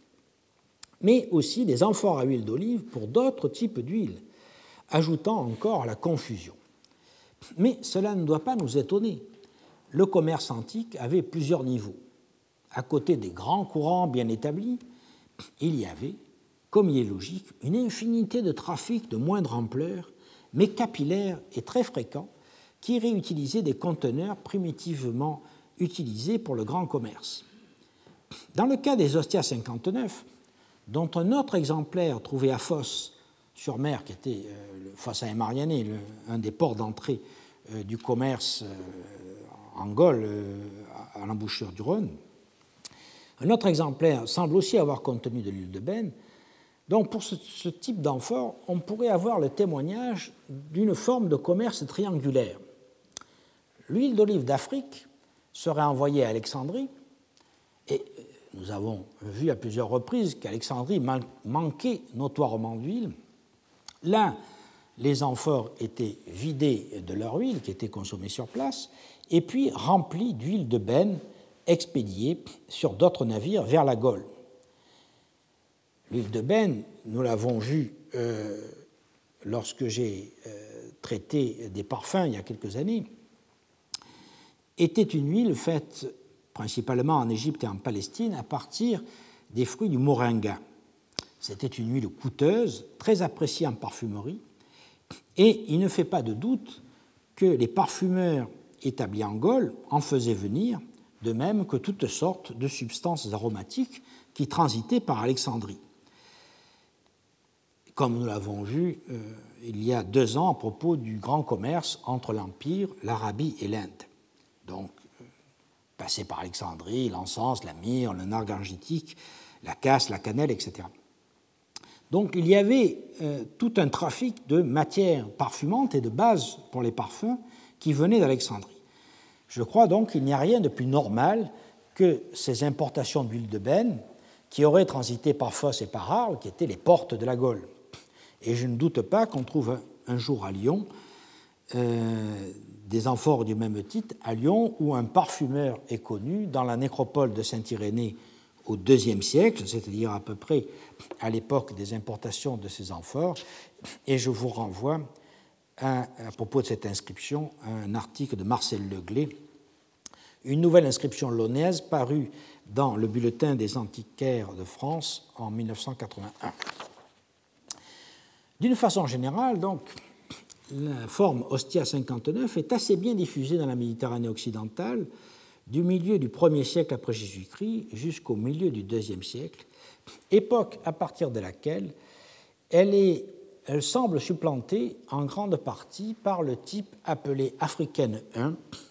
mais aussi des amphores à huile d'olive pour d'autres types d'huile, ajoutant encore à la confusion. Mais cela ne doit pas nous étonner. Le commerce antique avait plusieurs niveaux. À côté des grands courants bien établis, il y avait, comme il est logique, une infinité de trafics de moindre ampleur, mais capillaires et très fréquents, qui réutilisaient des conteneurs primitivement utilisés pour le grand commerce. Dans le cas des Ostia cinquante-neuf, dont un autre exemplaire trouvé à Fos sur mer, qui était euh, le Fos à Marianné, le, un des ports d'entrée euh, du commerce euh, en Gaule, euh, à l'embouchure du Rhône. Un autre exemplaire semble aussi avoir contenu de l'huile de benne. Donc pour ce, ce type d'amphore, on pourrait avoir le témoignage d'une forme de commerce triangulaire. L'huile d'olive d'Afrique serait envoyée à Alexandrie, et nous avons vu à plusieurs reprises qu'Alexandrie manquait notoirement d'huile. Là, les amphores étaient vidées de leur huile, qui était consommée sur place, et puis remplies d'huile de benne expédiée sur d'autres navires vers la Gaule. L'huile de benne, nous l'avons vu euh, lorsque j'ai euh, traité des parfums il y a quelques années, était une huile faite principalement en Égypte et en Palestine, à partir des fruits du moringa. C'était une huile coûteuse, très appréciée en parfumerie, et il ne fait pas de doute que les parfumeurs établis en Gaule en faisaient venir, de même que toutes sortes de substances aromatiques qui transitaient par Alexandrie. Comme nous l'avons vu euh, il y a deux ans à propos du grand commerce entre l'Empire, l'Arabie et l'Inde. Donc, passé par Alexandrie, l'encens, la myrrhe, le nard argentique, la casse, la cannelle, et cetera. Donc il y avait euh, tout un trafic de matières parfumantes et de bases pour les parfums qui venaient d'Alexandrie. Je crois donc qu'il n'y a rien de plus normal que ces importations d'huile de benne qui auraient transité par Fos et par Arles, qui étaient les portes de la Gaule. Et je ne doute pas qu'on trouve un, un jour à Lyon euh, des amphores du même titre à Lyon, où un parfumeur est connu dans la nécropole de Saint-Irénée au deuxième siècle, c'est-à-dire à peu près à l'époque des importations de ces amphores. Et je vous renvoie, à, à propos de cette inscription, à un article de Marcel Leglé, une nouvelle inscription launaise parue dans le Bulletin des antiquaires de France en mille neuf cent quatre-vingt-un. D'une façon générale, donc, la forme Ostia cinquante-neuf est assez bien diffusée dans la Méditerranée occidentale du milieu du premier siècle après Jésus-Christ jusqu'au milieu du deuxième siècle, époque à partir de laquelle elle est elle semble supplantée en grande partie par le type appelé Africaine un,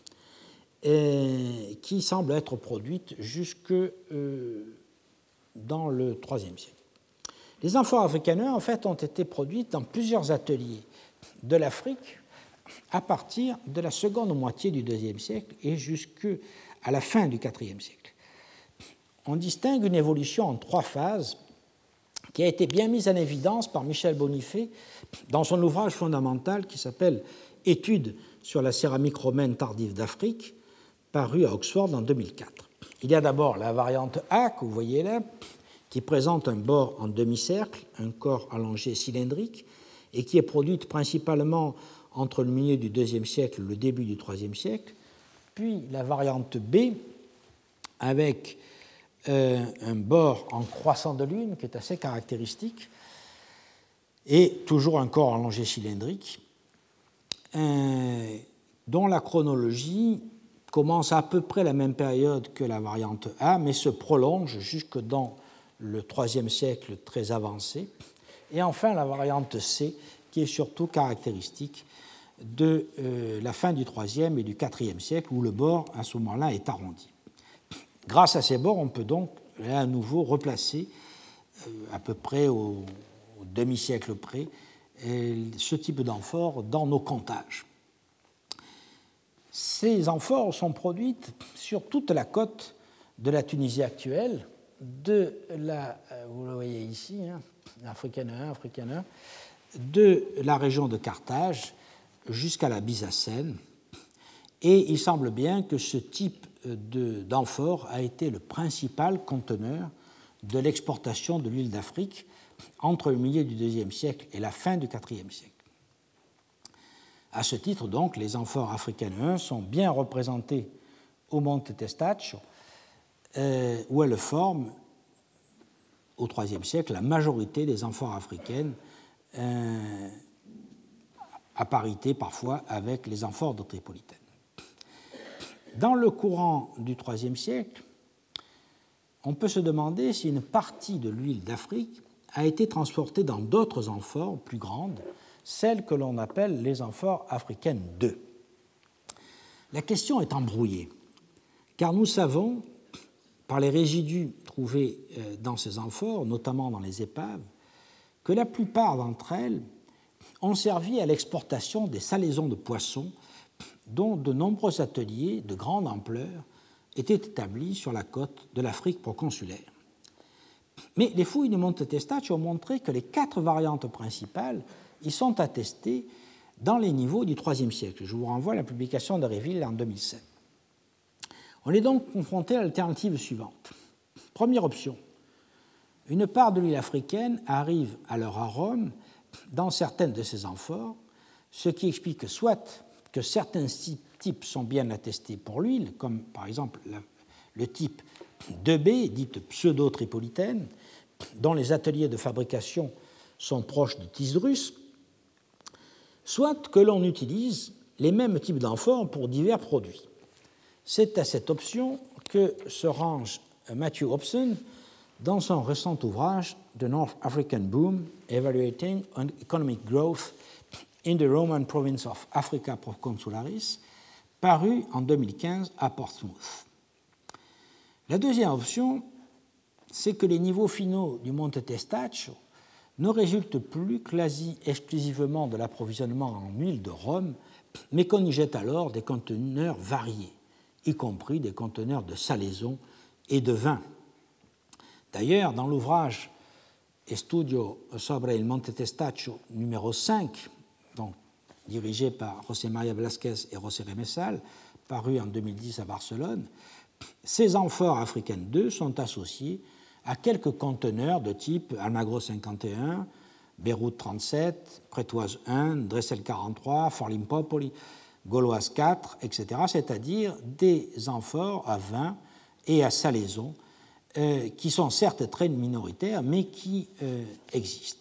et qui semble être produite jusque euh, dans le troisième siècle. Les amphores africaines un, en fait, ont été produites dans plusieurs ateliers de l'Afrique à partir de la seconde moitié du deuxième siècle et jusqu'à la fin du quatrième siècle. On distingue une évolution en trois phases qui a été bien mise en évidence par Michel Bonifay dans son ouvrage fondamental qui s'appelle « Études sur la céramique romaine tardive d'Afrique », paru à Oxford en deux mille quatre. Il y a d'abord la variante A, que vous voyez là, qui présente un bord en demi-cercle, un corps allongé cylindrique, et qui est produite principalement entre le milieu du deuxième siècle et le début du troisième siècle, puis la variante B, avec euh, un bord en croissant de lune, qui est assez caractéristique, et toujours un corps allongé cylindrique, euh, dont la chronologie commence à peu près la même période que la variante A, mais se prolonge jusque dans le troisième siècle très avancé. Et enfin, la variante C, qui est surtout caractéristique de euh, la fin du troisième et du quatrième siècle, où le bord, à ce moment-là, est arrondi. Grâce à ces bords, on peut donc là, à nouveau replacer, euh, à peu près au, au demi-siècle près, euh, ce type d'amphore dans nos comptages. Ces amphores sont produites sur toute la côte de la Tunisie actuelle, de la, vous le voyez ici, hein, Africaine un, Africaine un, de la région de Carthage jusqu'à la Byzacène. Et il semble bien que ce type de, d'amphore a été le principal conteneur de l'exportation de l'huile d'Afrique entre le milieu du deuxième siècle et la fin du quatrième siècle. À ce titre, donc, les amphores africaines un sont bien représentés au Monte Testaccio, euh, où elles forment, au troisième siècle, la majorité des amphores africaines, euh, à parité parfois avec les amphores de Tripolitaine. Dans le courant du troisième siècle, on peut se demander si une partie de l'huile d'Afrique a été transportée dans d'autres amphores plus grandes, celles que l'on appelle les amphores africaines deux. La question est embrouillée, car nous savons, par les résidus trouvés dans ces amphores, notamment dans les épaves, que la plupart d'entre elles ont servi à l'exportation des salaisons de poissons dont de nombreux ateliers de grande ampleur étaient établis sur la côte de l'Afrique proconsulaire. Mais les fouilles du Monte Testaccio ont montré que les quatre variantes principales y sont attestées dans les niveaux du troisième siècle. Je vous renvoie à la publication de Réville en deux mille sept. On est donc confronté à l'alternative suivante. Première option, une part de l'huile africaine arrive à leur arôme dans certaines de ces amphores, ce qui explique soit que certains types sont bien attestés pour l'huile, comme par exemple le type deux B, dite pseudo-tripolitaine, dont les ateliers de fabrication sont proches du Tisdrus, soit que l'on utilise les mêmes types d'amphores pour divers produits. C'est à cette option que se range Matthew Hobson dans son récent ouvrage The North African Boom, Evaluating Economic Growth in the Roman Province of Africa Proconsularis, paru en deux mille quinze à Portsmouth. La deuxième option, c'est que les niveaux finaux du Monte Testaccio ne résultent plus quasi exclusivement de l'approvisionnement en huile de Rome, mais qu'on y jette alors des conteneurs variés, y compris des conteneurs de salaison et de vin. D'ailleurs, dans l'ouvrage Estudio sobre el Monte Testaccio numéro cinq, donc, dirigé par José María Blasquez et José Remesal, paru en deux mille dix à Barcelone, ces amphores africaines deux sont associés à quelques conteneurs de type Almagro cinquante et un, Beyrouth trente-sept, Prétoise un, Dressel quarante-trois, Forlimpopoli, Gauloise quatre, et cetera, c'est-à-dire des amphores à vin et à salaison, euh, qui sont certes très minoritaires, mais qui euh, existent.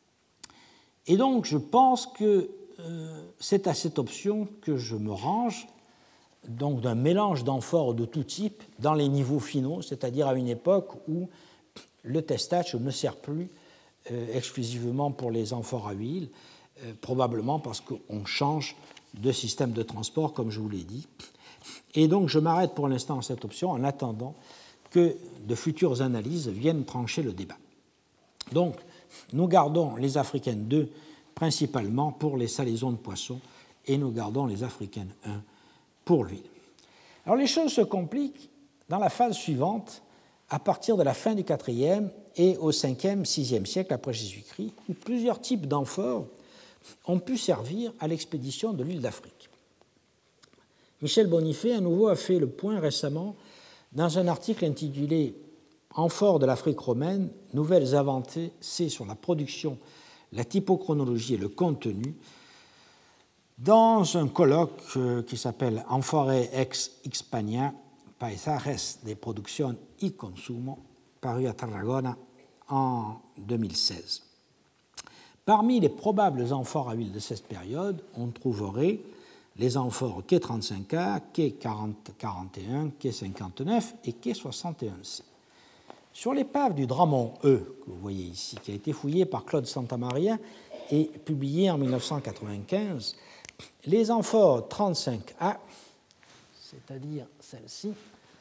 Et donc, je pense que euh, c'est à cette option que je me range, donc d'un mélange d'amphores de tout type dans les niveaux finaux, c'est-à-dire à une époque où le Testaccio ne sert plus euh, exclusivement pour les amphores à huile, euh, probablement parce qu'on change de système de transport, comme je vous l'ai dit. Et donc je m'arrête pour l'instant à cette option en attendant que de futures analyses viennent trancher le débat. Donc, nous gardons les africaines deux principalement pour les salaisons de poissons et nous gardons les africaines un pour l'huile. Alors les choses se compliquent dans la phase suivante, à partir de la fin du quatrième et au cinquième, sixième siècle après Jésus-Christ, où plusieurs types d'amphores ont pu servir à l'expédition de l'huile d'Afrique. Michel Bonifay, à nouveau, a fait le point récemment dans un article intitulé « Amphores de l'Afrique romaine, nouvelles avancées sur la production, la typochronologie et le contenu » dans un colloque qui s'appelle « Amphorae ex Hispania, paisajes de producción y consumo » paru à Tarragona en deux mille seize. Parmi les probables amphores à huile de cette période, on trouverait les amphores K trente-cinq A, K quarante quarante et un, K cinquante-neuf et K soixante et un C. Sur l'épave du Dramont E, que vous voyez ici, qui a été fouillée par Claude Santamaria et publiée en mille neuf cent quatre-vingt-quinze, les amphores trente-cinq A, c'est-à-dire celle-ci,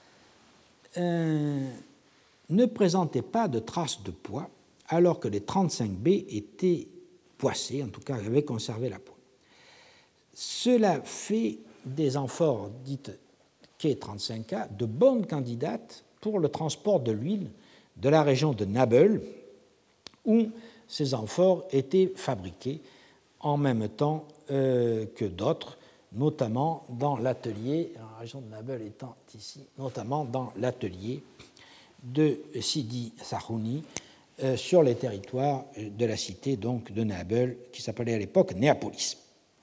euh, ne présentaient pas de traces de poids, alors que les trente-cinq B étaient poissées, en tout cas avaient conservé la poids. Cela fait des amphores dites K trente-cinq A de bonnes candidates pour le transport de l'huile de la région de Nabeul, où ces amphores étaient fabriqués en même temps euh, que d'autres, notamment dans l'atelier, la région de Nabeul étant ici, notamment dans l'atelier de Sidi Sahouni, euh, sur les territoires de la cité donc, de Nabeul, qui s'appelait à l'époque Néapolis.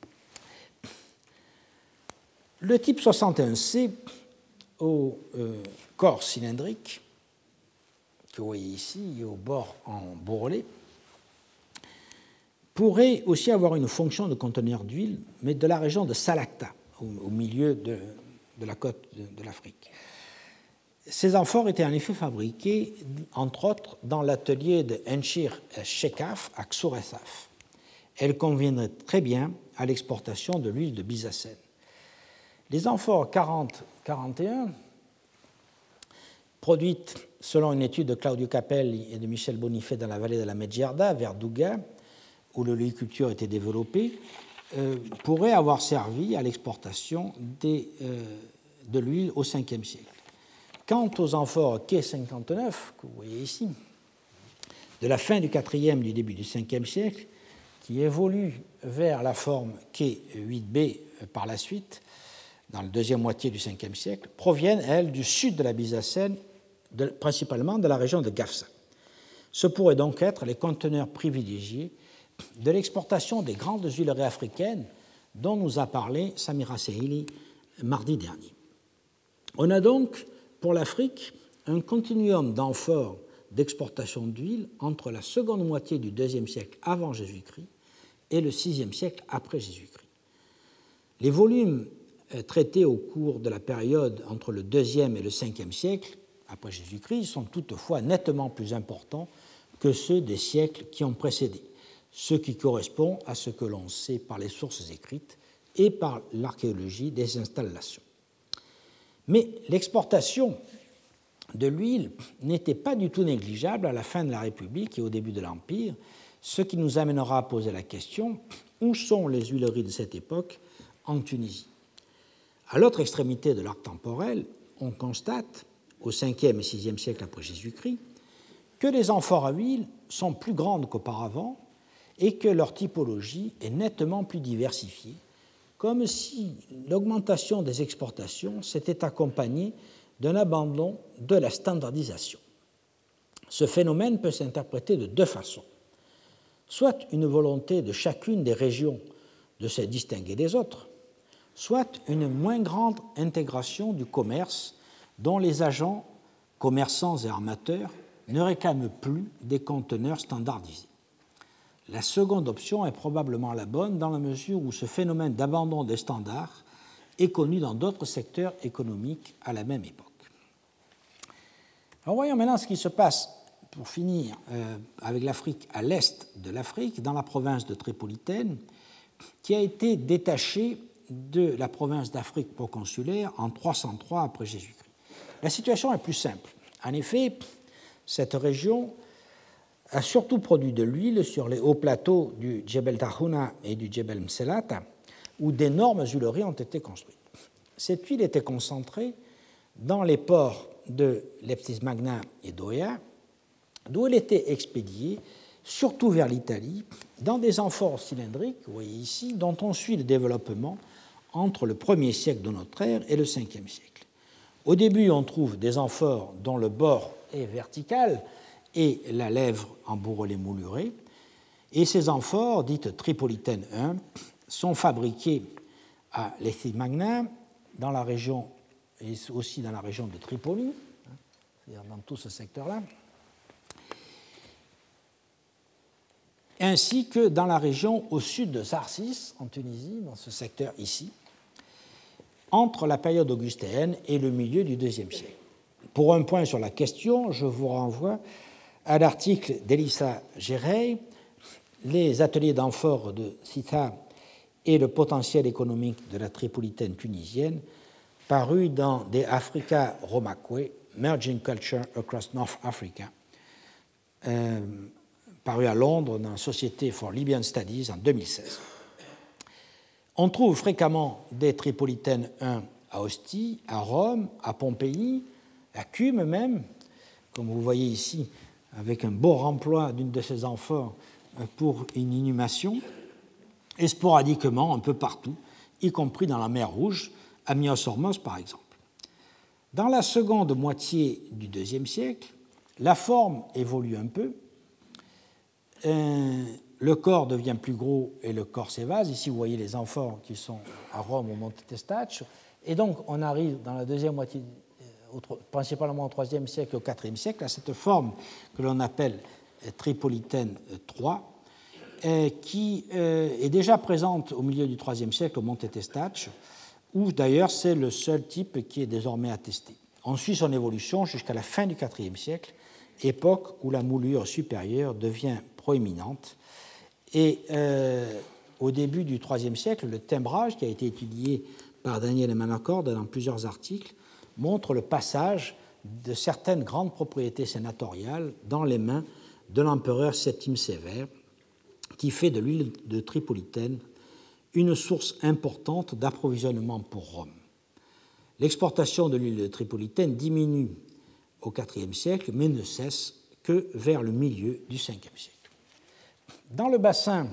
Le type soixante et un C, au euh, corps cylindrique, que vous voyez ici, et au bord en bourrelet, pourrait aussi avoir une fonction de conteneur d'huile, mais de la région de Salacta, au, au milieu de, de la côte de, de l'Afrique. Ces amphores étaient en effet fabriqués, entre autres, dans l'atelier de Enchir Shekaf à Ksouressaf. Elles conviendraient très bien à l'exportation de l'huile de Byzacène. Les amphores quarante quarante et un, produites selon une étude de Claudio Capelli et de Michel Bonifay dans la vallée de la Medgiarda, vers Douga, où l'oléiculture était développée, euh, pourraient avoir servi à l'exportation des, euh, de l'huile au cinquième siècle. Quant aux amphores K cinquante-neuf, que vous voyez ici, de la fin du quatrième du début du cinquième siècle, qui évoluent vers la forme K huit B par la suite, dans la deuxième moitié du cinquième siècle, proviennent, elles, du sud de la Byzacène, de, principalement de la région de Gafsa. Ce pourraient donc être les conteneurs privilégiés de l'exportation des grandes huileries africaines dont nous a parlé Samira Sehili mardi dernier. On a donc, pour l'Afrique, un continuum d'amphores d'exportation d'huile entre la seconde moitié du deuxième siècle avant Jésus-Christ et le sixième siècle après Jésus-Christ. Les volumes traités au cours de la période entre le deuxième et le cinquième siècle après Jésus-Christ sont toutefois nettement plus importants que ceux des siècles qui ont précédé, ce qui correspond à ce que l'on sait par les sources écrites et par l'archéologie des installations. Mais l'exportation de l'huile n'était pas du tout négligeable à la fin de la République et au début de l'Empire, ce qui nous amènera à poser la question, où sont les huileries de cette époque en Tunisie? À l'autre extrémité de l'arc temporel, on constate, au cinquième et sixième siècle après Jésus-Christ, que les amphores à huile sont plus grandes qu'auparavant et que leur typologie est nettement plus diversifiée, comme si l'augmentation des exportations s'était accompagnée d'un abandon de la standardisation. Ce phénomène peut s'interpréter de deux façons. Soit une volonté de chacune des régions de se distinguer des autres, soit une moins grande intégration du commerce dont les agents, commerçants et armateurs, ne réclament plus des conteneurs standardisés. La seconde option est probablement la bonne dans la mesure où ce phénomène d'abandon des standards est connu dans d'autres secteurs économiques à la même époque. Alors voyons maintenant ce qui se passe pour finir, euh, avec l'Afrique à l'est de l'Afrique, dans la province de Tripolitaine, qui a été détachée de la province d'Afrique proconsulaire en trois cent trois après Jésus-Christ. La situation est plus simple. En effet, cette région a surtout produit de l'huile sur les hauts plateaux du Djebel Tahouna et du Djebel Mselata, où d'énormes huileries ont été construites. Cette huile était concentrée dans les ports de Leptis Magna et d'Oea, d'où elle était expédiée surtout vers l'Italie, dans des amphores cylindriques, vous voyez ici, dont on suit le développement entre le premier siècle de notre ère et le cinquième siècle. Au début, on trouve des amphores dont le bord est vertical et la lèvre en bourrelet mouluré, et ces amphores, dites Tripolitaine un, sont fabriquées à Leptis Magna, dans la région, et aussi dans la région de Tripoli, c'est-à-dire dans tout ce secteur-là, ainsi que dans la région au sud de Zarsis, en Tunisie, dans ce secteur ici, entre la période augustéenne et le milieu du deuxième siècle. Pour un point sur la question, je vous renvoie à l'article d'Elissa Gérey, Les ateliers d'amphores de Sita et le potentiel économique de la Tripolitaine tunisienne, paru dans The Africa Romaque, Merging Culture Across North Africa, euh, paru à Londres dans Society for Libyan Studies en deux mille seize. On trouve fréquemment des Tripolitaines un à Ostie, à Rome, à Pompéi, à Cume même, comme vous voyez ici, avec un beau remploi d'une de ces amphores pour une inhumation, et sporadiquement un peu partout, y compris dans la mer Rouge, à Myos-Hormos par exemple. Dans la seconde moitié du deuxième siècle, la forme évolue un peu. Euh, le corps devient plus gros et le corps s'évase. Ici, vous voyez les amphores qui sont à Rome au Monte Testaccio. Et donc, on arrive dans la deuxième moitié, euh, au, principalement au troisième siècle et au quatrième siècle, à cette forme que l'on appelle euh, Tripolitaine trois, euh, qui euh, est déjà présente au milieu du troisième siècle au Monte Testaccio, où d'ailleurs c'est le seul type qui est désormais attesté. On suit son évolution jusqu'à la fin du quatrième siècle, époque où la moulure supérieure devient proéminente. Et euh, au début du troisième siècle, le timbrage, qui a été étudié par Daniel Manacorde dans plusieurs articles, montre le passage de certaines grandes propriétés sénatoriales dans les mains de l'empereur Septime Sévère, qui fait de l'huile de Tripolitaine une source importante d'approvisionnement pour Rome. L'exportation de l'huile de Tripolitaine diminue au quatrième siècle, mais ne cesse que vers le milieu du cinquième siècle. Dans le bassin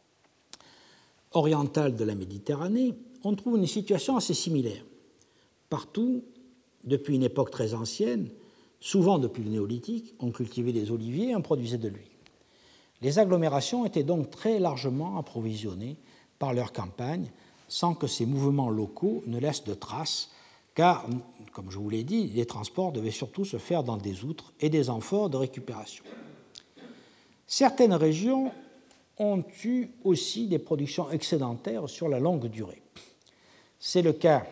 oriental de la Méditerranée, on trouve une situation assez similaire. Partout, depuis une époque très ancienne, souvent depuis le néolithique, on cultivait des oliviers et on produisait de l'huile. Les agglomérations étaient donc très largement approvisionnées par leurs campagnes, sans que ces mouvements locaux ne laissent de traces, car, comme je vous l'ai dit, les transports devaient surtout se faire dans des outres et des amphores de récupération. Certaines régions ont eu aussi des productions excédentaires sur la longue durée. C'est le cas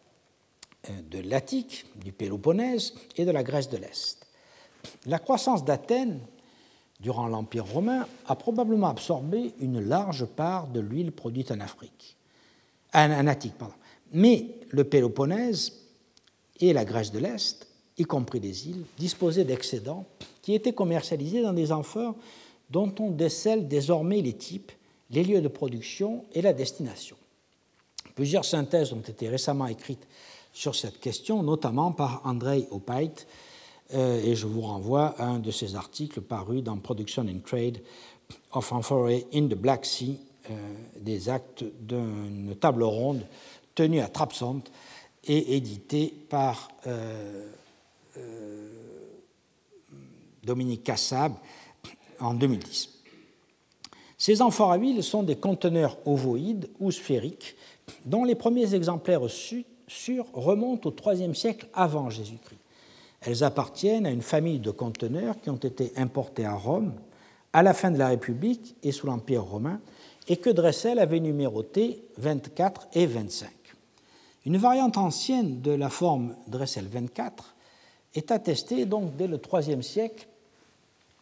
de l'Attique, du Péloponnèse et de la Grèce de l'Est. La croissance d'Athènes, durant l'Empire romain, a probablement absorbé une large part de l'huile produite en Afrique, en Attique, pardon. Mais le Péloponnèse et la Grèce de l'Est, y compris les îles, disposaient d'excédents qui étaient commercialisés dans des amphores dont on décèle désormais les types, les lieux de production et la destination. Plusieurs synthèses ont été récemment écrites sur cette question, notamment par Andrei Opait, euh, et je vous renvoie à un de ses articles parus dans Production and Trade of Amphorae in the Black Sea, euh, des actes d'une table ronde tenue à Trabzon et édité par euh, euh, Dominique Cassab en deux mille dix. Ces amphores à huile sont des conteneurs ovoïdes ou sphériques dont les premiers exemplaires sûrs remontent au troisième siècle avant Jésus-Christ. Elles appartiennent à une famille de conteneurs qui ont été importés à Rome à la fin de la République et sous l'Empire romain et que Dressel avait numérotés vingt-quatre et vingt-cinq. Une variante ancienne de la forme Dressel vingt-quatre est attestée donc dès le troisième siècle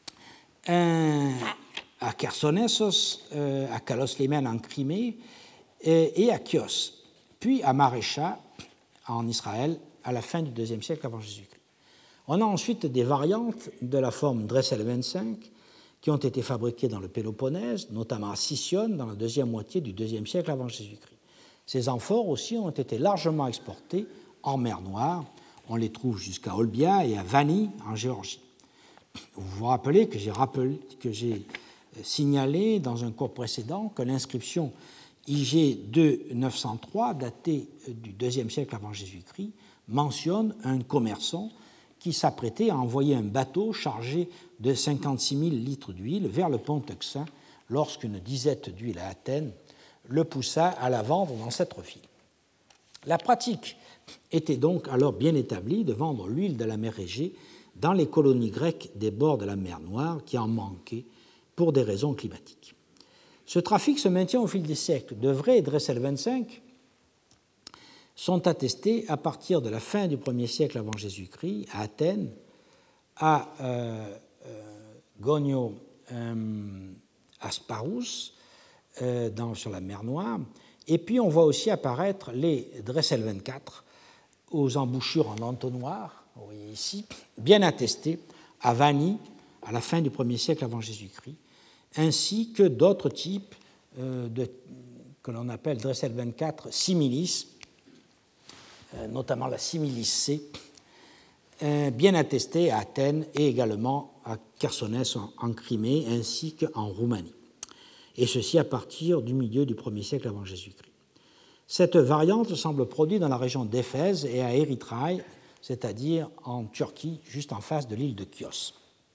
un, à Chersonesos, euh, à Kalos Limen en Crimée et, et à Chios, puis à Marécha en Israël à la fin du deuxième siècle avant Jésus-Christ. On a ensuite des variantes de la forme Dressel vingt-cinq qui ont été fabriquées dans le Péloponnèse, notamment à Sicyone dans la deuxième moitié du deuxième siècle avant Jésus-Christ. Ces amphores aussi ont été largement exportés en mer Noire. On les trouve jusqu'à Olbia et à Vani en Géorgie. Vous vous rappelez que j'ai, rappelé, que j'ai signalé dans un cours précédent que l'inscription I G deux neuf cent trois, datée du deuxième siècle avant Jésus-Christ, mentionne un commerçant qui s'apprêtait à envoyer un bateau chargé de cinquante-six mille litres d'huile vers le pont Euxin lorsqu'une disette d'huile à Athènes le poussa à la vendre dans cette ville. La pratique était donc alors bien établie de vendre l'huile de la mer Égée dans les colonies grecques des bords de la mer Noire qui en manquaient pour des raisons climatiques. Ce trafic se maintient au fil des siècles. De vrais Dressel vingt-cinq sont attestés à partir de la fin du premier siècle avant Jésus-Christ à Athènes, à euh, euh, Gonio euh, Asparus, euh, dans, sur la mer Noire, et puis on voit aussi apparaître les Dressel vingt-quatre aux embouchures en entonnoir, vous voyez ici, bien attestés à Vani à la fin du premier siècle avant Jésus-Christ, ainsi que d'autres types euh, de, que l'on appelle Dressel vingt-quatre similis, euh, notamment la similis C, euh, bien attestés à Athènes et également à Chersonesos en, en Crimée, ainsi qu'en Roumanie, et ceci à partir du milieu du premier siècle avant Jésus-Christ. Cette variante semble produite dans la région d'Éphèse et à Érythraï, c'est-à-dire en Turquie, juste en face de l'île de Chios.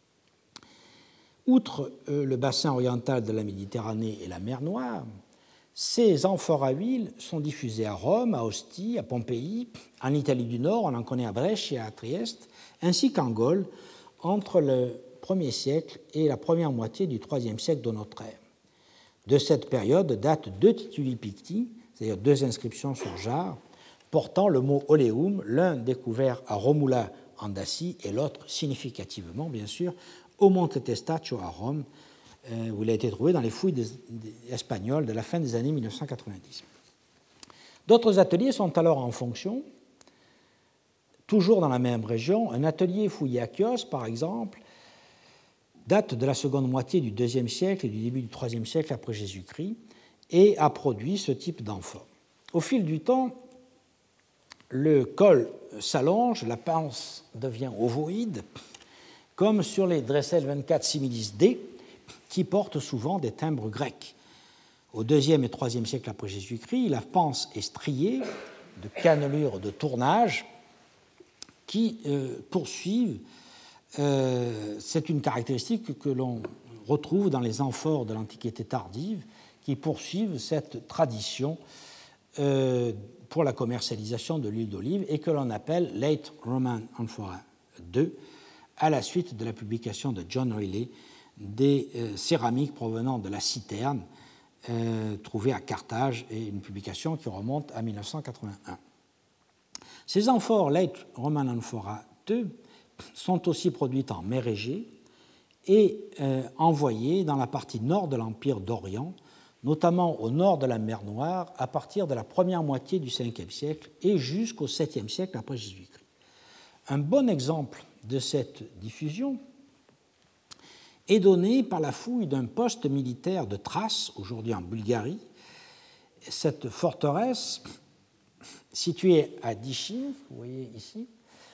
Outre euh, le bassin oriental de la Méditerranée et la mer Noire, ces amphores à huile sont diffusés à Rome, à Ostie, à Pompéi, en Italie du Nord, on en connaît à Brest et à Trieste, ainsi qu'en Gaule, entre le premier siècle et la première moitié du troisième siècle de notre ère. De cette période datent deux tituli picti, c'est-à-dire deux inscriptions sur jarre, portant le mot oleum, l'un découvert à Romula en Dacie et l'autre, significativement bien sûr, au Monte Testaccio à Rome, euh, où il a été trouvé dans les fouilles des, des espagnoles de la fin des années mille neuf cent quatre-vingt-dix. D'autres ateliers sont alors en fonction, toujours dans la même région. Un atelier fouillé à Chios, par exemple, date de la seconde moitié du deuxième siècle et du début du troisième siècle après Jésus-Christ et a produit ce type d'amphore. Au fil du temps, le col s'allonge, la panse devient ovoïde, comme sur les Dressel vingt-quatre similis D, qui portent souvent des timbres grecs. Au deuxième et troisième siècle après Jésus-Christ, la panse est striée de cannelures de tournage qui euh, poursuivent. Euh, c'est une caractéristique que l'on retrouve dans les amphores de l'Antiquité tardive, qui poursuivent cette tradition euh, pour la commercialisation de l'huile d'olive et que l'on appelle Late Roman Amphora deux, à la suite de la publication de John Riley des euh, céramiques provenant de la citerne euh, trouvée à Carthage, et une publication qui remonte à mille neuf cent quatre-vingt-un. Ces amphores Late Roman Amphora deux sont aussi produites en mer Égée et euh, envoyées dans la partie nord de l'Empire d'Orient, notamment au nord de la mer Noire, à partir de la première moitié du cinquième siècle et jusqu'au septième siècle après Jésus-Christ. Un bon exemple de cette diffusion est donné par la fouille d'un poste militaire de Thrace, aujourd'hui en Bulgarie. Cette forteresse, située à Dichin, vous voyez ici,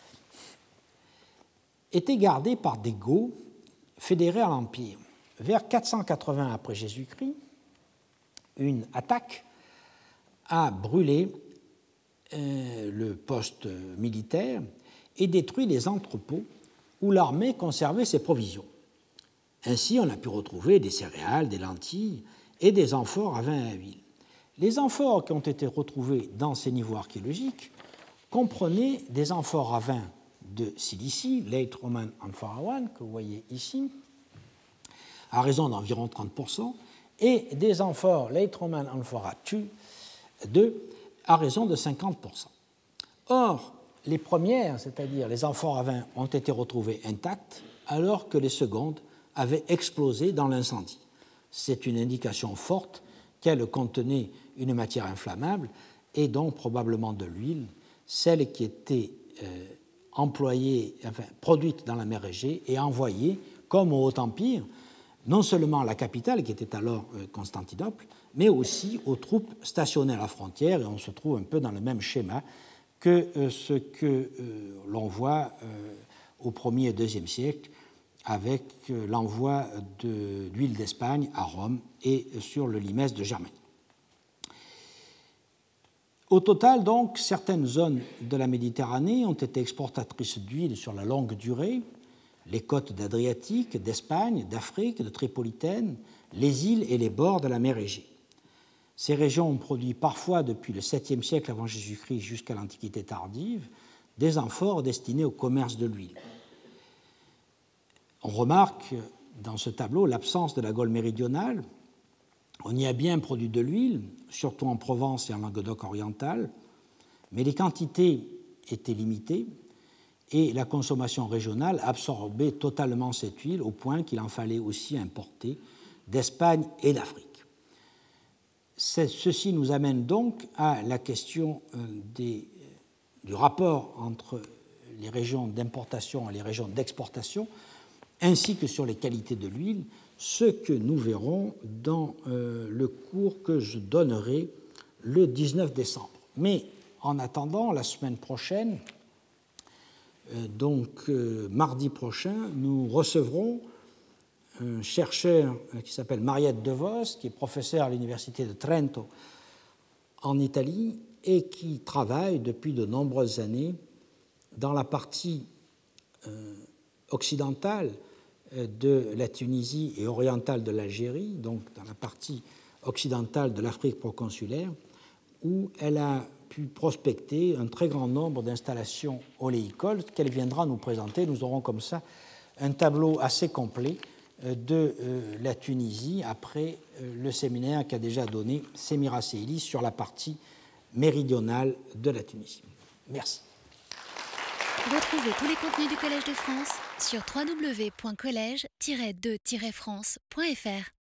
était gardée par des Goths fédérés à l'Empire. Vers quatre cent quatre-vingts après Jésus-Christ, une attaque a brûlé euh, le poste militaire et détruit les entrepôts où l'armée conservait ses provisions. Ainsi, on a pu retrouver des céréales, des lentilles et des amphores à vin et à huile. Les amphores qui ont été retrouvés dans ces niveaux archéologiques comprenaient des amphores à vin de Cilicie, Late Roman Amphora un, que vous voyez ici, à raison d'environ trente pour cent, et des amphores Late Roman Amphora deux, à raison de cinquante pour cent. Or, les premières, c'est-à-dire les amphores à vin, ont été retrouvées intactes, alors que les secondes avait explosé dans l'incendie. C'est une indication forte qu'elle contenait une matière inflammable et donc probablement de l'huile, celle qui était euh, employée, enfin, produite dans la mer Égée et envoyée, comme au Haut-Empire, non seulement à la capitale, qui était alors euh, Constantinople, mais aussi aux troupes stationnées à la frontière, et on se trouve un peu dans le même schéma que euh, ce que euh, l'on voit euh, au premier et deuxième siècle avec euh, l'envoi de l'huile d'Espagne à Rome et sur le limès de Germanie. Au total, donc, certaines zones de la Méditerranée ont été exportatrices d'huile sur la longue durée, les côtes d'Adriatique, d'Espagne, d'Afrique, de Tripolitaine, les îles et les bords de la mer Égée. Ces régions ont produit parfois depuis le septième siècle avant Jésus-Christ jusqu'à l'Antiquité tardive des amphores destinés au commerce de l'huile. On remarque dans ce tableau l'absence de la Gaule méridionale. On y a bien produit de l'huile, surtout en Provence et en Languedoc oriental, mais les quantités étaient limitées et la consommation régionale absorbait totalement cette huile au point qu'il en fallait aussi importer d'Espagne et d'Afrique. Ceci nous amène donc à la question des, du rapport entre les régions d'importation et les régions d'exportation, ainsi que sur les qualités de l'huile, ce que nous verrons dans euh, le cours que je donnerai le dix-neuf décembre. Mais en attendant, la semaine prochaine, euh, donc euh, mardi prochain, nous recevrons un chercheur qui s'appelle Mariette De Vos, qui est professeur à l'université de Trento en Italie et qui travaille depuis de nombreuses années dans la partie euh, occidentale de la Tunisie et orientale de l'Algérie, donc dans la partie occidentale de l'Afrique proconsulaire, où elle a pu prospecter un très grand nombre d'installations oléicoles qu'elle viendra nous présenter. Nous aurons comme ça un tableau assez complet de la Tunisie après le séminaire qu'a déjà donné Semira Seili sur la partie méridionale de la Tunisie. Merci. Retrouvez tous les contenus du Collège de France sur w w w point collège tiret de tiret france point f r.